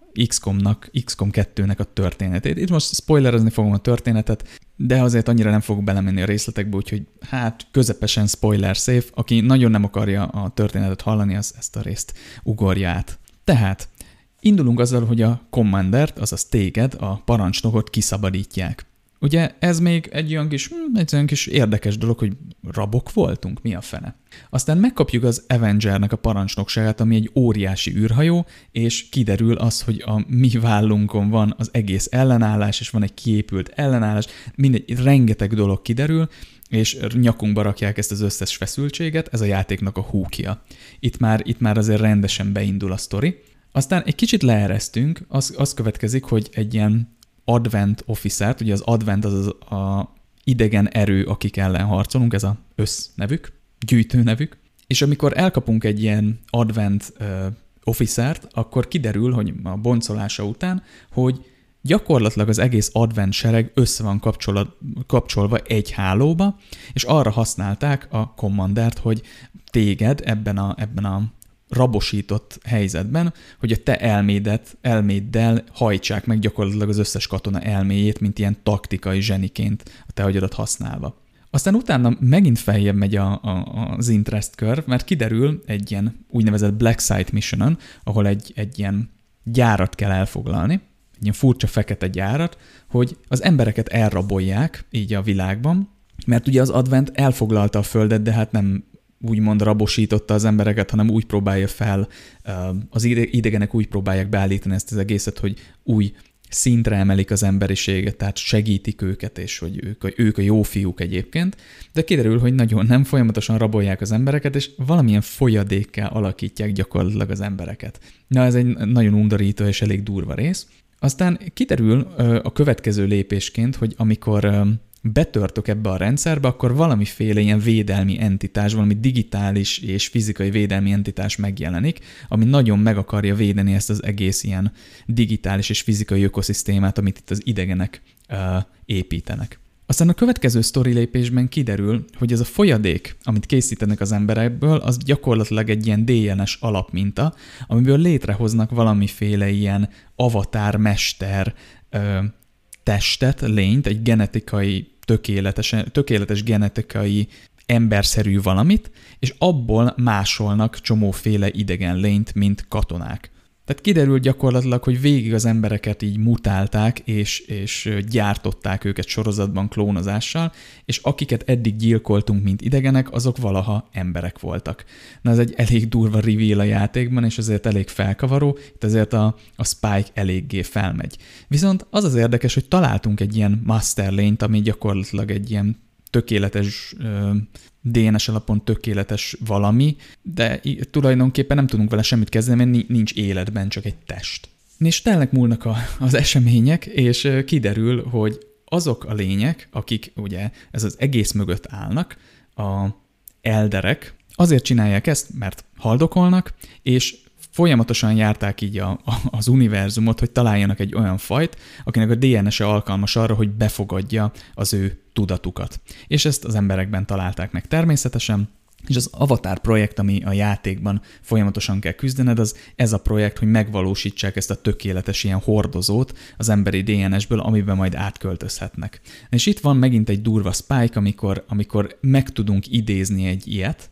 XCOM 2-nek a történetét. Itt most spoilerezni fogom a történetet, de azért annyira nem fogok belemenni a részletekbe, úgyhogy hát közepesen spoiler safe. Aki nagyon nem akarja a történetet hallani, az ezt a részt ugorja át. Tehát indulunk azzal, hogy a Commandert, azaz téged, a parancsnokot kiszabadítják. Ugye ez még egy olyan kis érdekes dolog, hogy rabok voltunk, mi a fene. Aztán megkapjuk az Avengernek a parancsnokságát, ami egy óriási űrhajó, és kiderül az, hogy a mi vállunkon van az egész ellenállás, és van egy kiépült ellenállás, mindegy, rengeteg dolog kiderül, és nyakunkba rakják ezt az összes feszültséget, ez a játéknak a húkja. Itt már azért rendesen beindul a sztori. Aztán egy kicsit leeresztünk, az következik, hogy egy ilyen Advent officert, ugye az Advent az a idegen erő, akik ellen harcolunk, ez a össznevük, gyűjtőnevük, és amikor elkapunk egy ilyen Advent officert, akkor kiderül, hogy a boncolása után, hogy gyakorlatilag az egész Advent sereg össze van kapcsolva egy hálóba, és arra használták a Commandert, hogy téged ebben a rabosított helyzetben, hogy a te elméddel hajtsák meg gyakorlatilag az összes katona elméjét, mint ilyen taktikai zseniként a te agyadat használva. Aztán utána megint feljebb megy az interest curve, mert kiderül egy ilyen úgynevezett Black Site Missionon, ahol egy ilyen gyárat kell elfoglalni, egy ilyen furcsa fekete gyárat, hogy az embereket elrabolják így a világban, mert ugye az Advent elfoglalta a Földet, de hát nem úgymond rabosította az embereket, hanem úgy próbálja fel, az idegenek úgy próbálják beállítani ezt az egészet, hogy új szintre emelik az emberiséget, tehát segítik őket, és hogy ők a jó fiúk egyébként, de kiderül, hogy nagyon nem, folyamatosan rabolják az embereket, és valamilyen folyadékkel alakítják gyakorlatilag az embereket. Na, ez egy nagyon undorító és elég durva rész. Aztán kiderül a következő lépésként, hogy amikor betörtök ebbe a rendszerbe, akkor valamiféle ilyen védelmi entitás, valami digitális és fizikai védelmi entitás megjelenik, ami nagyon meg akarja védeni ezt az egész ilyen digitális és fizikai ökoszisztémát, amit itt az idegenek építenek. Aztán a következő sztori lépésben kiderül, hogy ez a folyadék, amit készítenek az emberekből, az gyakorlatilag egy ilyen DNS alapminta, amiből létrehoznak valamiféle ilyen avatármester testet, lényt, egy genetikai, tökéletes genetikai emberszerű valamit, és abból másolnak csomóféle idegen lényt, mint katonák. Tehát kiderült gyakorlatilag, hogy végig az embereket így mutálták, és gyártották őket sorozatban klónozással, és akiket eddig gyilkoltunk, mint idegenek, azok valaha emberek voltak. Na, ez egy elég durva reveal a játékban, és ezért elég felkavaró, itt ezért a Spike eléggé felmegy. Viszont az az érdekes, hogy találtunk egy ilyen master lényt, ami gyakorlatilag egy ilyen tökéletes DNS alapon tökéletes valami, de tulajdonképpen nem tudunk vele semmit kezdeni, mert nincs életben, csak egy test. És telnek múlnak az események, és kiderül, hogy azok a lények, akik ugye ez az egész mögött állnak, a elderek, azért csinálják ezt, mert haldokolnak, és folyamatosan járták így az univerzumot, hogy találjanak egy olyan fajt, akinek a DNS-e alkalmas arra, hogy befogadja az ő tudatukat. És ezt az emberekben találták meg természetesen, és az Avatar projekt, ami a játékban folyamatosan kell küzdened, az ez a projekt, hogy megvalósítsák ezt a tökéletes ilyen hordozót az emberi DNS-ből, amiben majd átköltözhetnek. És itt van megint egy durva Spike, amikor meg tudunk idézni egy ilyet,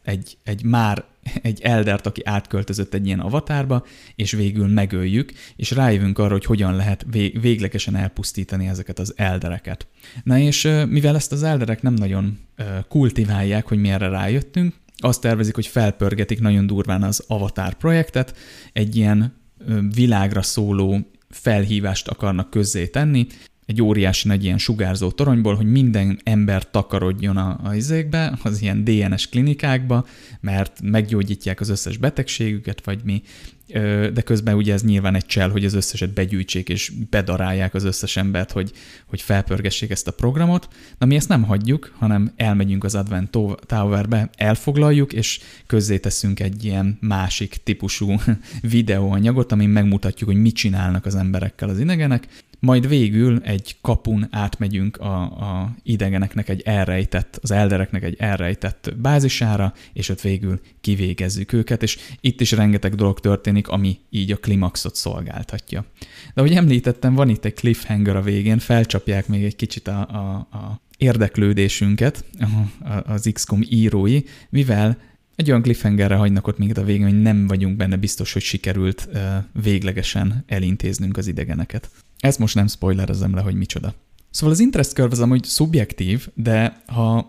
egy eldert, aki átköltözött egy ilyen avatárba, és végül megöljük, és rájövünk arra, hogy hogyan lehet véglegesen elpusztítani ezeket az eldereket. Na és mivel ezt az elderek nem nagyon kultiválják, hogy mi erre rájöttünk, azt tervezik, hogy felpörgetik nagyon durván az Avatar projektet, egy ilyen világra szóló felhívást akarnak közzé tenni, egy óriási nagy ilyen sugárzó toronyból, hogy minden ember takarodjon az ilyen DNS klinikákba, mert meggyógyítják az összes betegségüket, vagy mi, de közben ugye ez nyilván egy csel, hogy az összeset begyűjtsék és bedarálják az összes embert, hogy felpörgessék ezt a programot. Na mi ezt nem hagyjuk, hanem elmegyünk az Advent Towerbe, elfoglaljuk, és közzéteszünk egy ilyen másik típusú videóanyagot, amin megmutatjuk, hogy mit csinálnak az emberekkel az idegenek, majd végül egy kapun átmegyünk a idegeneknek az eldereknek egy elrejtett bázisára, és ott végül kivégezzük őket, és itt is rengeteg dolog történik, történik, ami így a klimaxot szolgáltatja. De ahogy említettem, van itt egy cliffhanger a végén, felcsapják még egy kicsit a érdeklődésünket az XCOM írói, mivel egy olyan cliffhangerre hagynak ott minket a végén, hogy nem vagyunk benne biztos, hogy sikerült véglegesen elintéznünk az idegeneket. Ezt most nem spoilerezem le, hogy micsoda. Szóval az interest curve az amúgy szubjektív, de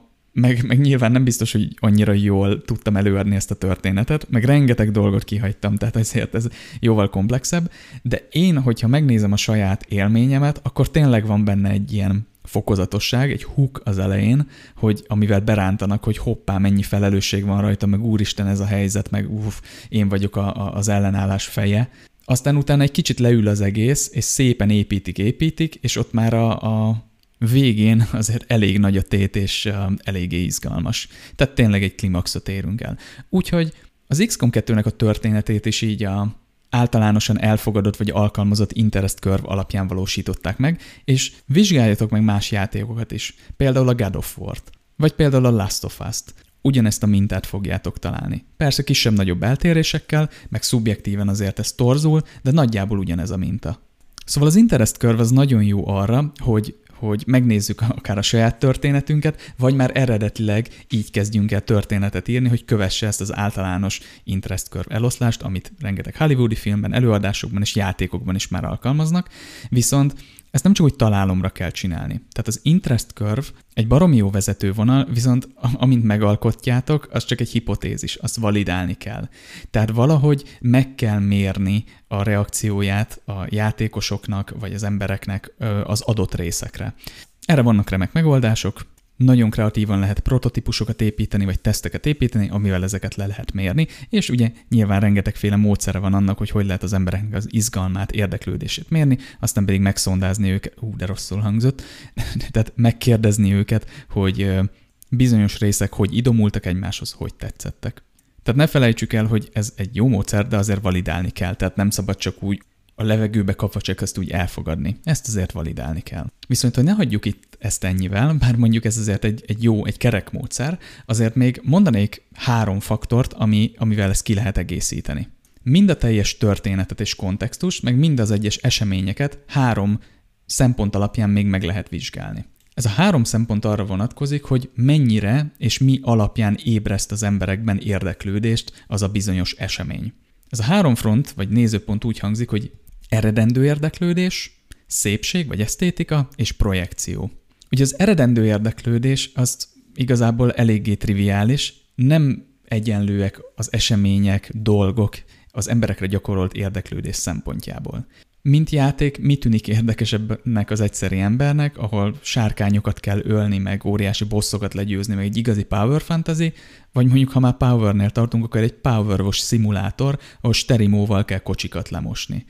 meg nyilván nem biztos, hogy annyira jól tudtam előadni ezt a történetet, meg rengeteg dolgot kihagytam, tehát ezért ez jóval komplexebb, de én, hogyha megnézem a saját élményemet, akkor tényleg van benne egy ilyen fokozatosság, egy hook az elején, hogy amivel berántanak, hogy hoppá, mennyi felelősség van rajta, meg úristen ez a helyzet, meg én vagyok az ellenállás feje. Aztán utána egy kicsit leül az egész, és szépen építik, és ott már a végén azért elég nagy a tét, és eléggé izgalmas. Tehát tényleg egy klimaxot érünk el. Úgyhogy az XCOM 2-nek a történetét is így általánosan elfogadott vagy alkalmazott interest curve alapján valósították meg, és vizsgáljatok meg más játékokat is, például a God of War-t, vagy például a Last of Us-t. Ugyanezt a mintát fogjátok találni. Persze kisebb-nagyobb eltérésekkel, meg szubjektíven azért ez torzul, de nagyjából ugyanez a minta. Szóval az interest curve az nagyon jó arra, hogy megnézzük akár a saját történetünket, vagy már eredetileg így kezdjünk el történetet írni, hogy kövesse ezt az általános interest curve eloszlást, amit rengeteg hollywoodi filmben, előadásokban és játékokban is már alkalmaznak, viszont ezt nem csak úgy találomra kell csinálni. Tehát az interest curve egy baromi jó vezetővonal, viszont amint megalkotjátok, az csak egy hipotézis, azt validálni kell. Tehát valahogy meg kell mérni a reakcióját a játékosoknak, vagy az embereknek az adott részekre. Erre vannak remek megoldások, nagyon kreatívan lehet prototípusokat építeni, vagy teszteket építeni, amivel ezeket le lehet mérni, és ugye nyilván rengetegféle módszere van annak, hogy lehet az embereknek az izgalmát, érdeklődését mérni, aztán pedig megszondázni őket, de rosszul hangzott, tehát megkérdezni őket, hogy bizonyos részek hogy idomultak egymáshoz, hogy tetszettek. Tehát ne felejtsük el, hogy ez egy jó módszer, de azért validálni kell, tehát nem szabad csak úgy a levegőbe kapva csak ezt úgy elfogadni. Ezt azért validálni kell. Viszont, hogy ne hagyjuk itt ezt ennyivel, bár mondjuk ez azért egy kerek módszer, azért még mondanék 3 faktort, amivel ezt ki lehet egészíteni. Mind a teljes történetet és kontextust, meg mind az egyes eseményeket 3 szempont alapján még meg lehet vizsgálni. Ez a 3 szempont arra vonatkozik, hogy mennyire és mi alapján ébreszt az emberekben érdeklődést az a bizonyos esemény. Ez a 3 front, vagy nézőpont úgy hangzik, hogy eredendő érdeklődés, szépség vagy esztétika és projekció. Ugye az eredendő érdeklődés az igazából eléggé triviális, nem egyenlőek az események, dolgok az emberekre gyakorolt érdeklődés szempontjából. Mint játék, mi tűnik érdekesebbnek az egyszeri embernek, ahol sárkányokat kell ölni, meg óriási bosszokat legyőzni, meg egy igazi power fantasy, vagy mondjuk, ha már powernél tartunk, akkor egy power wash szimulátor, ahol sterimóval kell kocsikat lemosni.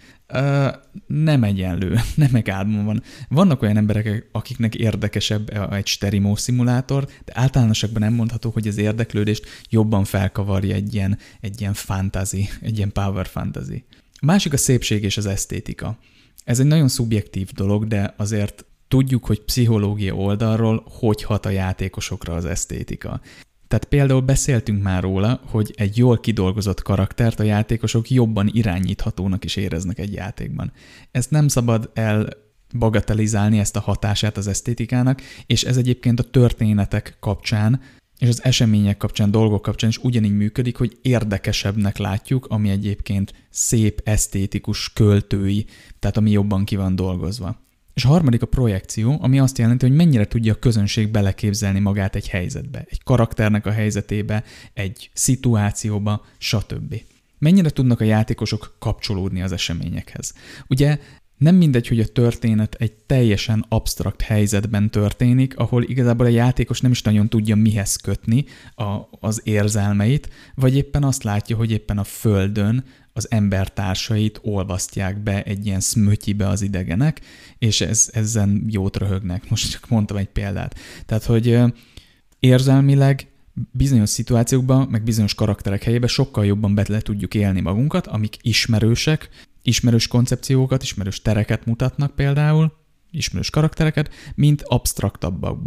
Nem egyenlő, nem megálmom van. Vannak olyan emberek, akiknek érdekesebb egy sterimó szimulátor, de általánosakban nem mondható, hogy az érdeklődést jobban felkavarja egy ilyen fantasy, egy ilyen power fantasy. A másik a szépség és az esztétika. Ez egy nagyon szubjektív dolog, de azért tudjuk, hogy pszichológia oldalról hogy hat a játékosokra az esztétika. Tehát például beszéltünk már róla, hogy egy jól kidolgozott karaktert a játékosok jobban irányíthatónak is éreznek egy játékban. Ezt nem szabad elbagatelizálni, ezt a hatását az esztétikának, és ez egyébként a történetek kapcsán és az események kapcsán, dolgok kapcsán is ugyanígy működik, hogy érdekesebbnek látjuk, ami egyébként szép, esztétikus, költői, tehát ami jobban ki van dolgozva. És a harmadik a projekció, ami azt jelenti, hogy mennyire tudja a közönség beleképzelni magát egy helyzetbe, egy karakternek a helyzetébe, egy szituációba, stb. Mennyire tudnak a játékosok kapcsolódni az eseményekhez. Ugye nem mindegy, hogy a történet egy teljesen absztrakt helyzetben történik, ahol igazából a játékos nem is nagyon tudja mihez kötni az érzelmeit, vagy éppen azt látja, hogy éppen a földön az embertársait olvasztják be egy ilyen szmötyibe az idegenek, és ezen jót röhögnek. Most csak mondtam egy példát. Tehát, hogy érzelmileg bizonyos szituációkban, meg bizonyos karakterek helyébe sokkal jobban be le tudjuk élni magunkat, amik ismerősek, ismerős koncepciókat, ismerős tereket mutatnak például, ismerős karaktereket, mint absztraktabbakba.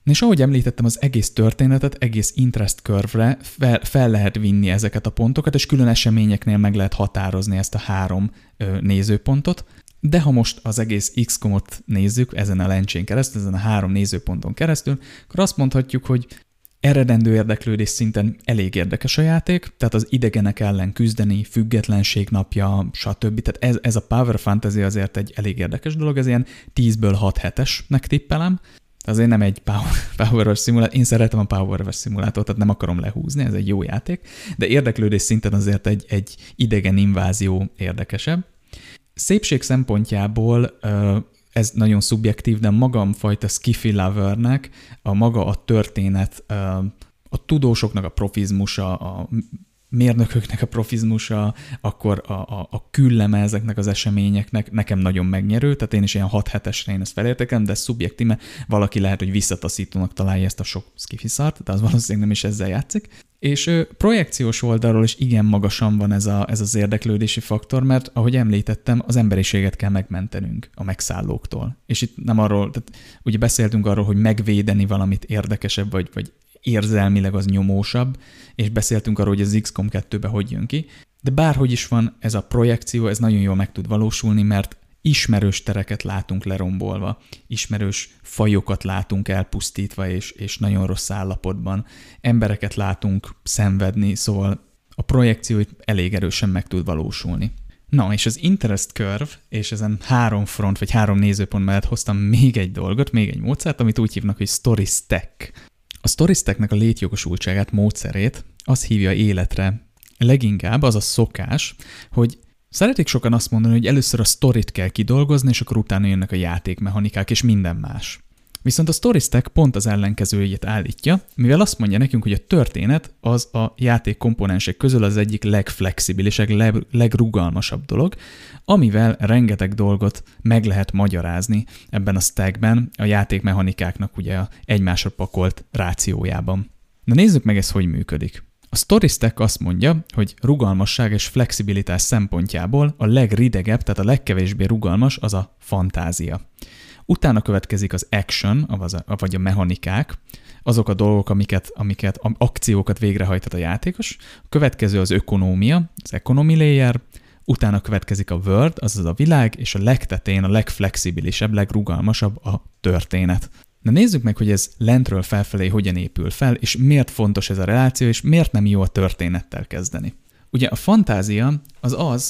És ahogy említettem, az egész történetet egész interest curve-re fel lehet vinni ezeket a pontokat, és külön eseményeknél meg lehet határozni ezt a 3 nézőpontot. De ha most az egész XCOM-ot nézzük ezen a lencsén keresztül, ezen a 3 nézőponton keresztül, akkor azt mondhatjuk, hogy eredendő érdeklődés szinten elég érdekes a játék, tehát az idegenek ellen küzdeni, függetlenség napja, stb. Tehát ez a Power Fantasy azért egy elég érdekes dolog, ez ilyen 10-ből 6-7-esnek tippelem. Azért nem egy Power szimulátor, én szeretem a Power szimulátort, tehát nem akarom lehúzni, ez egy jó játék, de érdeklődés szinten azért egy idegen invázió érdekesebb. Szépség szempontjából ez nagyon szubjektív, de magamfajta skiffy lovernek a maga a történet, a tudósoknak a profizmusa, a mérnököknek a profizmusa, akkor a külleme ezeknek az eseményeknek nekem nagyon megnyerő, tehát én is ilyen 6-7-esre én ezt felértékelem, de ez szubjektív, mert valaki lehet, hogy visszataszítónak találja ezt a sok skiffy szart, de az valószínűleg nem is ezzel játszik. És projekciós oldalról is igen magasan van ez az érdeklődési faktor, mert ahogy említettem, az emberiséget kell megmentenünk a megszállóktól. És itt nem arról, tehát ugye beszéltünk arról, hogy megvédeni valamit érdekesebb, vagy érzelmileg az nyomósabb, és beszéltünk arról, hogy az XCOM 2-ben hogy jön ki, de bárhogy is van ez a projekció, ez nagyon jól meg tud valósulni, mert ismerős tereket látunk lerombolva, ismerős fajokat látunk elpusztítva és nagyon rossz állapotban, embereket látunk szenvedni, szóval a projekció itt elég erősen meg tud valósulni. Na, és az interest curve, és ezen 3 front, vagy 3 nézőpont mellett hoztam még egy dolgot, még egy módszert, amit úgy hívnak, hogy story stack. A story stacknek a létjogosultságát, módszerét az hívja életre. Leginkább az a szokás, hogy szeretik sokan azt mondani, hogy először a sztorit kell kidolgozni, és akkor utána jönnek a játékmechanikák és minden más. Viszont a story stack pont az ellenkezőjét állítja, mivel azt mondja nekünk, hogy a történet az a játék komponensek közül az egyik legflexibilisebb, legrugalmasabb dolog, amivel rengeteg dolgot meg lehet magyarázni ebben a stackben, a játékmechanikáknak ugye a egymásra pakolt rációjában. Na nézzük meg, ez hogy működik. A story stack azt mondja, hogy rugalmasság és flexibilitás szempontjából a legridegebb, tehát a legkevésbé rugalmas az a fantázia. Utána következik az action, vagy a mechanikák, azok a dolgok, amiket akciókat végrehajthat a játékos. A következő az ökonómia, az economy layer, utána következik a world, azaz a világ, és a legtetén a legflexibilisebb, legrugalmasabb a történet. Na nézzük meg, hogy ez lentről felfelé hogyan épül fel, és miért fontos ez a reláció, és miért nem jó a történettel kezdeni. Ugye a fantázia az,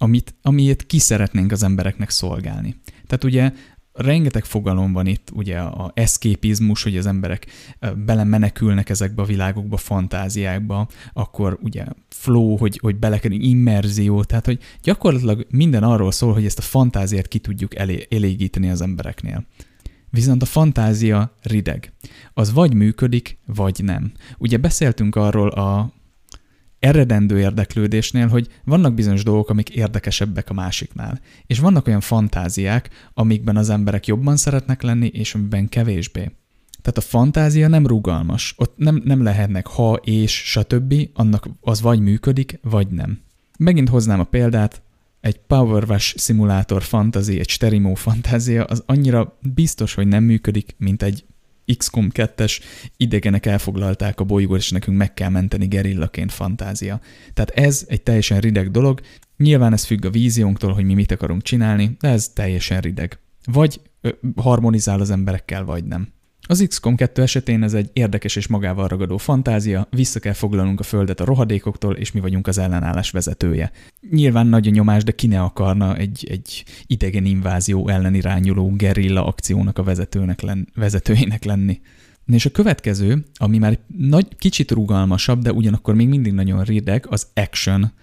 amiért ki szeretnénk az embereknek szolgálni. Tehát ugye rengeteg fogalom van itt, ugye a eszképizmus, hogy az emberek belemenekülnek ezekbe a világokba, fantáziákba, akkor ugye flow, hogy belekerülünk, immerzió, tehát hogy gyakorlatilag minden arról szól, hogy ezt a fantáziát ki tudjuk elégíteni az embereknél. Viszont a fantázia rideg. Az vagy működik, vagy nem. Ugye beszéltünk arról a eredendő érdeklődésnél, hogy vannak bizonyos dolgok, amik érdekesebbek a másiknál. És vannak olyan fantáziák, amikben az emberek jobban szeretnek lenni, és amiben kevésbé. Tehát a fantázia nem rugalmas. Ott nem lehetnek ha és stb. Annak az vagy működik, vagy nem. Megint hoznám a példát, egy Power Wash szimulátor fantasy, egy Sterimo fantázia, az annyira biztos, hogy nem működik, mint egy XCOM 2-es idegenek elfoglalták a bolygót, és nekünk meg kell menteni gerillaként fantázia. Tehát ez egy teljesen rideg dolog. Nyilván ez függ a víziónktól, hogy mi mit akarunk csinálni, de ez teljesen rideg. Vagy harmonizál az emberekkel, vagy nem. Az XCOM 2 esetén ez egy érdekes és magával ragadó fantázia, vissza kell foglalnunk a földet a rohadékoktól, és mi vagyunk az ellenállás vezetője. Nyilván nagy a nyomás, de ki ne akarna egy idegen invázió ellen irányuló gerilla akciónak a vezetőjének lenni. És a következő, ami már kicsit rugalmasabb, de ugyanakkor még mindig nagyon rideg, az action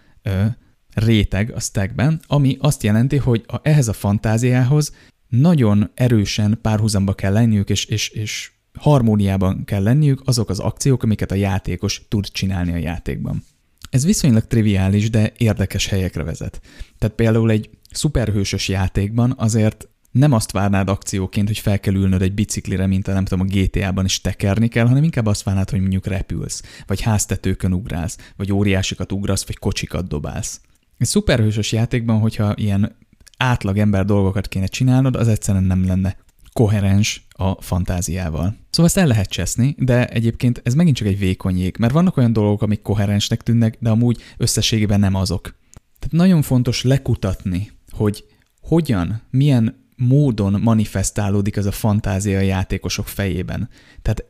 réteg a stackben, ami azt jelenti, hogy ehhez a fantáziához nagyon erősen párhuzamba kell lenniük, és harmóniában kell lenniük azok az akciók, amiket a játékos tud csinálni a játékban. Ez viszonylag triviális, de érdekes helyekre vezet. Tehát például egy szuperhősös játékban azért nem azt várnád akcióként, hogy fel kell ülnöd egy biciklire, mint a GTA-ban is tekerni kell, hanem inkább azt várnád, hogy mondjuk repülsz, vagy háztetőkön ugrálsz, vagy óriásikat ugrasz, vagy kocsikat dobálsz. Egy szuperhősös játékban, hogyha ilyen átlag ember dolgokat kéne csinálnod, az egyszerűen nem lenne koherens a fantáziával. Szóval ezt el lehet cseszni, de egyébként ez megint csak egy vékony jég, mert vannak olyan dolgok, amik koherensnek tűnnek, de amúgy összességében nem azok. Tehát nagyon fontos lekutatni, hogy hogyan, milyen módon manifestálódik ez a fantázia a játékosok fejében. Tehát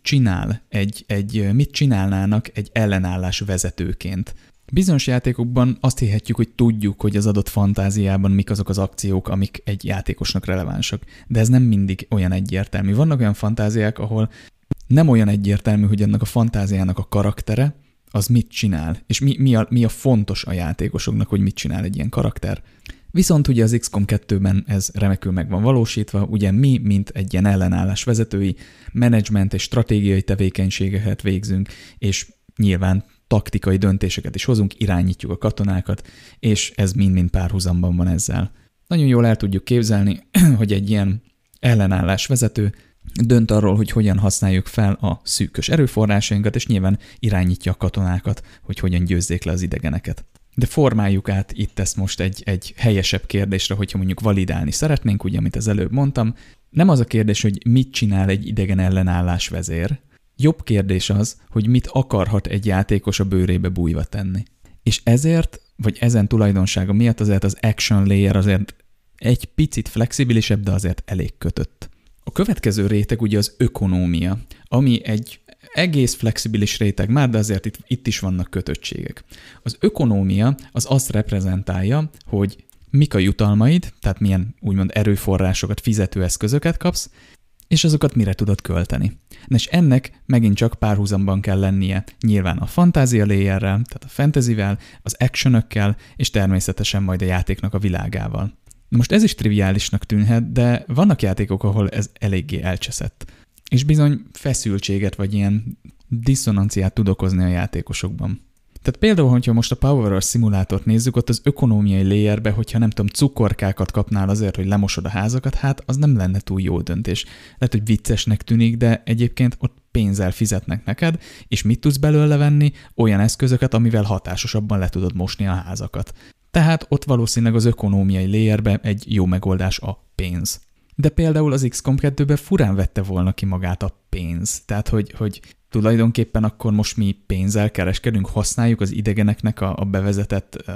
mit csinálnának egy ellenállás vezetőként. Bizonyos játékokban azt hihetjük, hogy tudjuk, hogy az adott fantáziában mik azok az akciók, amik egy játékosnak relevánsak. De ez nem mindig olyan egyértelmű. Vannak olyan fantáziák, ahol nem olyan egyértelmű, hogy ennek a fantáziának a karaktere, az mit csinál, és mi a fontos a játékosoknak, hogy mit csinál egy ilyen karakter. Viszont ugye az XCOM 2-ben ez remekül meg van valósítva, ugye mi, mint egy ilyen ellenállás vezetői, menedzsment és stratégiai tevékenységeket végzünk, és nyilván taktikai döntéseket is hozunk, irányítjuk a katonákat, és ez mind-mind párhuzamban van ezzel. Nagyon jól el tudjuk képzelni, hogy egy ilyen ellenállás vezető dönt arról, hogy hogyan használjuk fel a szűkös erőforrásainkat, és nyilván irányítja a katonákat, hogy hogyan győzzék le az idegeneket. De formáljuk át itt ezt most egy helyesebb kérdésre, hogyha mondjuk validálni szeretnénk, ugye, amit az előbb mondtam. Nem az a kérdés, hogy mit csinál egy idegen ellenállás vezér. Jobb kérdés az, hogy mit akarhat egy játékos a bőrébe bújva tenni. És ezért, vagy ezen tulajdonsága miatt azért az action layer azért egy picit flexibilisebb, de azért elég kötött. A következő réteg ugye az ökonómia, ami egy egész flexibilis réteg már, de azért itt is vannak kötöttségek. Az ökonómia az azt reprezentálja, hogy mik a jutalmaid, tehát milyen úgymond erőforrásokat, fizetőeszközöket kapsz, és azokat mire tudod költeni. És ennek megint csak párhuzamban kell lennie nyilván a fantázia layerrel, tehát a fantasyvel, az actionökkel, és természetesen majd a játéknak a világával. Na most ez is triviálisnak tűnhet, de vannak játékok, ahol ez eléggé elcseszett. És bizony feszültséget vagy ilyen diszonanciát tud okozni a játékosokban. Tehát például, hogyha most a Power szimulátort nézzük, ott az ökonómiai layerbe, hogyha nem tudom, cukorkákat kapnál azért, hogy lemosod a házakat, hát az nem lenne túl jó döntés. Lehet, hogy viccesnek tűnik, de egyébként ott pénzzel fizetnek neked, és mit tudsz belőle venni? Olyan eszközöket, amivel hatásosabban le tudod mosni a házakat. Tehát ott valószínűleg az ökonómiai layerbe egy jó megoldás a pénz. De például az XCOM 2-ben furán vette volna ki magát a pénz. Tehát, hogy tulajdonképpen akkor most mi pénzzel kereskedünk, használjuk az idegeneknek a bevezetett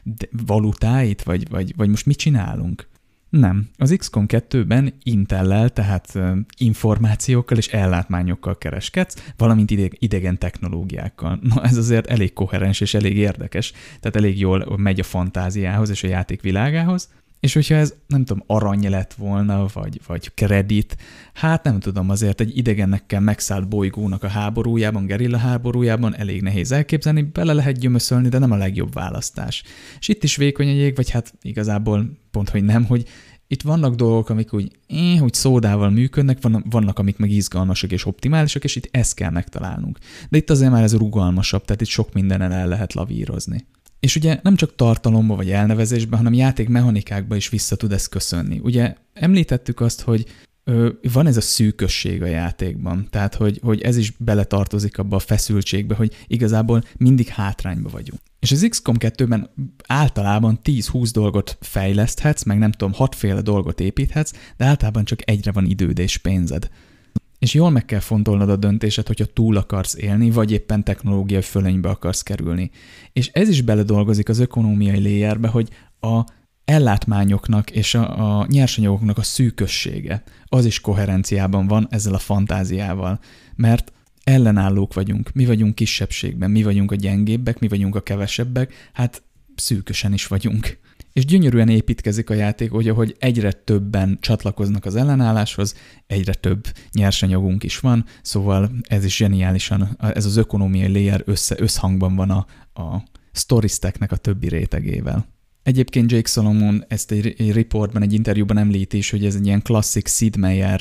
valutáit, vagy most mit csinálunk? Nem. Az XCOM 2-ben Intellel, tehát információkkal és ellátmányokkal kereskedsz, valamint idegen technológiákkal. Na ez azért elég koherens és elég érdekes, tehát elég jól megy a fantáziához és a játék világához. És hogyha ez, nem tudom, arany lett volna, vagy kredit, hát nem tudom, azért egy idegennekkel megszállt bolygónak a háborújában, gerilla háborújában elég nehéz elképzelni, bele lehet gyömöszölni, de nem a legjobb választás. És itt is vékony a jég, vagy hát igazából pont, hogy nem, hogy itt vannak dolgok, amik úgy szódával működnek, vannak, amik meg izgalmasak és optimálisak, és itt ezt kell megtalálnunk. De itt azért már ez rugalmasabb, tehát itt sok mindenen el lehet lavírozni. És ugye nem csak tartalomba vagy elnevezésben, hanem játékmechanikákba is vissza tud ezt köszönni. Ugye említettük azt, hogy van ez a szűkösség a játékban, tehát hogy ez is beletartozik abba a feszültségbe, hogy igazából mindig hátrányba vagyunk. És az XCOM 2-ben általában 10-20 dolgot fejleszthetsz, meg nem tudom, 6 féle dolgot építhetsz, de általában csak egyre van időd és pénzed. És jól meg kell fontolnod a döntésed, hogyha túl akarsz élni, vagy éppen technológiai fölénybe akarsz kerülni. És ez is beledolgozik az ökonómiai layerbe, hogy a ellátmányoknak és a nyersanyagoknak a szűkössége, az is koherenciában van ezzel a fantáziával. Mert ellenállók vagyunk, mi vagyunk kisebbségben, mi vagyunk a gyengébbek, mi vagyunk a kevesebbek, hát szűkösen is vagyunk. És gyönyörűen építkezik a játék, hogy egyre többen csatlakoznak az ellenálláshoz, egyre több nyersanyagunk is van, szóval ez is zseniálisan, ez az ökonómiai layer összhangban van a story stacknek a többi rétegével. Egyébként Jake Solomon ezt egy reportban, egy interjúban említi is, hogy ez egy ilyen klasszik Sid Meier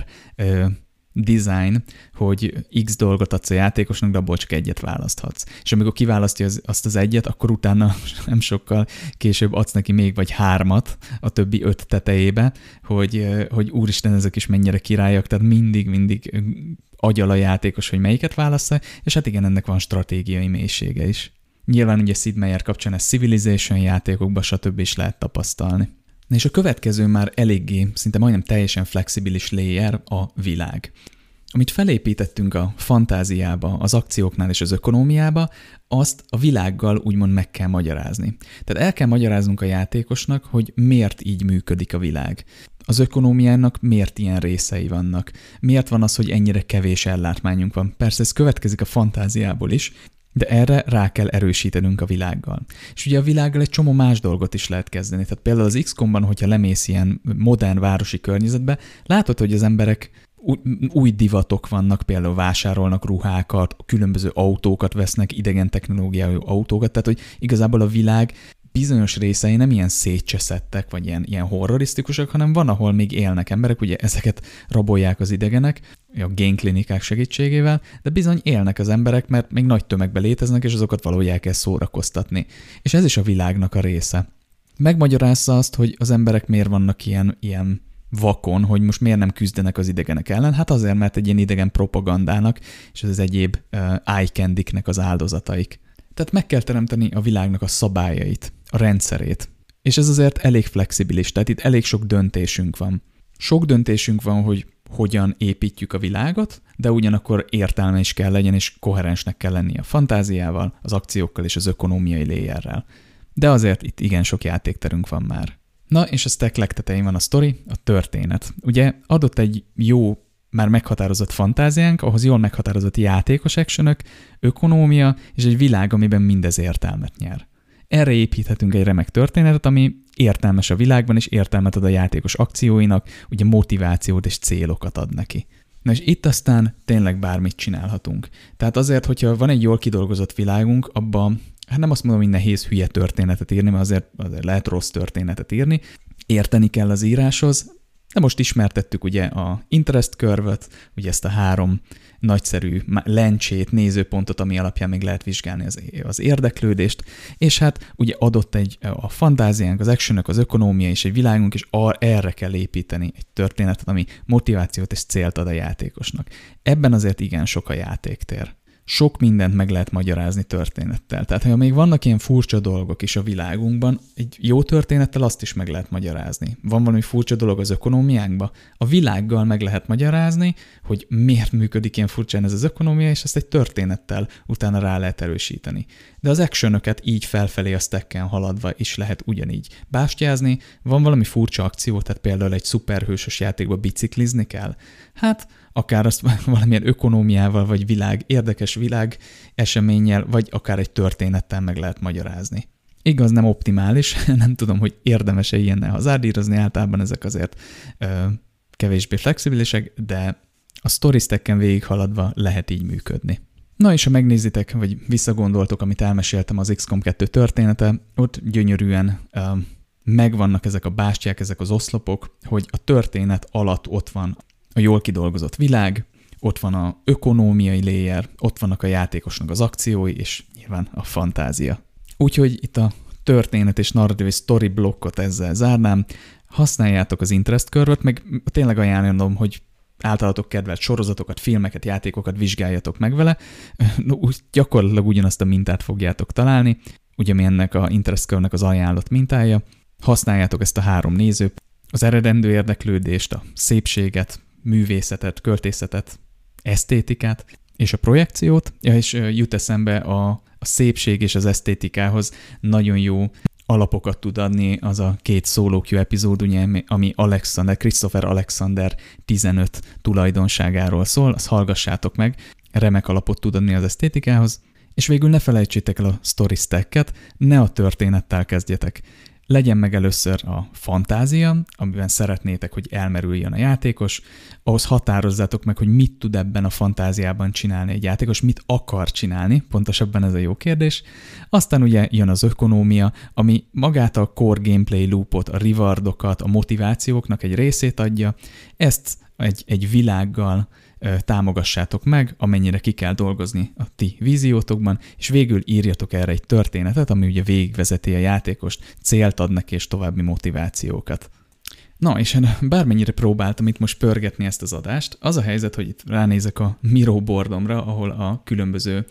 design, hogy X dolgot adsz a játékosnak, de abból csak egyet választhatsz. És amikor kiválasztja azt az egyet, akkor utána nem sokkal később adsz neki még vagy 3 a többi 5 tetejébe, hogy úristen, ezek is mennyire királyak, tehát mindig agyal a játékos, hogy melyiket válassza, és hát igen, ennek van stratégiai mélysége is. Nyilván ugye Sid Meier kapcsán ezt Civilization játékokban stb. Is lehet tapasztalni. Na és a következő már eléggé, szinte majdnem teljesen flexibilis layer a világ. Amit felépítettünk a fantáziába, az akcióknál és az ökonómiába, azt a világgal úgymond meg kell magyarázni. Tehát el kell magyaráznunk a játékosnak, hogy miért így működik a világ. Az ökonómiának miért ilyen részei vannak? Miért van az, hogy ennyire kevés ellátmányunk van? Persze ez következik a fantáziából is, de erre rá kell erősítenünk a világgal. És ugye a világgal egy csomó más dolgot is lehet kezdeni. Tehát például az XCOM-ban, hogyha lemész ilyen modern városi környezetbe, látod, hogy az emberek új divatok vannak, például vásárolnak ruhákat, különböző autókat vesznek, idegen technológiájú autókat, tehát hogy igazából a világ bizonyos részei nem ilyen szétcseszettek, vagy ilyen horrorisztikusak, hanem van, ahol még élnek emberek, ugye ezeket rabolják az idegenek, a génklinikák segítségével, de bizony élnek az emberek, mert még nagy tömegben léteznek, és azokat valahogy el kell szórakoztatni. És ez is a világnak a része. Megmagyarázza azt, hogy az emberek miért vannak ilyen vakon, hogy most miért nem küzdenek az idegenek ellen? Hát azért, mert egy ilyen idegen propagandának és az egyéb eye candy-knek az áldozataik. Tehát meg kell teremteni a világnak a szabályait, a rendszerét. És ez azért elég flexibilis, tehát itt elég sok döntésünk van. Sok döntésünk van, hogy hogyan építjük a világot, de ugyanakkor értelme is kell legyen, és koherensnek kell lennie a fantáziával, az akciókkal és az ökonómiai layerrel. De azért itt igen sok játékterünk van már. Na, és a stack legtetején van a sztori, a történet. Ugye adott egy jó, már meghatározott fantáziánk, ahhoz jól meghatározott játékos actionök, ökonómia és egy világ, amiben mindez értelmet nyer. Erre építhetünk egy remek történetet, ami értelmes a világban, és értelmet ad a játékos akcióinak, ugye motivációt és célokat ad neki. Na és itt aztán tényleg bármit csinálhatunk. Tehát azért, hogyha van egy jól kidolgozott világunk, abban hát nem azt mondom, hogy nehéz hülye történetet írni, mert azért lehet rossz történetet írni. Érteni kell az íráshoz, de most ismertettük ugye a interest curve-öt, ugye ezt a 3 nagyszerű lencsét, nézőpontot, ami alapján még lehet vizsgálni az érdeklődést, és hát ugye adott a fantáziánk, az actionök, az ökonómia és egy világunk, és erre kell építeni egy történetet, ami motivációt és célt ad a játékosnak. Ebben azért igen sok a játéktér. Sok mindent meg lehet magyarázni történettel. Tehát, ha még vannak ilyen furcsa dolgok is a világunkban, egy jó történettel azt is meg lehet magyarázni. Van valami furcsa dolog az ökonómiánkban? A világgal meg lehet magyarázni, hogy miért működik ilyen furcsán ez az ökonómia, és ezt egy történettel utána rá lehet erősíteni. De az actionöket így felfelé a stacken haladva is lehet ugyanígy bástyázni. Van valami furcsa akció, tehát például egy szuperhősös játékba biciklizni kell. Hát akár azt valamilyen ökonómiával, vagy érdekes világ eseménnyel, vagy akár egy történettel meg lehet magyarázni. Igaz, nem optimális, nem tudom, hogy érdemes-e ilyennel hazárdírozni, általában ezek azért kevésbé flexibilisek, de a story stacken végighaladva lehet így működni. Na és ha megnézitek, vagy visszagondoltok, amit elmeséltem az XCOM 2 története, ott gyönyörűen megvannak ezek a bástyák, ezek az oszlopok, hogy a történet alatt ott van a jól kidolgozott világ, ott van a ökonómiai layer, ott vannak a játékosnak az akciói, és nyilván a fantázia. Úgyhogy itt a történet és narratív story blokkot ezzel zárnám. Használjátok az interest curve-öt, meg tényleg ajánlom, hogy általatok kedvelt sorozatokat, filmeket, játékokat vizsgáljatok meg vele. Gyakorlatilag ugyanazt a mintát fogjátok találni, ugye mi ennek a interest curve-nek az ajánlott mintája. Használjátok ezt a 3 nézőt, az eredendő érdeklődést, a szépséget, művészetet, költészetet, esztétikát és a projekciót, és jut eszembe a szépség és az esztétikához nagyon jó alapokat tud adni az a 2 solo queue epizód, ugye, ami Christopher Alexander 15 tulajdonságáról szól, azt hallgassátok meg, remek alapot tud adni az esztétikához, és végül ne felejtsétek el a story stacket, ne a történettel kezdjetek. Legyen meg először a fantázia, amiben szeretnétek, hogy elmerüljön a játékos, ahhoz határozzátok meg, hogy mit tud ebben a fantáziában csinálni egy játékos, mit akar csinálni, pontosabban ez a jó kérdés. Aztán ugye jön az ökonómia, ami magát a core gameplay loopot, a rewardokat, a motivációknak egy részét adja, ezt egy világgal támogassátok meg, amennyire ki kell dolgozni a ti víziótokban, és végül írjatok erre egy történetet, ami ugye végigvezeti a játékost, célt ad neki és további motivációkat. Na, és bármennyire próbáltam itt most pörgetni ezt az adást, az a helyzet, hogy itt ránézek a Miro boardomra, ahol a különböző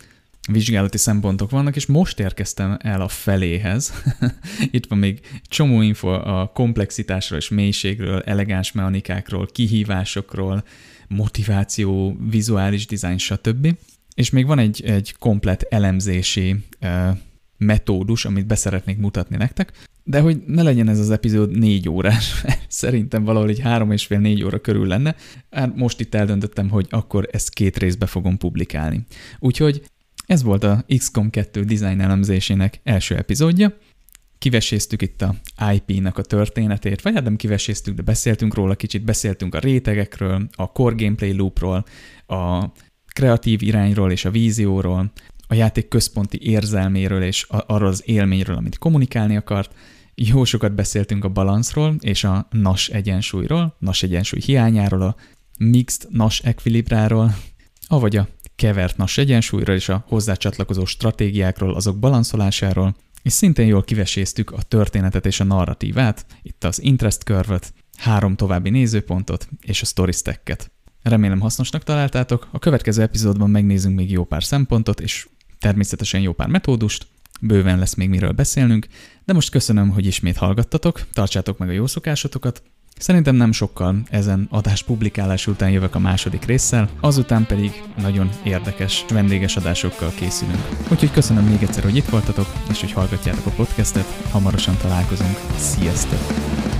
vizsgálati szempontok vannak, és most érkeztem el a feléhez. Itt van még csomó info a komplexitásról és mélységről, elegáns mechanikákról, kihívásokról, motiváció, vizuális dizájn, stb. És még van egy komplett elemzési metódus, amit beszeretnék mutatni nektek, de hogy ne legyen ez az epizód 4 órás, szerintem valahol egy 3,5-4 óra körül lenne, hát most itt eldöntöttem, hogy akkor ezt 2 részbe fogom publikálni. Úgyhogy ez volt a XCOM 2 design elemzésének első epizódja. Kiveséztük itt a IP-nak a történetét, vagy hát nem kiveséztük, de beszéltünk róla kicsit, beszéltünk a rétegekről, a core gameplay loopról, a kreatív irányról és a vízióról, a játék központi érzelméről és arról az élményről, amit kommunikálni akart. Jó sokat beszéltünk a balanszról és a NAS egyensúlyról, NAS egyensúly hiányáról, a mixed NAS ekvilibráról, avagy a kevert NAS egyensúlyról és a hozzá csatlakozó stratégiákról, azok balanszolásáról, és szintén jól kiveséztük a történetet és a narratívát, itt az interest curve-öt, 3 további nézőpontot és a story stack-et. Remélem hasznosnak találtátok, a következő epizódban megnézzünk még jó pár szempontot, és természetesen jó pár metódust, bőven lesz még miről beszélnünk, de most köszönöm, hogy ismét hallgattatok, tartsátok meg a jó szokásotokat. Szerintem nem sokkal ezen adás publikálás után jövök a második résszel, azután pedig nagyon érdekes vendéges adásokkal készülünk. Úgyhogy köszönöm még egyszer, hogy itt voltatok, és hogy hallgatjátok a podcastet, hamarosan találkozunk. Sziasztok!